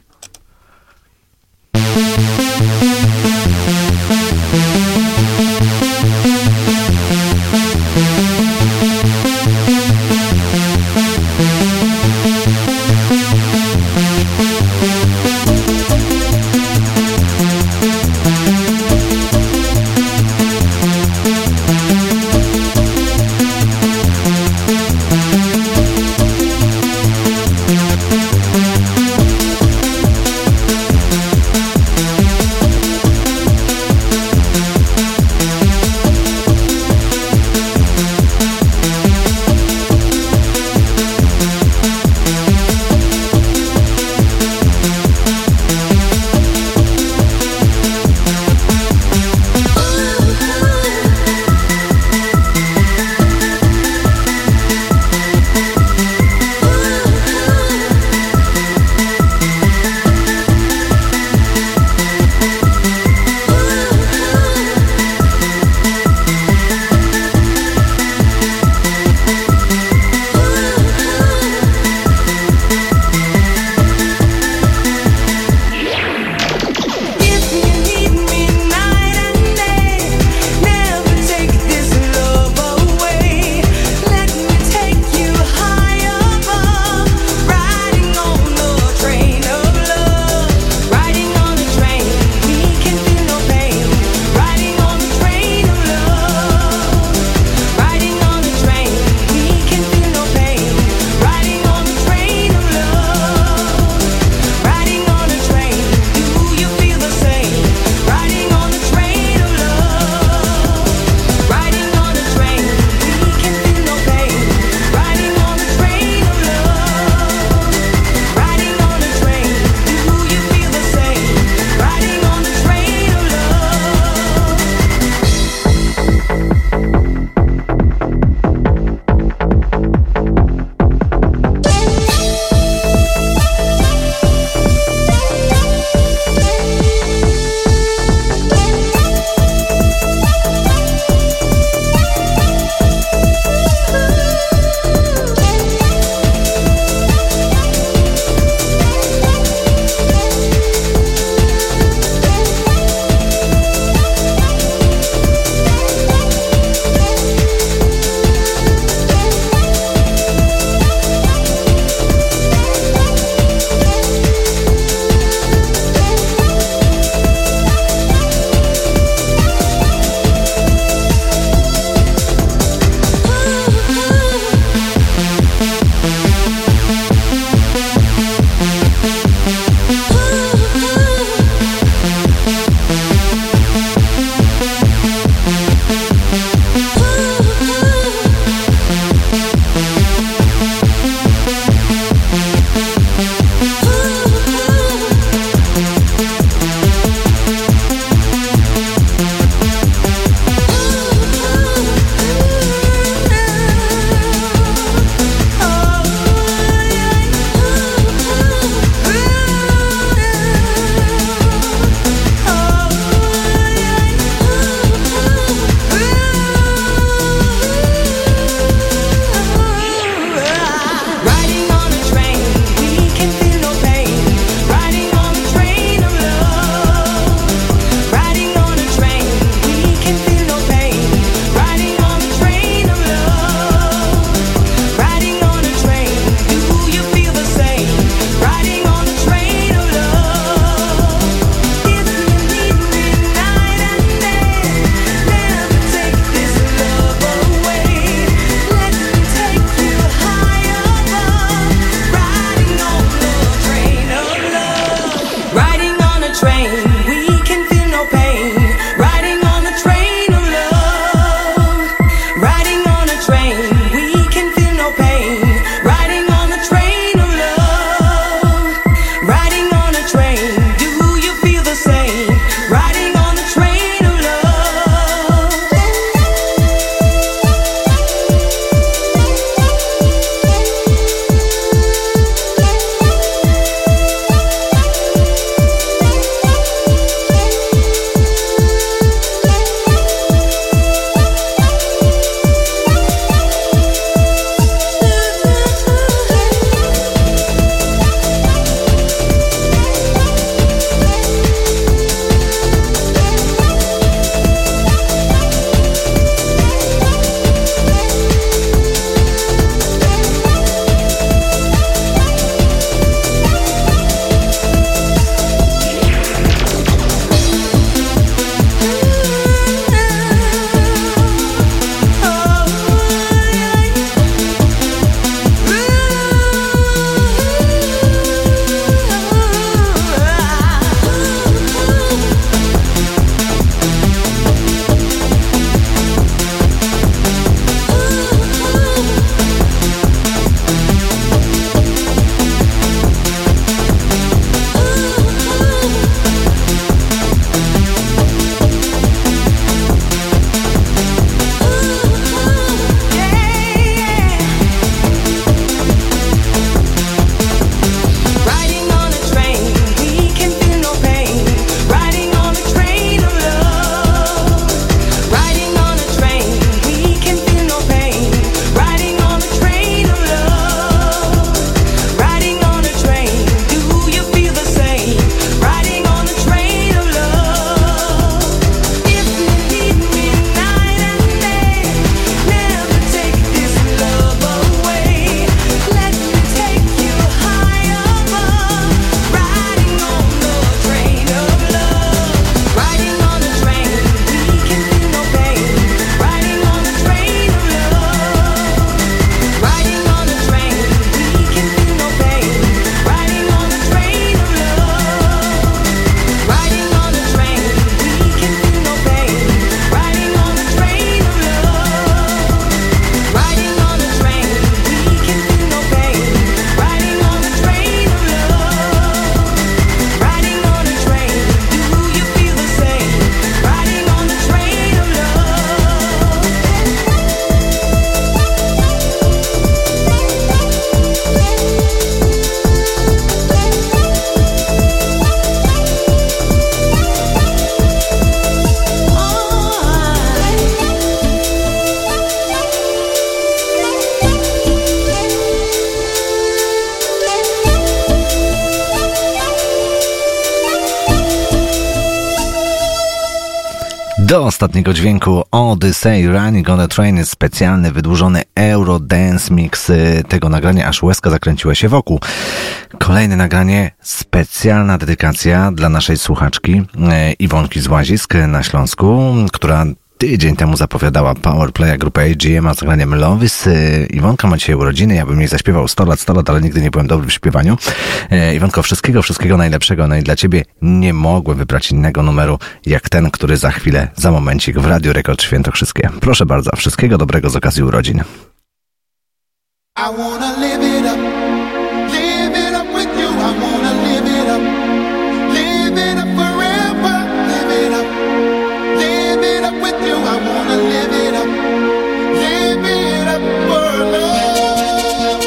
Do ostatniego dźwięku Odyssey Running on a Train, specjalny, wydłużony Eurodance mix tego nagrania, aż łezka zakręciła się wokół. Kolejne nagranie, specjalna dedykacja dla naszej słuchaczki e, Iwonki z Łazisk na Śląsku, która tydzień temu zapowiadała powerplaya grupy A G M a z nagraniem Lovis. Iwonka ma dzisiaj urodziny, ja bym jej zaśpiewał sto lat, sto lat, ale nigdy nie byłem dobry w śpiewaniu. E, Iwonko, wszystkiego, wszystkiego najlepszego. No i dla ciebie nie mogłem wybrać innego numeru, jak ten, który za chwilę, za momencik w Radiu Rekord Świętokrzyskie. Proszę bardzo, wszystkiego dobrego z okazji urodzin. I wanna live it up, live it up with you. I wanna live it up, live it up forever, live it up, live it up with you. I wanna live it up, live it up for love,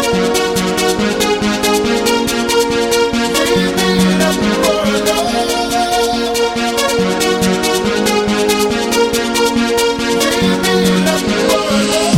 live it up for love, live it up for love.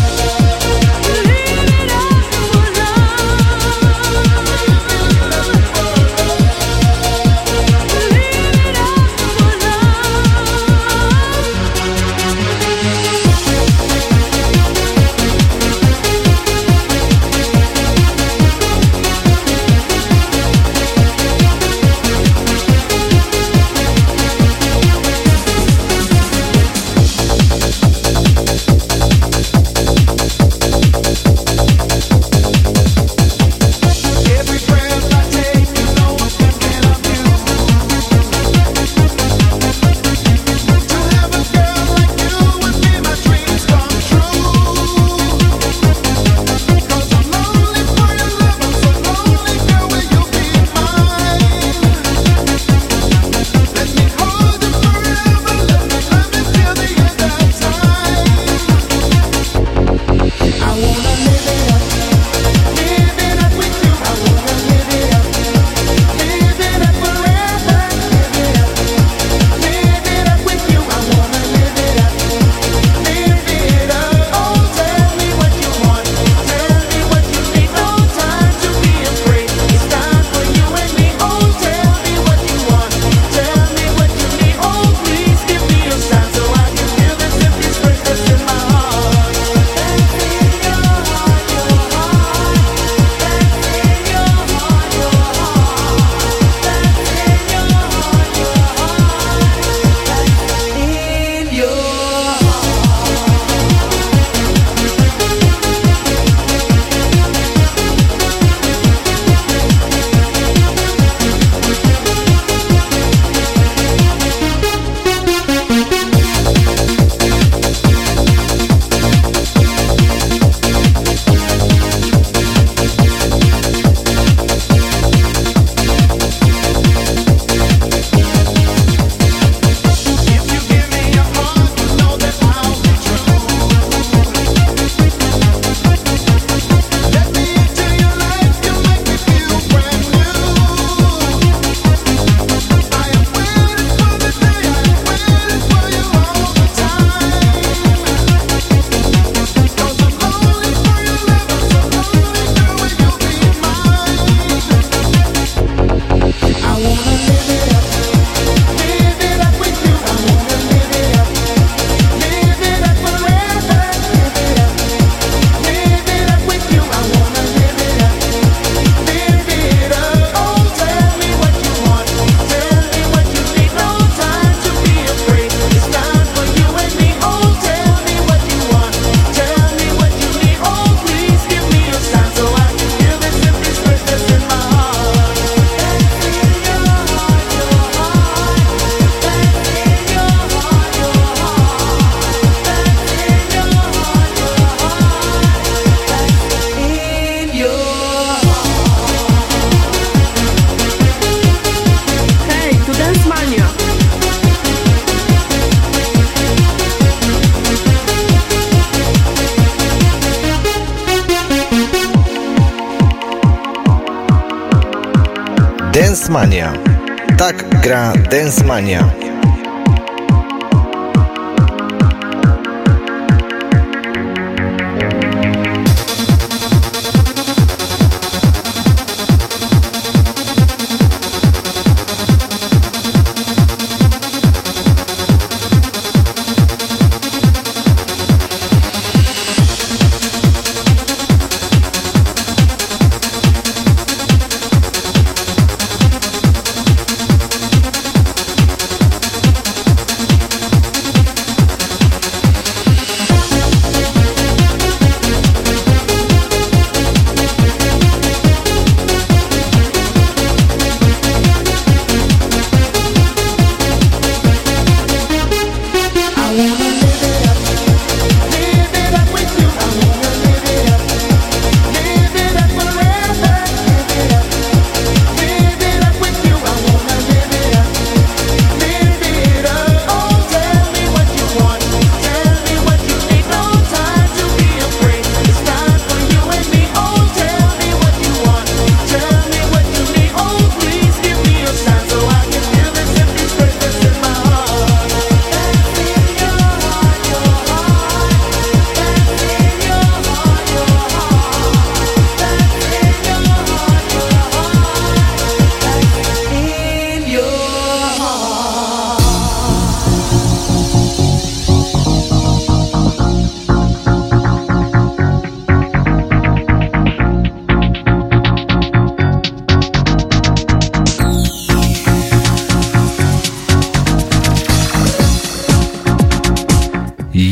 Dance Mania. Tak gra Dance Mania.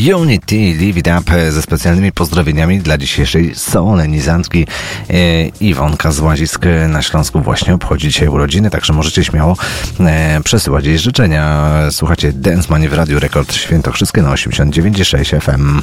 Unity, Live It Up ze specjalnymi pozdrowieniami dla dzisiejszej solenizantki e, Iwonka z Łazisk na Śląsku właśnie obchodzi dzisiaj urodziny, także możecie śmiało e, przesyłać jej życzenia. Słuchacie Dance Money w Radiu Rekord Świętokrzyskie na osiemdziesiąt dziewięć i sześć F M.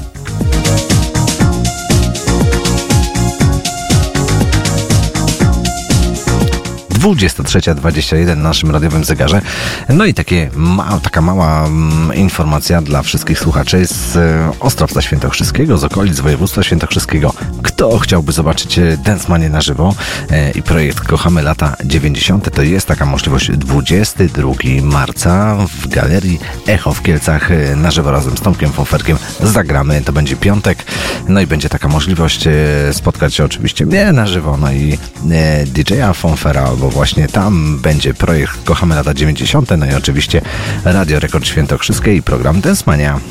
dwudziesta trzecia dwadzieścia jeden na naszym radiowym zegarze. No i takie ma, taka mała mm, informacja dla wszystkich słuchaczy z e, Ostrowca Świętokrzyskiego, z okolic województwa świętokrzyskiego. Kto chciałby zobaczyć Dance Manie na żywo e, i projekt Kochamy lata dziewięćdziesiąte, to jest taka możliwość dwudziestego drugiego marca w Galerii Echo w Kielcach e, na żywo razem z Tomkiem Fonferkiem zagramy. To będzie piątek. No i będzie taka możliwość e, spotkać się oczywiście mnie na żywo, no i e, D J a Fonfera, bo właśnie tam będzie projekt Kochamy lata dziewięćdziesiąte, no i oczywiście Radio Rekord Świętokrzyskie i program Dance Mania.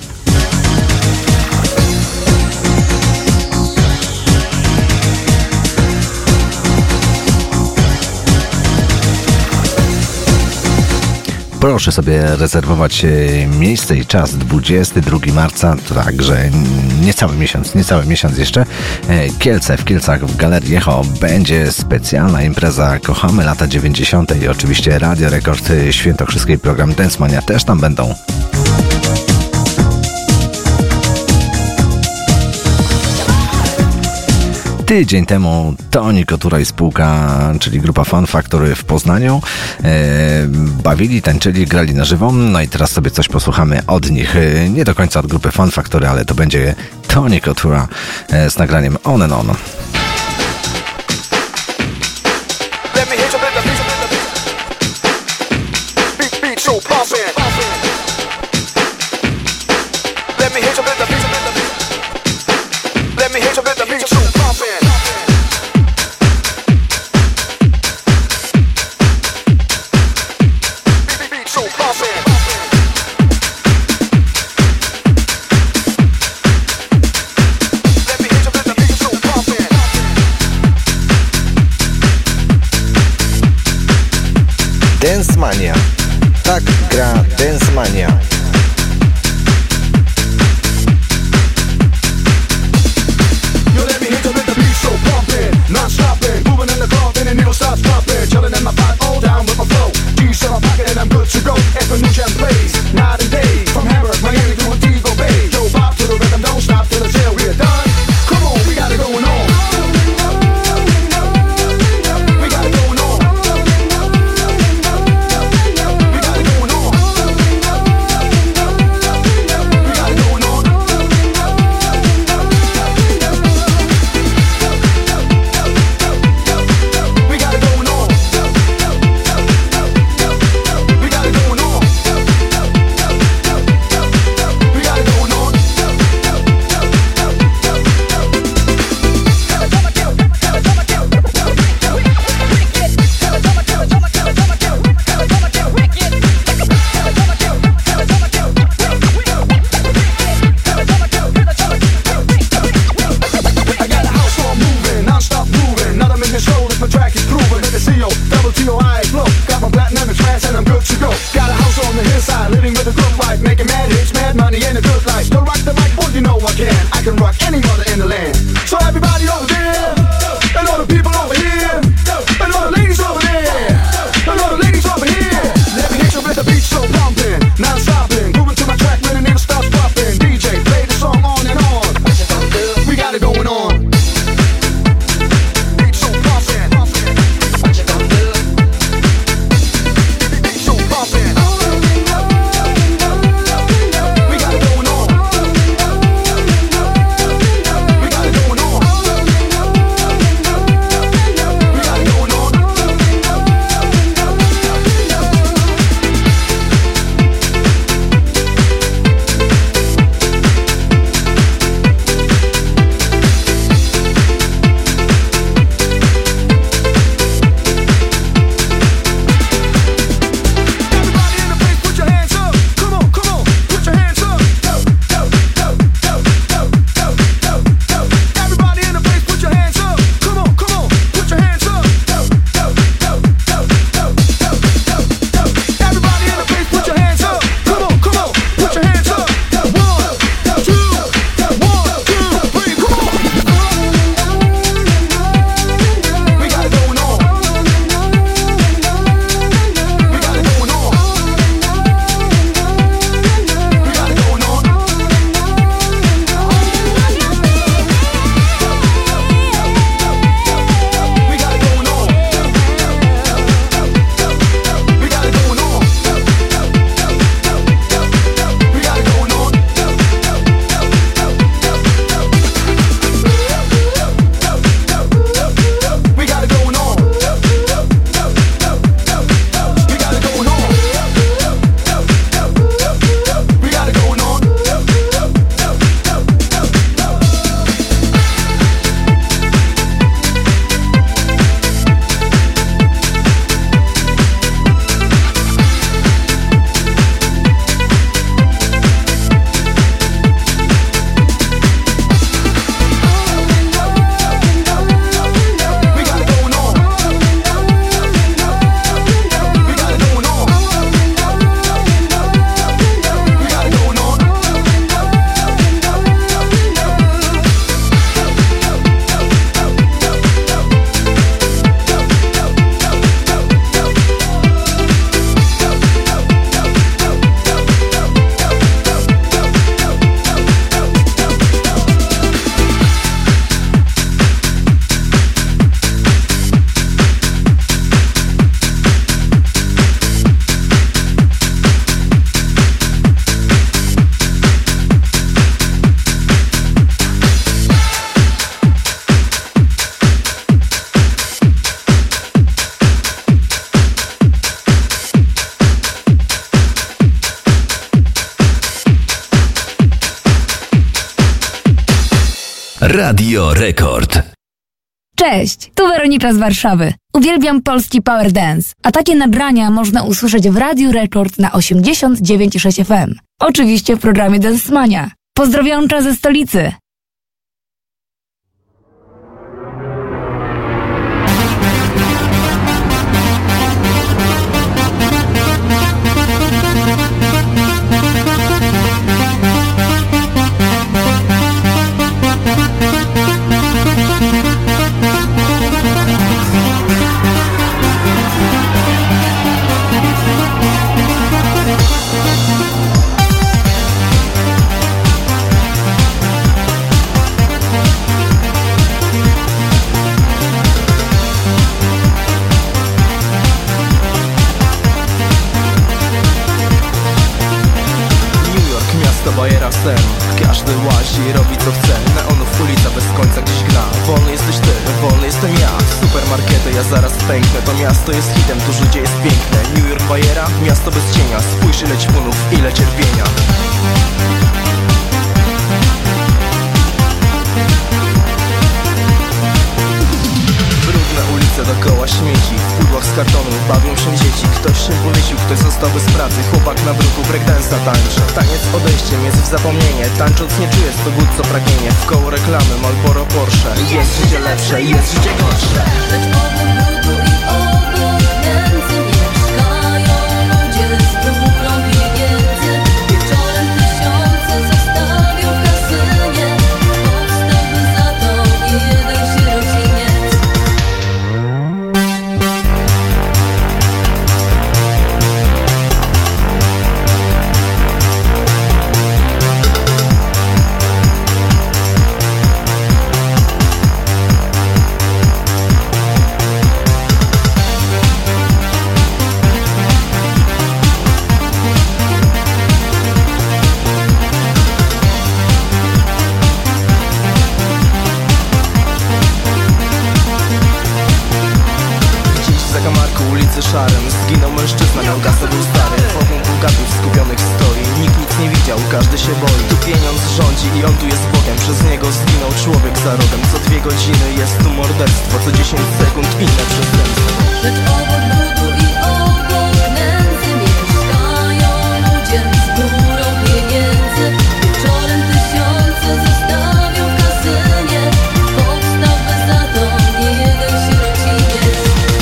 Proszę sobie rezerwować miejsce i czas dwudziestego drugiego marca, także niecały miesiąc, niecały miesiąc jeszcze. Kielce, w Kielcach w Galerii Echo będzie specjalna impreza Kochamy lata dziewięćdziesiąte i oczywiście Radio Rekord Świętokrzyskie i program Dance Mania też tam będą. Tydzień temu Toni Kotura i spółka, czyli grupa Fun Factory w Poznaniu, e, bawili, tańczyli, grali na żywo. No i teraz sobie coś posłuchamy od nich. E, nie do końca od grupy Fun Factory, ale to będzie Toni Kotura e, z nagraniem On and On. Dance Mania. Tak gra Dance Mania. Going on. Radio Rekord. Cześć, tu Weronika z Warszawy. Uwielbiam polski power dance, a takie nagrania można usłyszeć w Radiu Rekord na osiemdziesiąt dziewięć i sześć F M. Oczywiście w programie Dance Mania. Pozdrowioncza ze stolicy. Bajera sen, każdy łazi, robi co chce. Neonów ulica bez końca gdzieś gra. Wolny jesteś ty, wolny jestem ja. Supermarkety, ja zaraz pęknę. To miasto jest hitem, tu życie jest piękne. New York Bajera, miasto bez cienia. Spójrz ile ćpunów, ile cierpienia. Brudne ulice dookoła śmieci. W pudłach z kartonu bawią się dzieci. Ktoś się powiesił, ktoś został bez pracy. Chłopak na bruku breakdance'a tańczy. Taniec odejściem jest w zapomnienie. Tańcząc nie czujesz to głód, co pragnienie. W koło reklamy Marlboro Porsche. Jest życie lepsze, jest życie gorsze. Szarem zginął mężczyzna, miał gasę, był stary. Wokół bułgatów skupionych stoi. Nikt nic nie widział, każdy się boi. Tu pieniądz rządzi i on tu jest Bogiem. Przez niego zginął człowiek za rogiem. Co dwie godziny jest tu morderstwo, co dziesięć sekund inne przestępstwo. Lecz obok brudu i obok nędzy mieszkają ludzie z górą pieniędzy. Wieczorem tysiące zostawią w kasynie. Powstałby za to nie jeden sierociniec.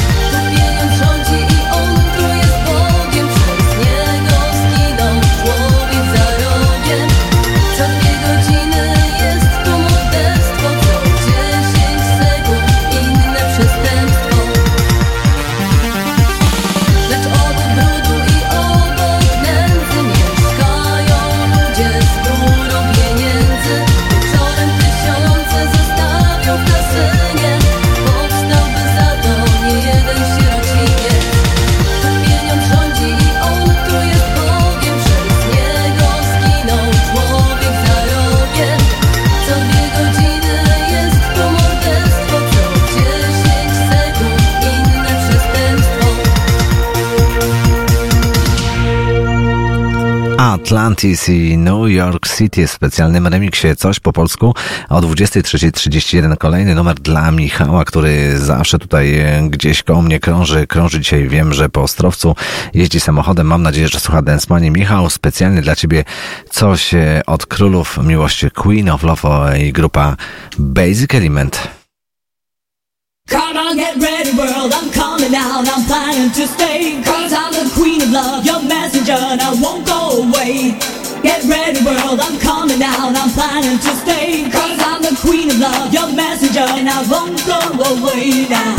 Atlantis i New York City w specjalnym remiksie Coś po polsku. O dwudziestej trzeciej trzydzieści jeden kolejny numer dla Michała, który zawsze tutaj gdzieś koło mnie krąży. Krąży dzisiaj, wiem, że po Ostrowcu jeździ samochodem. Mam nadzieję, że słucha Dance Manii. Michał, specjalnie dla Ciebie coś od królów miłości Queen of Love i grupa Basic Element. Come on, get ready, world, I'm coming out, I'm planning to stay. Cause I'm the queen of love, your messenger, and I won't go away. Get ready, world, I'm coming out, I'm planning to stay. Cause I'm the queen of love, your messenger, and I won't go away now.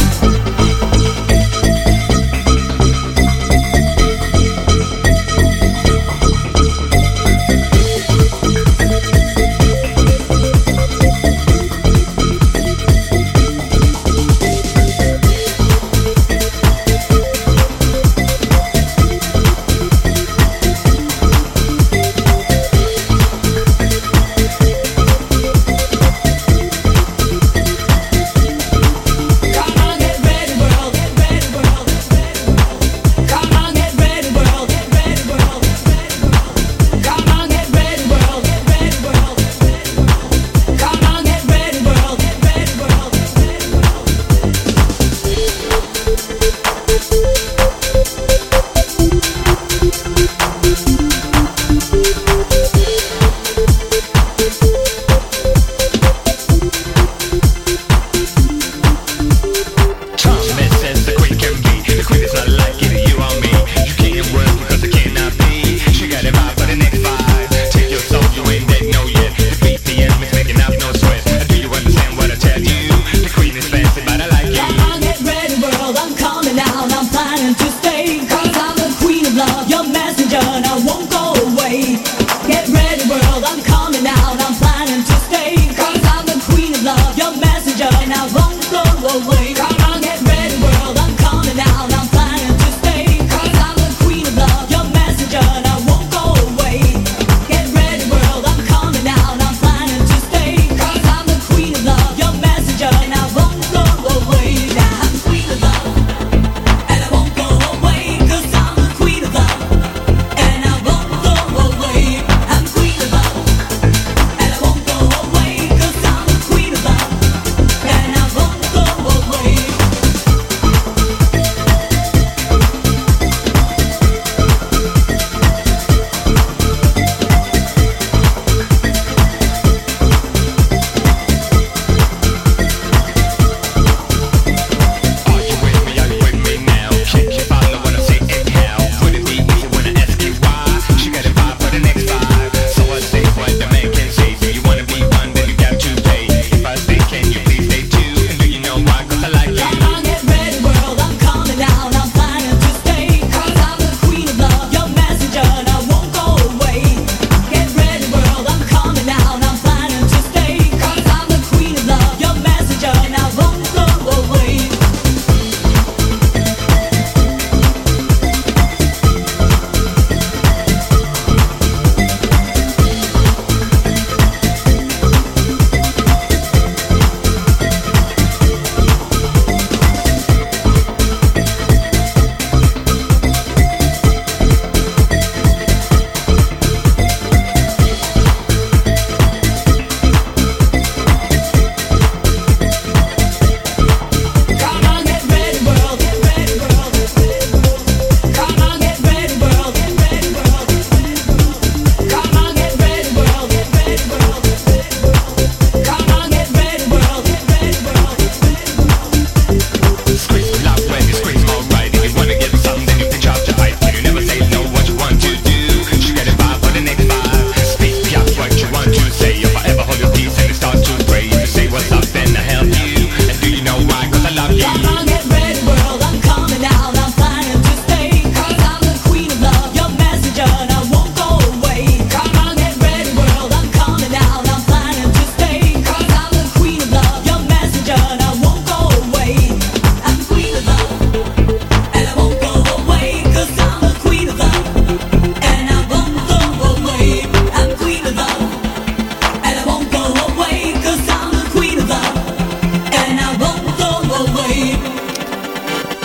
Get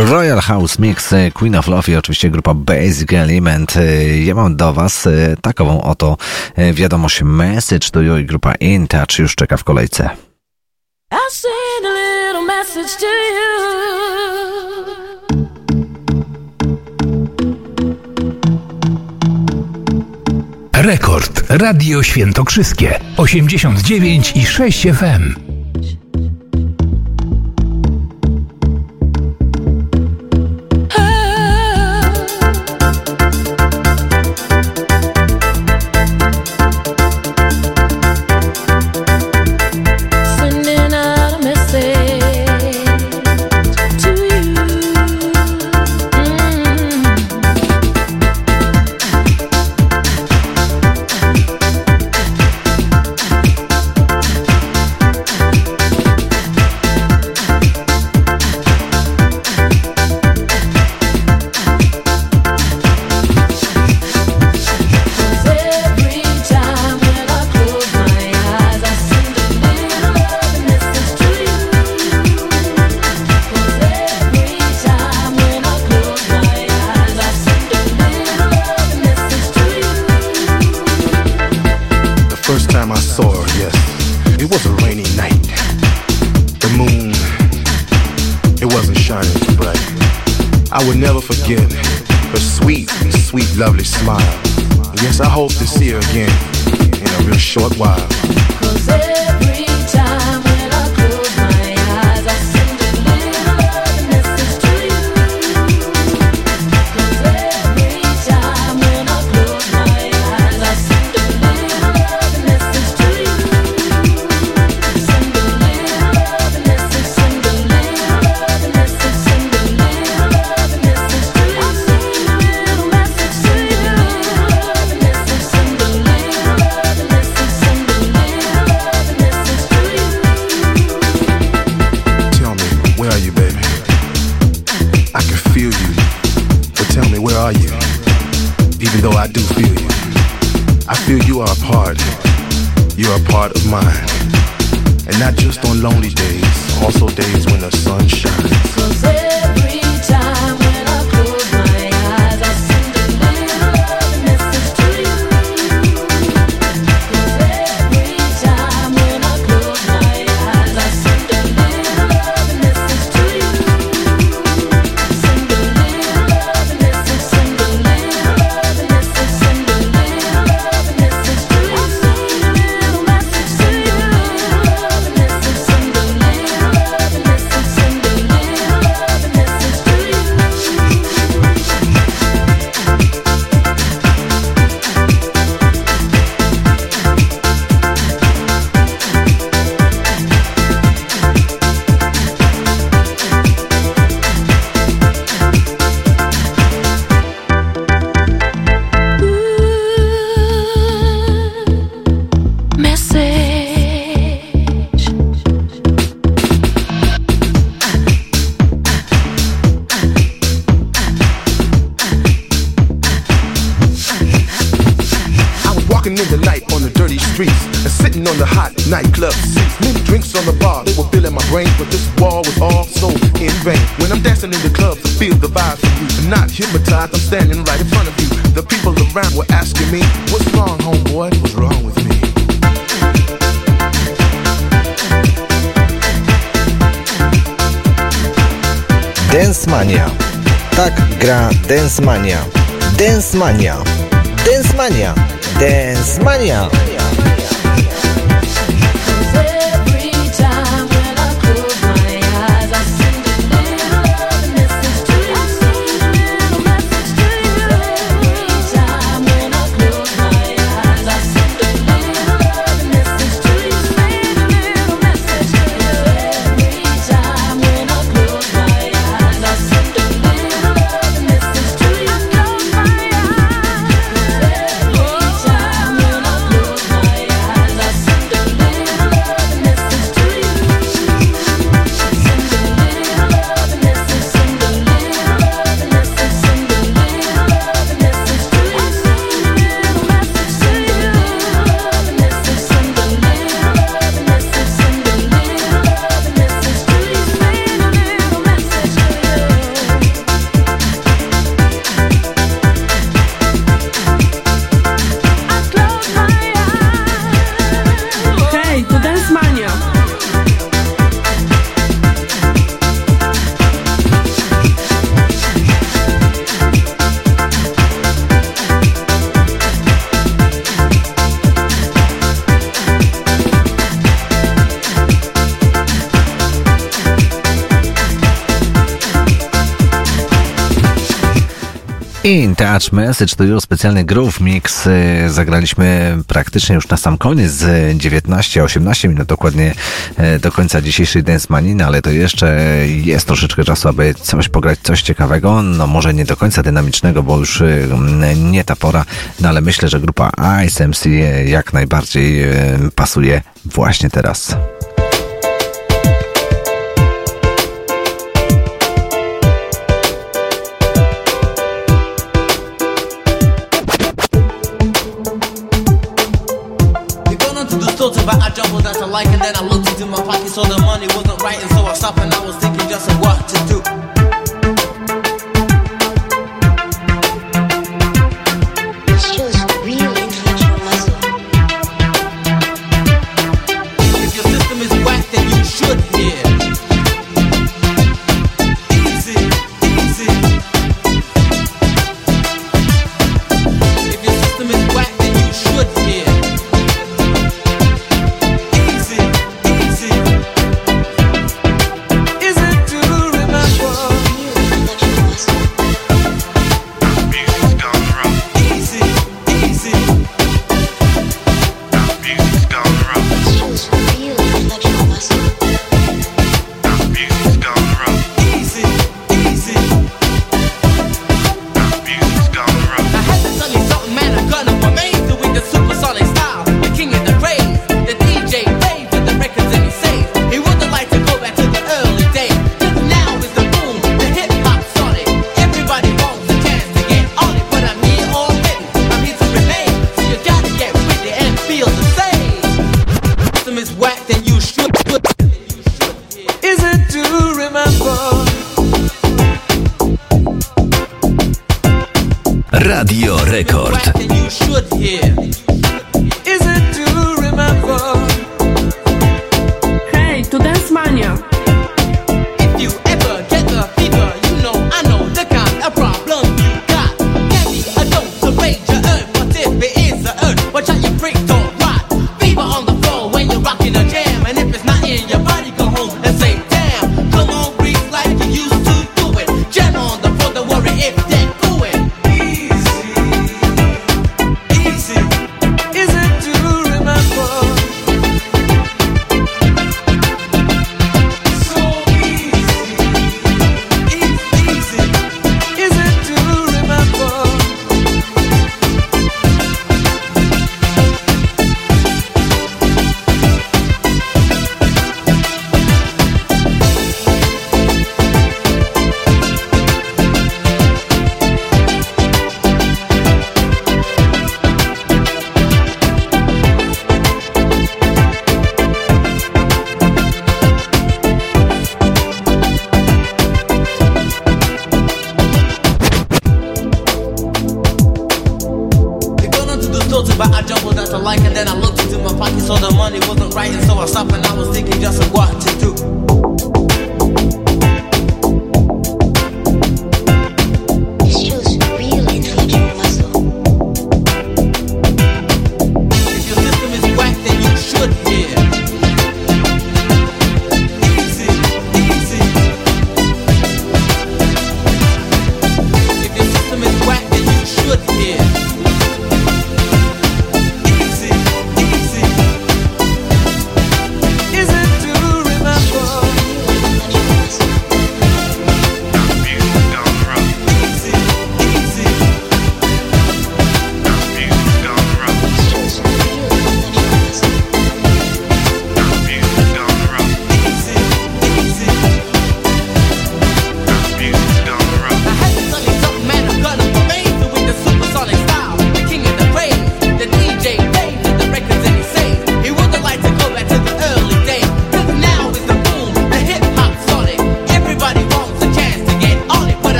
Royal House Mix, Queen of Love i oczywiście grupa Basic Element. Ja mam do Was takową oto wiadomość. Message to You i grupa In Touch już czeka w kolejce. I send a little message to you. Rekord Radio Świętokrzyskie osiemdziesiąt dziewięć i sześć F M. I will never forget her sweet, sweet, lovely smile. Yes, I hope to see her again in a real short while. 'Cause every time when I close my eyes, I send a little love message to you. 'Cause every time when I close my eyes, I send a little love message to you. Send a little love message, send a little love message, send a little love message to you. I send a little message to you. Love message, send a little love message, send a little love message to you. Tell me, where are you, baby? I can feel you, but tell me, where are you? Even though I do feel you, I feel you are a part, you're a part of mine. And not just on lonely days, also days when the sun shines. 'Cause every time when I close my eyes, I send a little love message to you. 'Cause every time when I close my eyes, I send a little love message to you. Send a little love message, send a little love message, send a little love message to you. I send a little message to you. Love message, send a little love message, send a little love message to you. Message. I was walking in the night on the dirty streets and sitting on the hot nightclub seats. Many drinks on the bar, they were filling my brain, but this wall was all so in vain. When I'm dancing in the club, I feel the vibe from you. I'm not hypnotized, I'm standing right in front of you. The people around were asking me, what's wrong, homeboy? What's wrong with me? Dance Mania. Tak gra Dance Mania. Dance Mania. Dance Mania. Dance Mania. 'Cause every time when I close my eyes, I send a little love message to you. I send a little message to you. Every time when I close my eyes, I send a little love message to you. Send a little message to you. Every time when I close my eyes, I send a little love message to you. I close my eyes. Every time when I close my In Touch Message to już specjalny Groove Mix. Zagraliśmy praktycznie już na sam koniec, dziewiętnaście osiemnaście minut dokładnie do końca dzisiejszej Dance Manii, no ale to jeszcze jest troszeczkę czasu, aby coś pograć, coś ciekawego, no może nie do końca dynamicznego, bo już nie ta pora, no ale myślę, że grupa Ice M C jak najbardziej pasuje właśnie teraz. But I jumbled out to like, and then I looked into my pocket, so the money wasn't right, and so I stopped and I was thinking just of what to do. This shows real intellectual muscle. If your system is whack, then you should hear. Easy, easy. If your system is whack, then you should hear. Radio Rekord. Hej, tu Dance Mania. If you ever get the fever, you know I know the kind of problem you got. Can be a dose of rage or earth, but if it is a earth, watch out your freak don't rot. Fever on the floor when you're rocking a jam, and if it's not in your body, go home and say damn. Come on, breathe like you used to do it. Jam on the floor, don't worry if they're going. But I jumbled out the like, and then I looked into my pocket, so the money wasn't right, and so I stopped and I was thinking just of what to do. This shows real intellectual muscle. If your system is whack, then you should hear. Easy, easy. If your system is whack, then you should hear.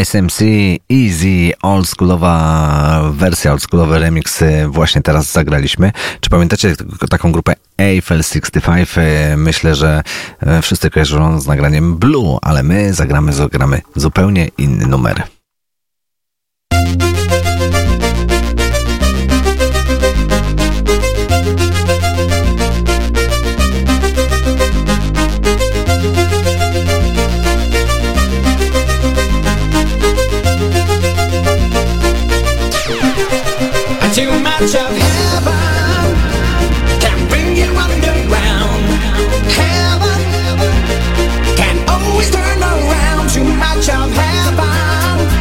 S M C, Easy, oldschoolowa wersja, oldschoolowy remix właśnie teraz zagraliśmy. Czy pamiętacie taką grupę Eiffel sześćdziesiąt pięć? Myślę, że wszyscy kojarzą z nagraniem Blue, ale my zagramy, zagramy zupełnie inny numer. Too much of heaven can bring you underground. Heaven can always turn around. Too much of heaven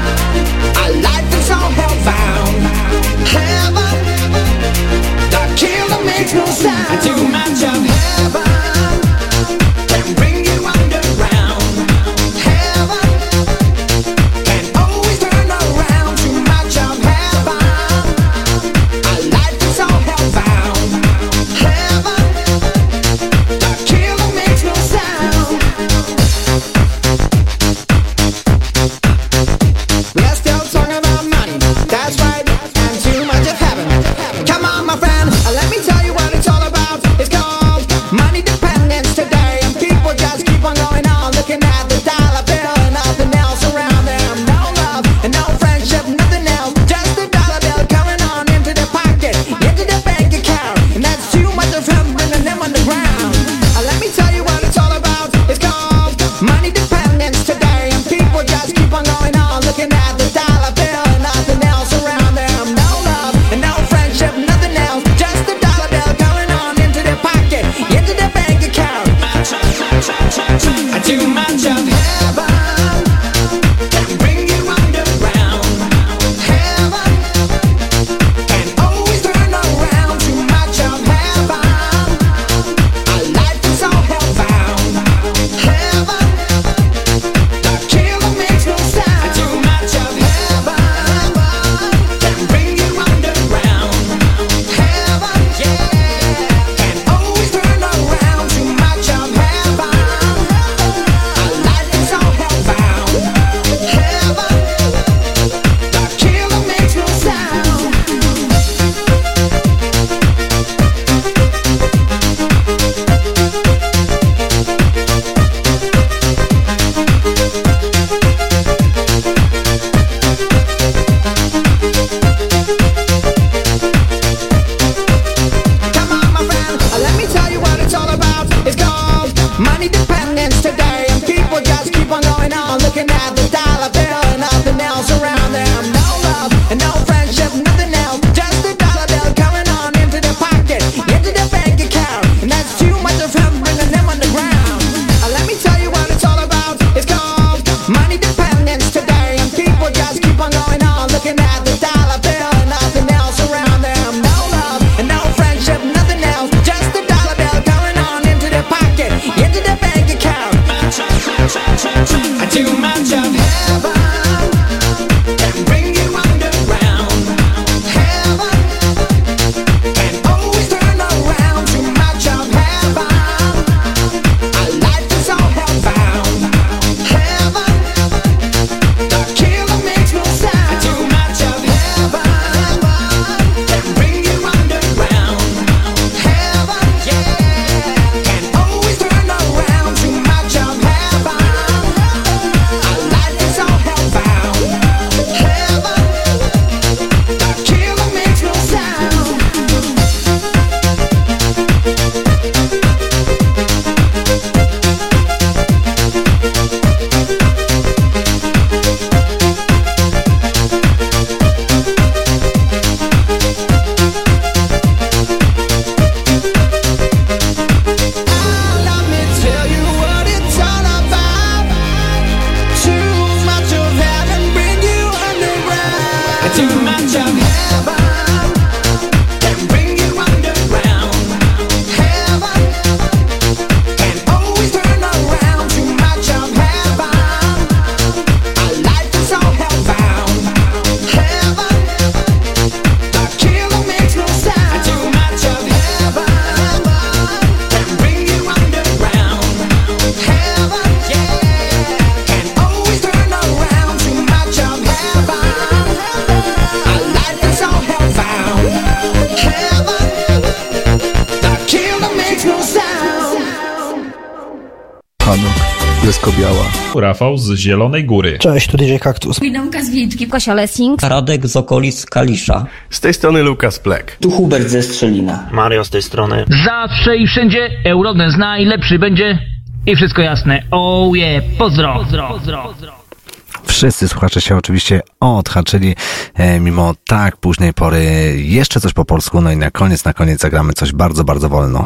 tylko biała. Rafał z Zielonej Góry. Cześć, tu D J Kaktus. Widomka z Wilczki, Kosia Lessing. Radek z okolic Kalisza. Z tej strony Lukas Plek. Tu Hubert ze Strzelina. Mario z tej strony. Zawsze i wszędzie Eurodance najlepszy będzie i wszystko jasne. Oh yeah, pozdro. pozdro. pozdro. Wszyscy słuchacze się oczywiście odhaczyli e, mimo tak późnej pory. Jeszcze coś po polsku, no i na koniec, na koniec zagramy coś bardzo, bardzo wolno.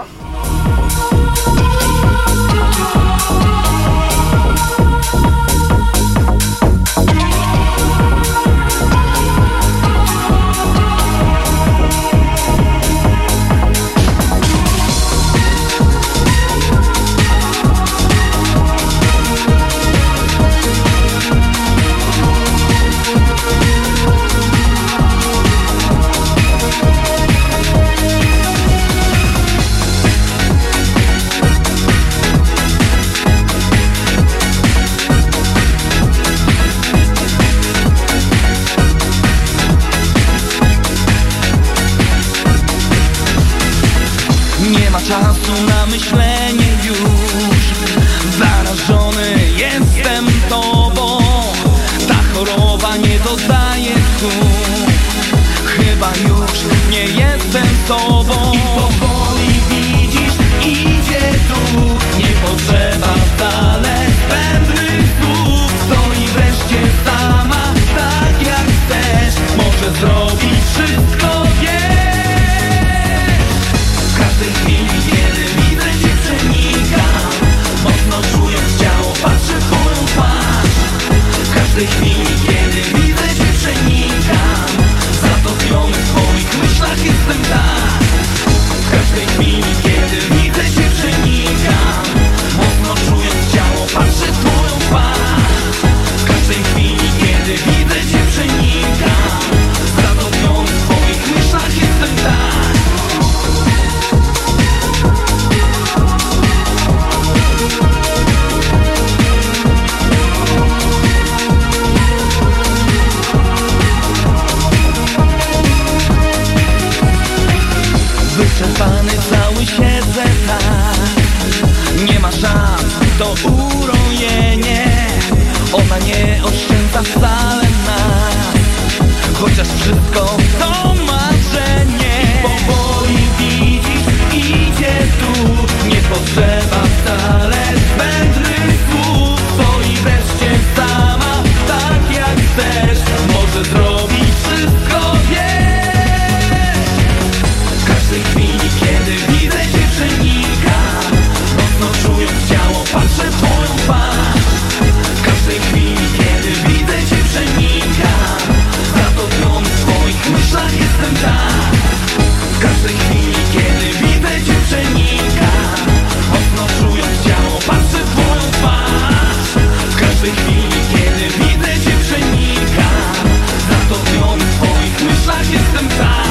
Czasu na myślenie już. Zarażony jestem tobą. Ta choroba nie dodaje tchu. Chyba już nie jestem sobą. I powoli widzisz, idzie tu. Nie potrzeba wcale zbędnych słów. Stoi wreszcie sama, tak jak chcesz. Może zrobić wszystko, wiesz. W każdej chwili, kiedy widzę cię, przenikam. Mocno czując ciało, patrzę w twoją twarz. W każdej chwili, kiedy widzę cię, przenikam. Zatopiony w twoich myślach jestem tak. W każdej chwili, kiedy widzę cię, przenikam. Mocno czując ciało, patrzę w twoją twarz. W każdej chwili, kiedy widzę cię, przenikam. Zatopiony w twoich myślach jestem tak. Wyczerpany cały siedzę tak. Nie ma szans, to urojenie. Ona nie oszczędza wcale nas. Chociaż wszystko to marzenie. Powoli widzisz, idzie tu. Nie potrzeba wcale zbędnych słów. Stoi wreszcie sama, tak jak chcesz. Może zrobić wszystko, wiesz. W każdej chwili, kiedy widzę cię, przenikam. Mocno czując ciało, patrzę w twoją twarz. W każdej chwili, kiedy widzę cię, przenikam. Zatopiony w twoich myślach jestem tak. W każdej chwili, kiedy widzę cię, przenikam. Mocno czując ciało, patrzę w twoją twarz. W każdej chwili, kiedy widzę cię, przenikam. Zatopiony w twoich myślach jestem tak.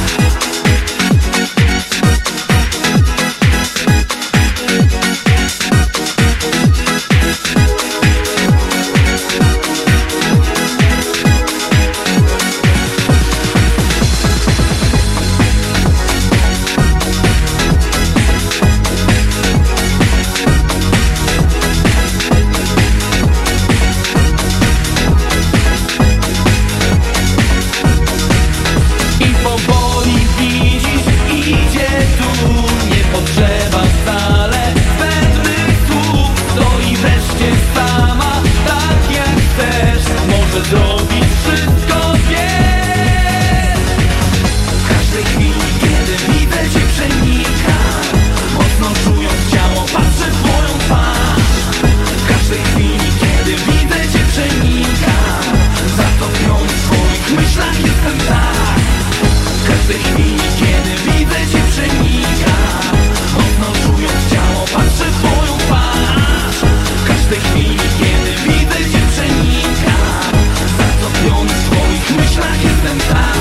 I powoli widzisz, idzie tu. Nie potrzeba wcale zbędnych słów. Stoi wreszcie sama, tak jak chcesz. Może zrobić wszystko, wiesz. W każdej chwili, kiedy widzę cię, przenikam. Mocno czując ciało, patrzę w twoją twarz. W każdej chwili, kiedy widzę cię, przenikam. Zatopiony w twoich myślach jestem tak. W każdej chwili, kiedy widzę cię, przenikam. Mocno czując ciało, patrzę w twoją twarz. W każdej chwili, kiedy widzę cię, przenikam. Zatopiony w twoich myślach jestem tak.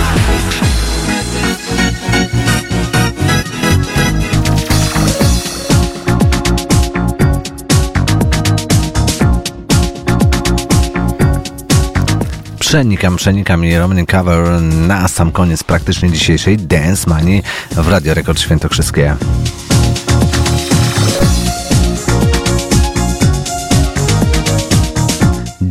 Przenikam, przenikam i Romany Cover na sam koniec praktycznie dzisiejszej Dance Manii w Radio Rekord Świętokrzyskie.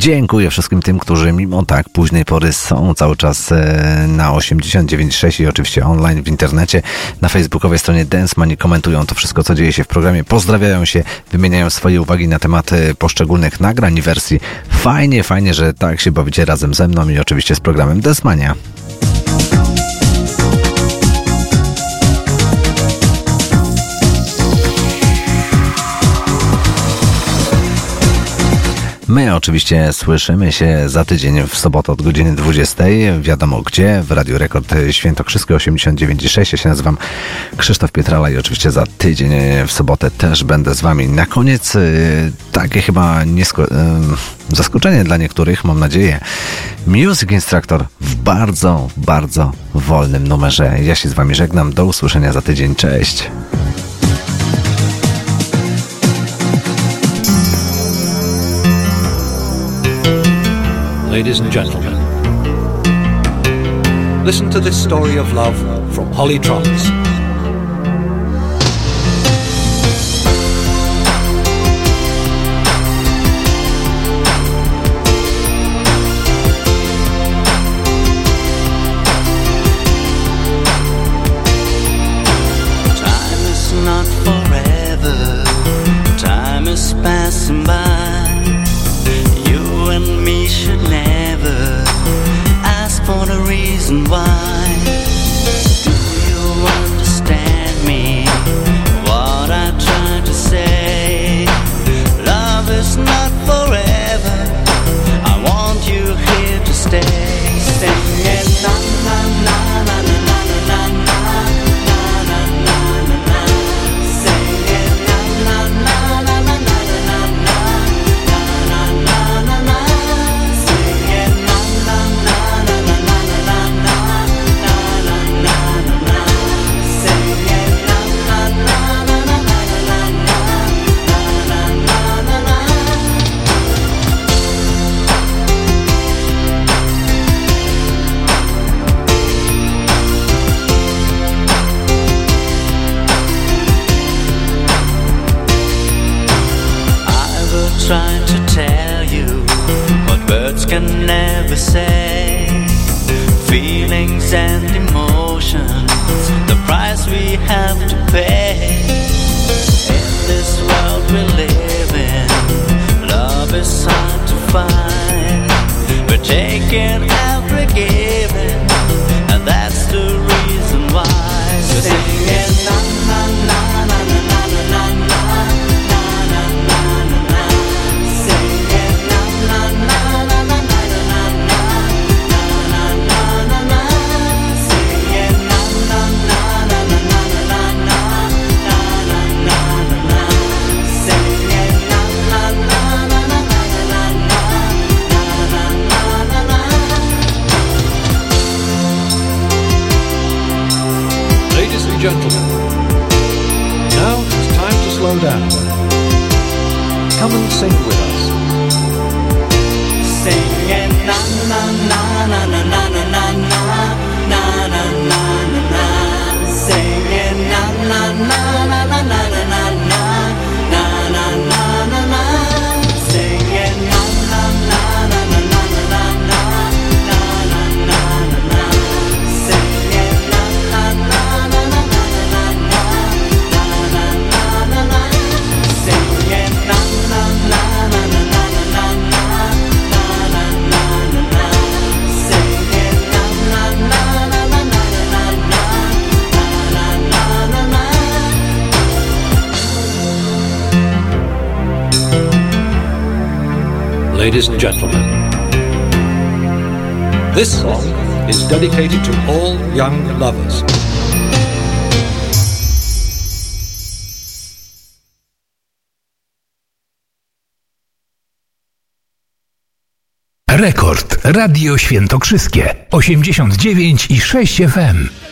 Dziękuję wszystkim tym, którzy mimo tak późnej pory są cały czas na osiemdziesiąt dziewięć sześć i oczywiście online w internecie, na facebookowej stronie Dance Money, komentują to wszystko, co dzieje się w programie, pozdrawiają się, wymieniają swoje uwagi na temat poszczególnych nagrań i wersji. Fajnie, fajnie, że tak się bawicie razem ze mną i oczywiście z programem Dance Mania. My oczywiście słyszymy się za tydzień w sobotę od godziny dwudziestej. Wiadomo gdzie, w Radiu Rekord Świętokrzyskie osiemdziesiąt dziewięć sześć. Ja się nazywam Krzysztof Pietrala i oczywiście za tydzień w sobotę też będę z wami. Na koniec yy, takie chyba niesko- yy, zaskoczenie dla niektórych, mam nadzieję. Music Instructor w bardzo, bardzo wolnym numerze. Ja się z wami żegnam. Do usłyszenia za tydzień. Cześć. Ladies and gentlemen, listen to this story of love from Holly Trumps. Time is not forever, time is passing by. You and me should never ask for the reason why. Do you understand me? What I try to say? Love is not forever. I want you here to stay. Singing na na na na na na na na na na na na na. Singing na na na na na na na na na na na na na. Singing na na na na na na na na na na na na. Singing na na na na na na na na na na na. I will try to tell you what words can never say. Feelings and emotions, the price we have to pay. In this world we live in, love is hard to find. We're taking every given, and that's the reason why. So singing na na na na na na na na na na na na na. Singing na na na na na na na na na na na na. Singing na na na na na na na na na na na na. Singing na na na na na na na na na na na. Ladies and gentlemen, now it's time to slow down. Come and sing with us. Singing na na na na na na na na na na na na na na. Singing na na na na na na na na na na na na na na. Singing na na na na na na na na na na na na na. Singing na na na na na na na na na na na na. Singing na na na na na na na na. Ladies and gentlemen, this song is dedicated to all young lovers. Rekord Radio Świętokrzyskie osiemdziesiąt dziewięć i sześć F M.